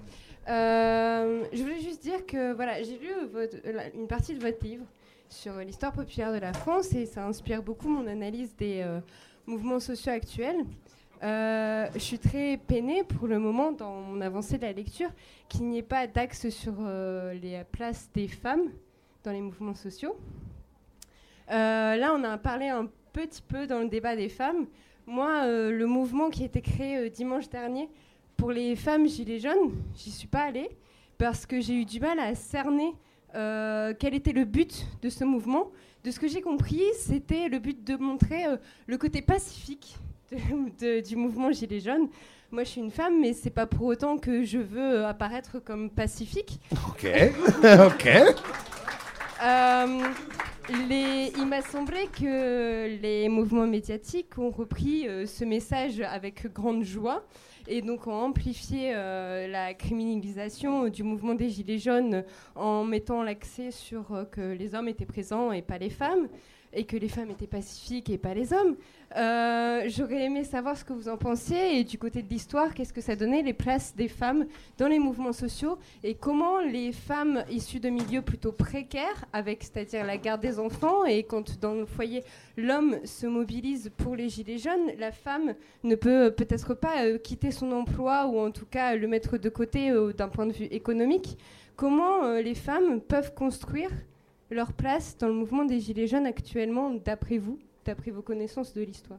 Euh, je voulais juste dire que voilà, j'ai lu votre, la, une partie de votre livre sur l'histoire populaire de la France et ça inspire beaucoup mon analyse des euh, mouvements sociaux actuels. Euh, je suis très peinée pour le moment dans mon avancée de la lecture qu'il n'y ait pas d'axe sur euh, les places des femmes dans les mouvements sociaux. Euh, là, on a parlé un petit peu dans le débat des femmes. Moi, euh, le mouvement qui a été créé euh, dimanche dernier pour les femmes gilets jaunes, j'y suis pas allée parce que j'ai eu du mal à cerner euh, quel était le but de ce mouvement. De ce que j'ai compris, c'était le but de montrer euh, le côté pacifique de, de, du mouvement gilets jaunes. Moi, je suis une femme, mais c'est pas pour autant que je veux euh, apparaître comme pacifique. Ok, ok. Euh, les, il m'a semblé que les mouvements médiatiques ont repris euh, ce message avec grande joie et donc ont amplifié euh, la criminalisation du mouvement des Gilets jaunes en mettant l'accent sur euh, que les hommes étaient présents et pas les femmes, et que les femmes étaient pacifiques et pas les hommes. Euh, j'aurais aimé savoir ce que vous en pensiez, et du côté de l'histoire, qu'est-ce que ça donnait, les places des femmes dans les mouvements sociaux, et comment les femmes issues de milieux plutôt précaires, avec c'est-à-dire la garde des enfants, et quand dans le foyer, l'homme se mobilise pour les gilets jaunes, la femme ne peut peut-être pas euh, quitter son emploi, ou en tout cas le mettre de côté euh, d'un point de vue économique. Comment euh, les femmes peuvent construire leur place dans le mouvement des Gilets jaunes actuellement, d'après vous, d'après vos connaissances de l'histoire?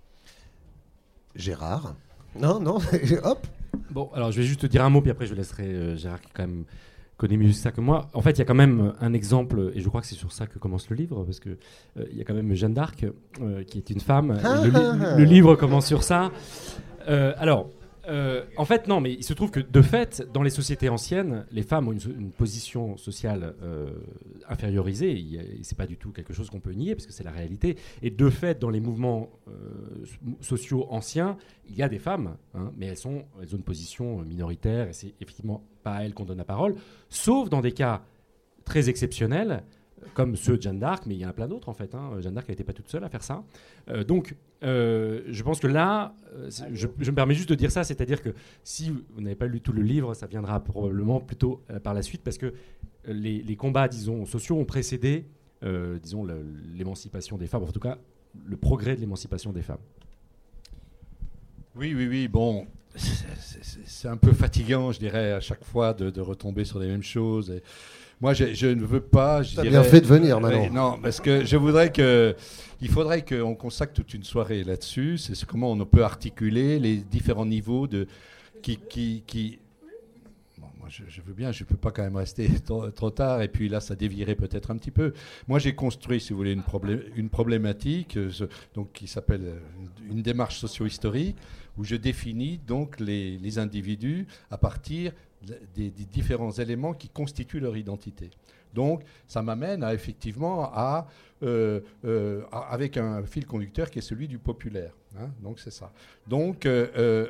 Gérard? Non, non, hop. Bon, alors je vais juste te dire un mot, puis après je laisserai euh, Gérard qui quand même connaît mieux ça que moi. En fait, il y a quand même un exemple, et je crois que c'est sur ça que commence le livre, parce qu'il euh, y a quand même Jeanne d'Arc, euh, qui est une femme. Ah, le, ah, le livre commence sur ça. Euh, alors... Euh, en fait, non, mais il se trouve que de fait, dans les sociétés anciennes, les femmes ont une, une position sociale euh, infériorisée. Il y a, et c'est pas du tout quelque chose qu'on peut nier, parce que c'est la réalité. Et de fait, dans les mouvements euh, sociaux anciens, il y a des femmes, hein, mais elles, sont, elles ont une position minoritaire, et c'est effectivement pas à elles qu'on donne la parole, sauf dans des cas très exceptionnels, comme ceux de Jeanne d'Arc, mais il y en a plein d'autres en fait. Hein. Jeanne d'Arc n'était pas toute seule à faire ça. Euh, donc, euh, je pense que là, euh, je, je me permets juste de dire ça, c'est-à-dire que si vous n'avez pas lu tout le livre, ça viendra probablement plutôt euh, par la suite, parce que les, les combats, disons, sociaux ont précédé, euh, disons, le, l'émancipation des femmes, en tout cas, le progrès de l'émancipation des femmes. Oui, oui, oui, bon, c'est, c'est, c'est un peu fatigant, je dirais, à chaque fois de, de retomber sur les mêmes choses. Et moi, je, je ne veux pas... Tu as bien fait de venir, maintenant. Euh, non, parce que je voudrais que... Il faudrait qu'on consacre toute une soirée là-dessus. C'est comment on peut articuler les différents niveaux de... qui... qui, qui bon, moi, je, je veux bien, je ne peux pas quand même rester trop, trop tard, et puis là, ça dévierait peut-être un petit peu. Moi, j'ai construit, si vous voulez, une, problé- une problématique euh, donc, qui s'appelle euh, une démarche socio-historique, où je définis donc les, les individus à partir des, des différents éléments qui constituent leur identité. Donc, ça m'amène à, effectivement à, euh, euh, à, avec un fil conducteur qui est celui du populaire. Hein, donc, c'est ça. Donc, euh,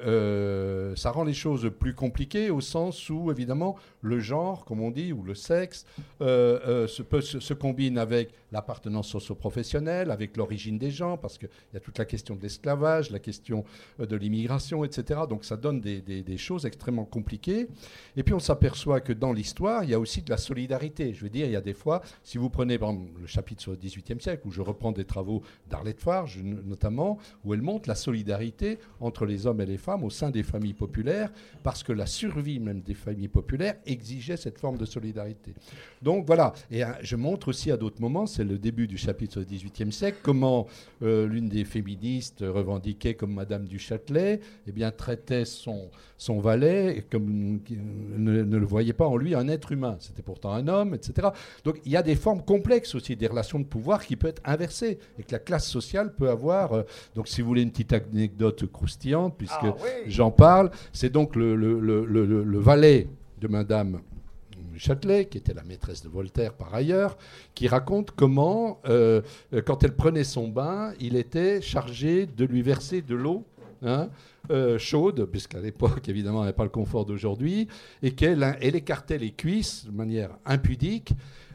euh, ça rend les choses plus compliquées au sens où, évidemment, le genre, comme on dit, ou le sexe, euh, euh, se, peut, se, se combine avec l'appartenance socio-professionnelle, avec l'origine des gens, parce qu'il y a toute la question de l'esclavage, la question euh, de l'immigration, et cetera. Donc, ça donne des, des, des choses extrêmement compliquées. Et puis, on s'aperçoit que dans l'histoire, il y a aussi de la solidarité. Je veux dire, il y a des fois, si vous prenez par exemple, le chapitre sur le dix-huitième siècle, où je reprends des travaux d'Arlette Farge, notamment, où elle montre la solidarité entre les hommes et les femmes au sein des familles populaires, parce que la survie même des familles populaires exigeait cette forme de solidarité. Donc voilà, et hein, je montre aussi à d'autres moments, c'est le début du chapitre sur le dix-huitième siècle, comment euh, l'une des féministes revendiquées comme Madame du Châtelet, eh bien, traitait son, son valet et comme ne, ne le voyait pas en lui un être humain. C'était pourtant un homme, et cetera. Donc il y a des formes complexes aussi, des relations de pouvoir qui peuvent être inversées et que la classe sociale peut avoir. Euh, donc si vous voulez une petite anecdote croustillante, puisque ah, oui. j'en parle, c'est donc le, le, le, le, le valet de Madame Châtelet, qui était la maîtresse de Voltaire par ailleurs, qui raconte comment, euh, quand elle prenait son bain, il était chargé de lui verser de l'eau hein, euh, chaude, puisqu'à l'époque, évidemment, elle n'avait pas le confort d'aujourd'hui, et qu'elle elle écartait les cuisses de manière impudique,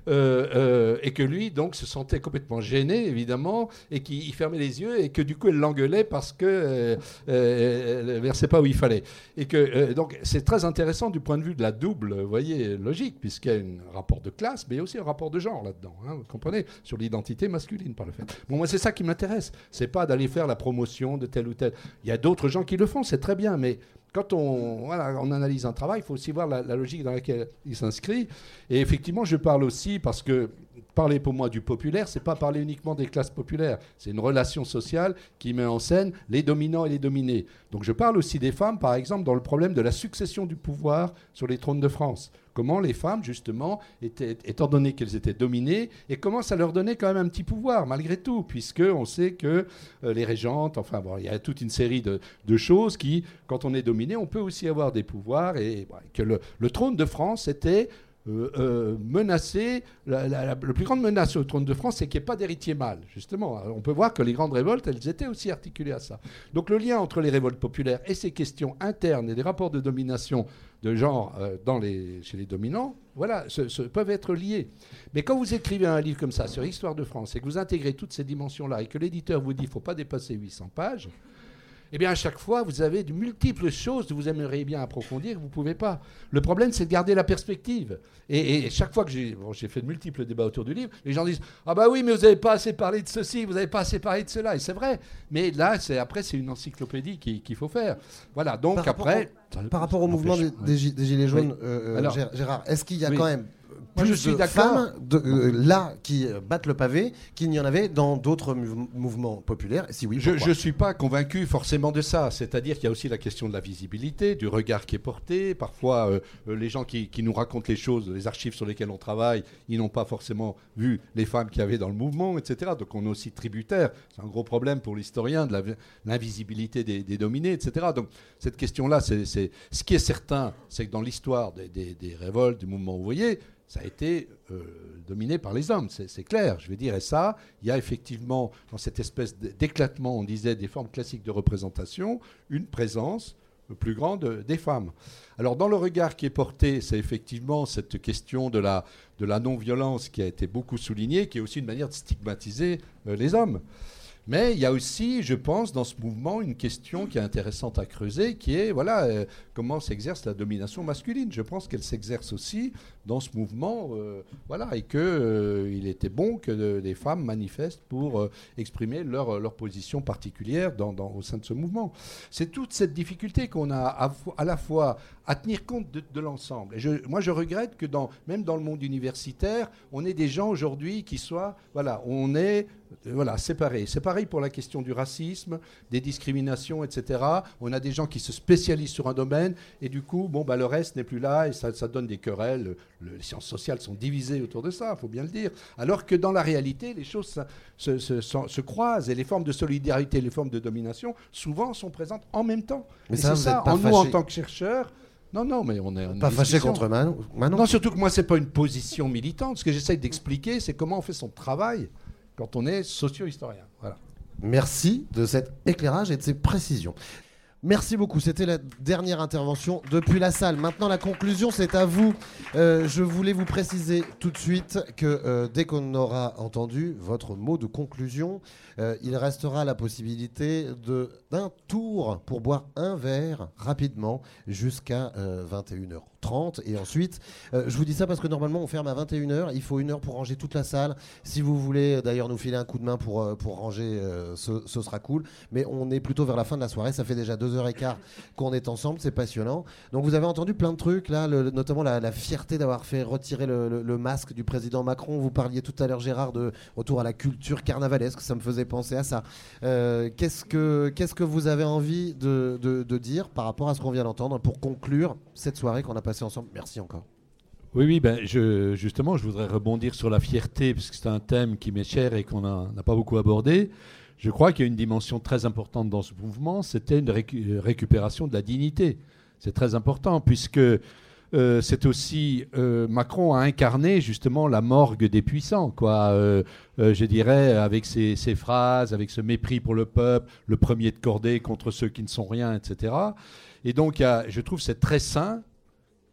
Euh, euh, et que lui, donc, se sentait complètement gêné, évidemment, et qu'il fermait les yeux, et que du coup, elle l'engueulait parce que euh, euh, elle ne versait pas où il fallait. Et que, euh, donc, c'est très intéressant du point de vue de la double, vous voyez, logique, puisqu'il y a un rapport de classe, mais il y a aussi un rapport de genre là-dedans, hein, vous comprenez, sur l'identité masculine, par le fait. Bon, moi, c'est ça qui m'intéresse. C'est pas d'aller faire la promotion de tel ou tel. Il y a d'autres gens qui le font, c'est très bien, mais quand on, voilà, on analyse un travail, il faut aussi voir la, la logique dans laquelle il s'inscrit. Et effectivement, je parle aussi parce que parler pour moi du populaire, c'est pas parler uniquement des classes populaires. C'est une relation sociale qui met en scène les dominants et les dominés. Donc je parle aussi des femmes, par exemple, dans le problème de la succession du pouvoir sur les trônes de France. Comment les femmes, justement, étaient, étant donné qu'elles étaient dominées, et comment ça leur donnait quand même un petit pouvoir, malgré tout, puisqu'on sait que euh, les régentes, enfin, bon, il y a toute une série de, de choses qui, quand on est dominé, on peut aussi avoir des pouvoirs, et bon, que le, le trône de France était euh, euh, menacé. La, la, la, la plus grande menace au trône de France, c'est qu'il n'y ait pas d'héritier mâle, justement. On peut voir que les grandes révoltes, elles étaient aussi articulées à ça. Donc le lien entre les révoltes populaires et ces questions internes et des rapports de domination de genre euh, dans les, chez les dominants, voilà, ce, ce, peuvent être liés. Mais quand vous écrivez un livre comme ça sur l'histoire de France et que vous intégrez toutes ces dimensions-là et que l'éditeur vous dit qu'il ne faut pas dépasser huit cents pages, eh bien à chaque fois, vous avez de multiples choses que vous aimeriez bien approfondir, vous ne pouvez pas. Le problème, c'est de garder la perspective. Et, et chaque fois que j'ai, bon, j'ai fait de multiples débats autour du livre, les gens disent « Ah bah oui, mais vous n'avez pas assez parlé de ceci, vous n'avez pas assez parlé de cela. » Et c'est vrai. Mais là, c'est, après, c'est une encyclopédie qu'il, qu'il faut faire. Voilà, donc par après... Rapport au, par rapport au mouvement des, des, des Gilets jaunes, oui. euh, Alors, Gérard, est-ce qu'il y a oui. quand même... Plus Moi, je suis de femmes de, euh, là qui battent le pavé qu'il n'y en avait dans d'autres mou- mouvements populaires. Si oui, je ne suis pas convaincu forcément de ça. C'est-à-dire qu'il y a aussi la question de la visibilité, du regard qui est porté. Parfois, euh, les gens qui, qui nous racontent les choses, les archives sur lesquelles on travaille, ils n'ont pas forcément vu les femmes qu'il y avait dans le mouvement, et cetera. Donc on est aussi tributaire. C'est un gros problème pour l'historien de la, l'invisibilité des, des dominés, et cetera. Donc cette question-là, c'est, c'est, ce qui est certain, c'est que dans l'histoire des, des, des révoltes, du mouvement ouvrier, ça a été euh, dominé par les hommes, c'est, c'est clair, je vais dire. Et ça, il y a effectivement, dans cette espèce d'éclatement, on disait, des formes classiques de représentation, une présence plus grande des femmes. Alors, dans le regard qui est porté, c'est effectivement cette question de la, de la non-violence qui a été beaucoup soulignée, qui est aussi une manière de stigmatiser euh, les hommes. Mais il y a aussi, je pense, dans ce mouvement, une question qui est intéressante à creuser, qui est, voilà, euh, comment s'exerce la domination masculine. Je pense qu'elle s'exerce aussi dans ce mouvement, euh, voilà, et qu'il euh, était bon que de, les femmes manifestent pour euh, exprimer leur, leur position particulière dans, dans, au sein de ce mouvement. C'est toute cette difficulté qu'on a à, à la fois à tenir compte de, de l'ensemble. Et je, moi, je regrette que dans, même dans le monde universitaire, on ait des gens aujourd'hui qui soient, voilà, on est euh, voilà, séparés. C'est pareil pour la question du racisme, des discriminations, et cetera. On a des gens qui se spécialisent sur un domaine et du coup, bon, bah, le reste n'est plus là et ça, ça donne des querelles. Le, les sciences sociales sont divisées autour de ça, il faut bien le dire. Alors que dans la réalité, les choses ça, se, se, se, se croisent et les formes de solidarité, les formes de domination, souvent sont présentes en même temps. Mais et ça, c'est ça, en nous, en tant que chercheurs. Non, non, mais on est en pas fâché contre Manon. Manon. Non, surtout que moi, c'est pas une position militante. Ce que j'essaye d'expliquer, c'est comment on fait son travail quand on est socio-historien. Voilà. Merci de cet éclairage et de ces précisions. Merci beaucoup. C'était la dernière intervention depuis la salle. Maintenant, la conclusion, c'est à vous. Euh, je voulais vous préciser tout de suite que euh, dès qu'on aura entendu votre mot de conclusion, euh, il restera la possibilité de, d'un tour pour boire un verre rapidement jusqu'à euh, vingt et une heures trente. Et ensuite, euh, je vous dis ça parce que normalement, on ferme à vingt et une heures. Il faut une heure pour ranger toute la salle. Si vous voulez d'ailleurs nous filer un coup de main pour, euh, pour ranger, euh, ce, ce sera cool. Mais on est plutôt vers la fin de la soirée. Ça fait déjà deux heures et quart qu'on est ensemble. C'est passionnant. Donc vous avez entendu plein de trucs, là, le, notamment la, la fierté d'avoir fait retirer le, le, le masque du président Macron. Vous parliez tout à l'heure, Gérard, de retour à la culture carnavalesque. Ça me faisait penser à ça. Euh, qu'est-ce que, qu'est-ce que vous avez envie de, de, de dire par rapport à ce qu'on vient d'entendre pour conclure cette soirée qu'on a passée ensemble? Merci encore. Oui, oui, ben je, justement, je voudrais rebondir sur la fierté, parce que c'est un thème qui m'est cher et qu'on n'a pas beaucoup abordé. Je crois qu'il y a une dimension très importante dans ce mouvement, c'était une récu- récupération de la dignité. C'est très important, puisque euh, c'est aussi... Euh, Macron a incarné justement la morgue des puissants, quoi. Euh, euh, je dirais, avec ses, ses phrases, avec ce mépris pour le peuple, le premier de cordée contre ceux qui ne sont rien, et cetera. Et donc, il y a, je trouve que c'est très sain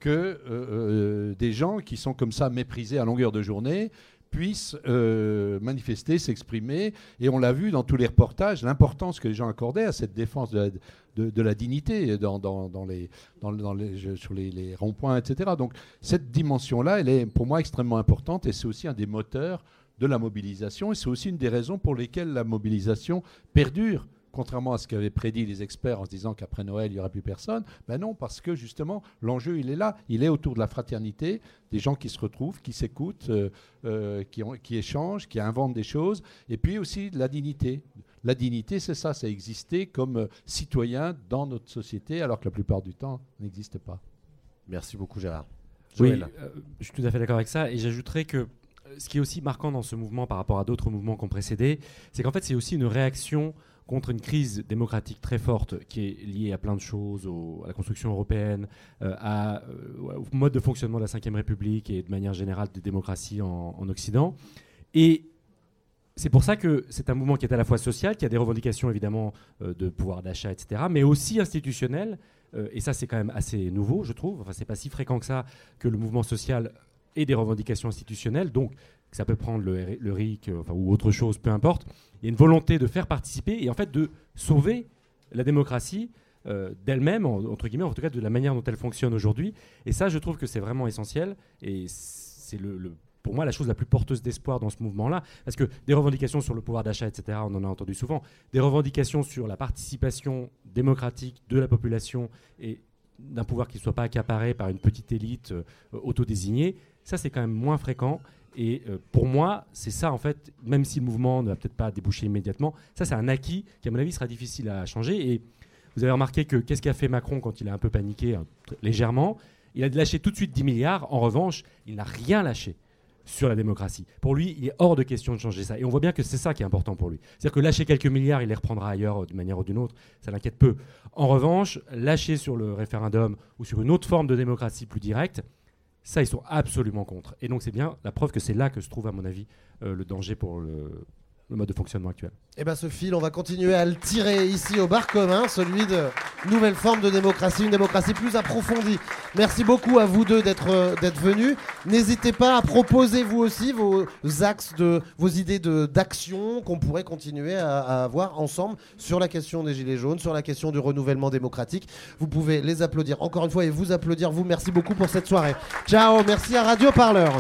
que euh, euh, des gens qui sont comme ça méprisés à longueur de journée puissent euh, manifester, s'exprimer. Et on l'a vu dans tous les reportages, l'importance que les gens accordaient à cette défense de la, de, de la dignité dans, dans, dans les, dans, dans les, sur les, les ronds-points, et cetera. Donc cette dimension-là, elle est pour moi extrêmement importante et c'est aussi un des moteurs de la mobilisation et c'est aussi une des raisons pour lesquelles la mobilisation perdure. Contrairement à ce qu'avaient prédit les experts en se disant qu'après Noël, il n'y aura plus personne, ben non, parce que justement, l'enjeu, il est là. Il est autour de la fraternité, des gens qui se retrouvent, qui s'écoutent, euh, euh, qui, ont, qui échangent, qui inventent des choses, et puis aussi de la dignité. La dignité, c'est ça, c'est exister comme euh, citoyen dans notre société, alors que la plupart du temps, n'existe pas. Merci beaucoup, Gérard. Oui, euh, je suis tout à fait d'accord avec ça, et j'ajouterais que ce qui est aussi marquant dans ce mouvement par rapport à d'autres mouvements qui ont précédé, c'est qu'en fait, c'est aussi une réaction contre une crise démocratique très forte qui est liée à plein de choses, au, à la construction européenne, euh, à, euh, au mode de fonctionnement de la cinquième République et de manière générale des démocraties en, en Occident. Et c'est pour ça que c'est un mouvement qui est à la fois social, qui a des revendications évidemment euh, de pouvoir d'achat, et cetera, mais aussi institutionnel. Euh, et ça, c'est quand même assez nouveau, je trouve. Enfin, c'est pas si fréquent que ça que le mouvement social ait des revendications institutionnelles. Donc, ça peut prendre le, le R I C enfin, ou autre chose, peu importe. Il y a une volonté de faire participer et en fait de sauver la démocratie euh, d'elle-même, en, entre guillemets, en tout cas de la manière dont elle fonctionne aujourd'hui. Et ça, je trouve que c'est vraiment essentiel. Et c'est le, le, pour moi la chose la plus porteuse d'espoir dans ce mouvement-là. Parce que des revendications sur le pouvoir d'achat, et cetera, on en a entendu souvent. Des revendications sur la participation démocratique de la population et d'un pouvoir qui ne soit pas accaparé par une petite élite euh, autodésignée, ça, c'est quand même moins fréquent. Et euh, pour moi, c'est ça en fait, même si le mouvement ne va peut-être pas déboucher immédiatement, ça c'est un acquis qui à mon avis sera difficile à changer. Et vous avez remarqué que qu'est-ce qu'a fait Macron quand il a un peu paniqué, hein, légèrement, il a lâché tout de suite dix milliards. En revanche, il n'a rien lâché sur la démocratie. Pour lui, il est hors de question de changer ça. Et on voit bien que c'est ça qui est important pour lui. C'est-à-dire que lâcher quelques milliards, il les reprendra ailleurs d'une manière ou d'une autre, ça l'inquiète peu. En revanche, lâcher sur le référendum ou sur une autre forme de démocratie plus directe, ça, ils sont absolument contre. Et donc, c'est bien la preuve que c'est là que se trouve, à mon avis, euh, le danger pour le, le mode de fonctionnement actuel. Et bien, ce fil, on va continuer à le tirer ici au bar commun, celui de nouvelle forme de démocratie, une démocratie plus approfondie. Merci beaucoup à vous deux d'être euh, d'être venus. N'hésitez pas à proposer, vous aussi, vos axes, de, vos idées de, d'action qu'on pourrait continuer à, à avoir ensemble sur la question des Gilets jaunes, sur la question du renouvellement démocratique. Vous pouvez les applaudir encore une fois et vous applaudir, vous. Merci beaucoup pour cette soirée. Ciao, merci à Radio Parleur.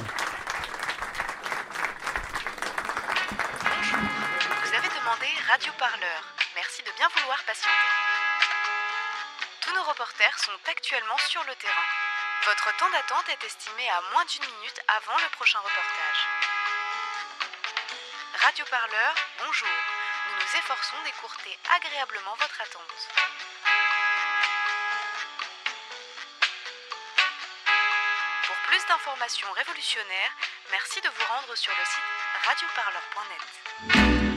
Radio Parleur. Merci de bien vouloir patienter. Tous nos reporters sont actuellement sur le terrain. Votre temps d'attente est estimé à moins d'une minute avant le prochain reportage. Radio Parleur, bonjour. Nous nous efforçons d'écourter agréablement votre attente. Pour plus d'informations révolutionnaires, merci de vous rendre sur le site radio parleur point net.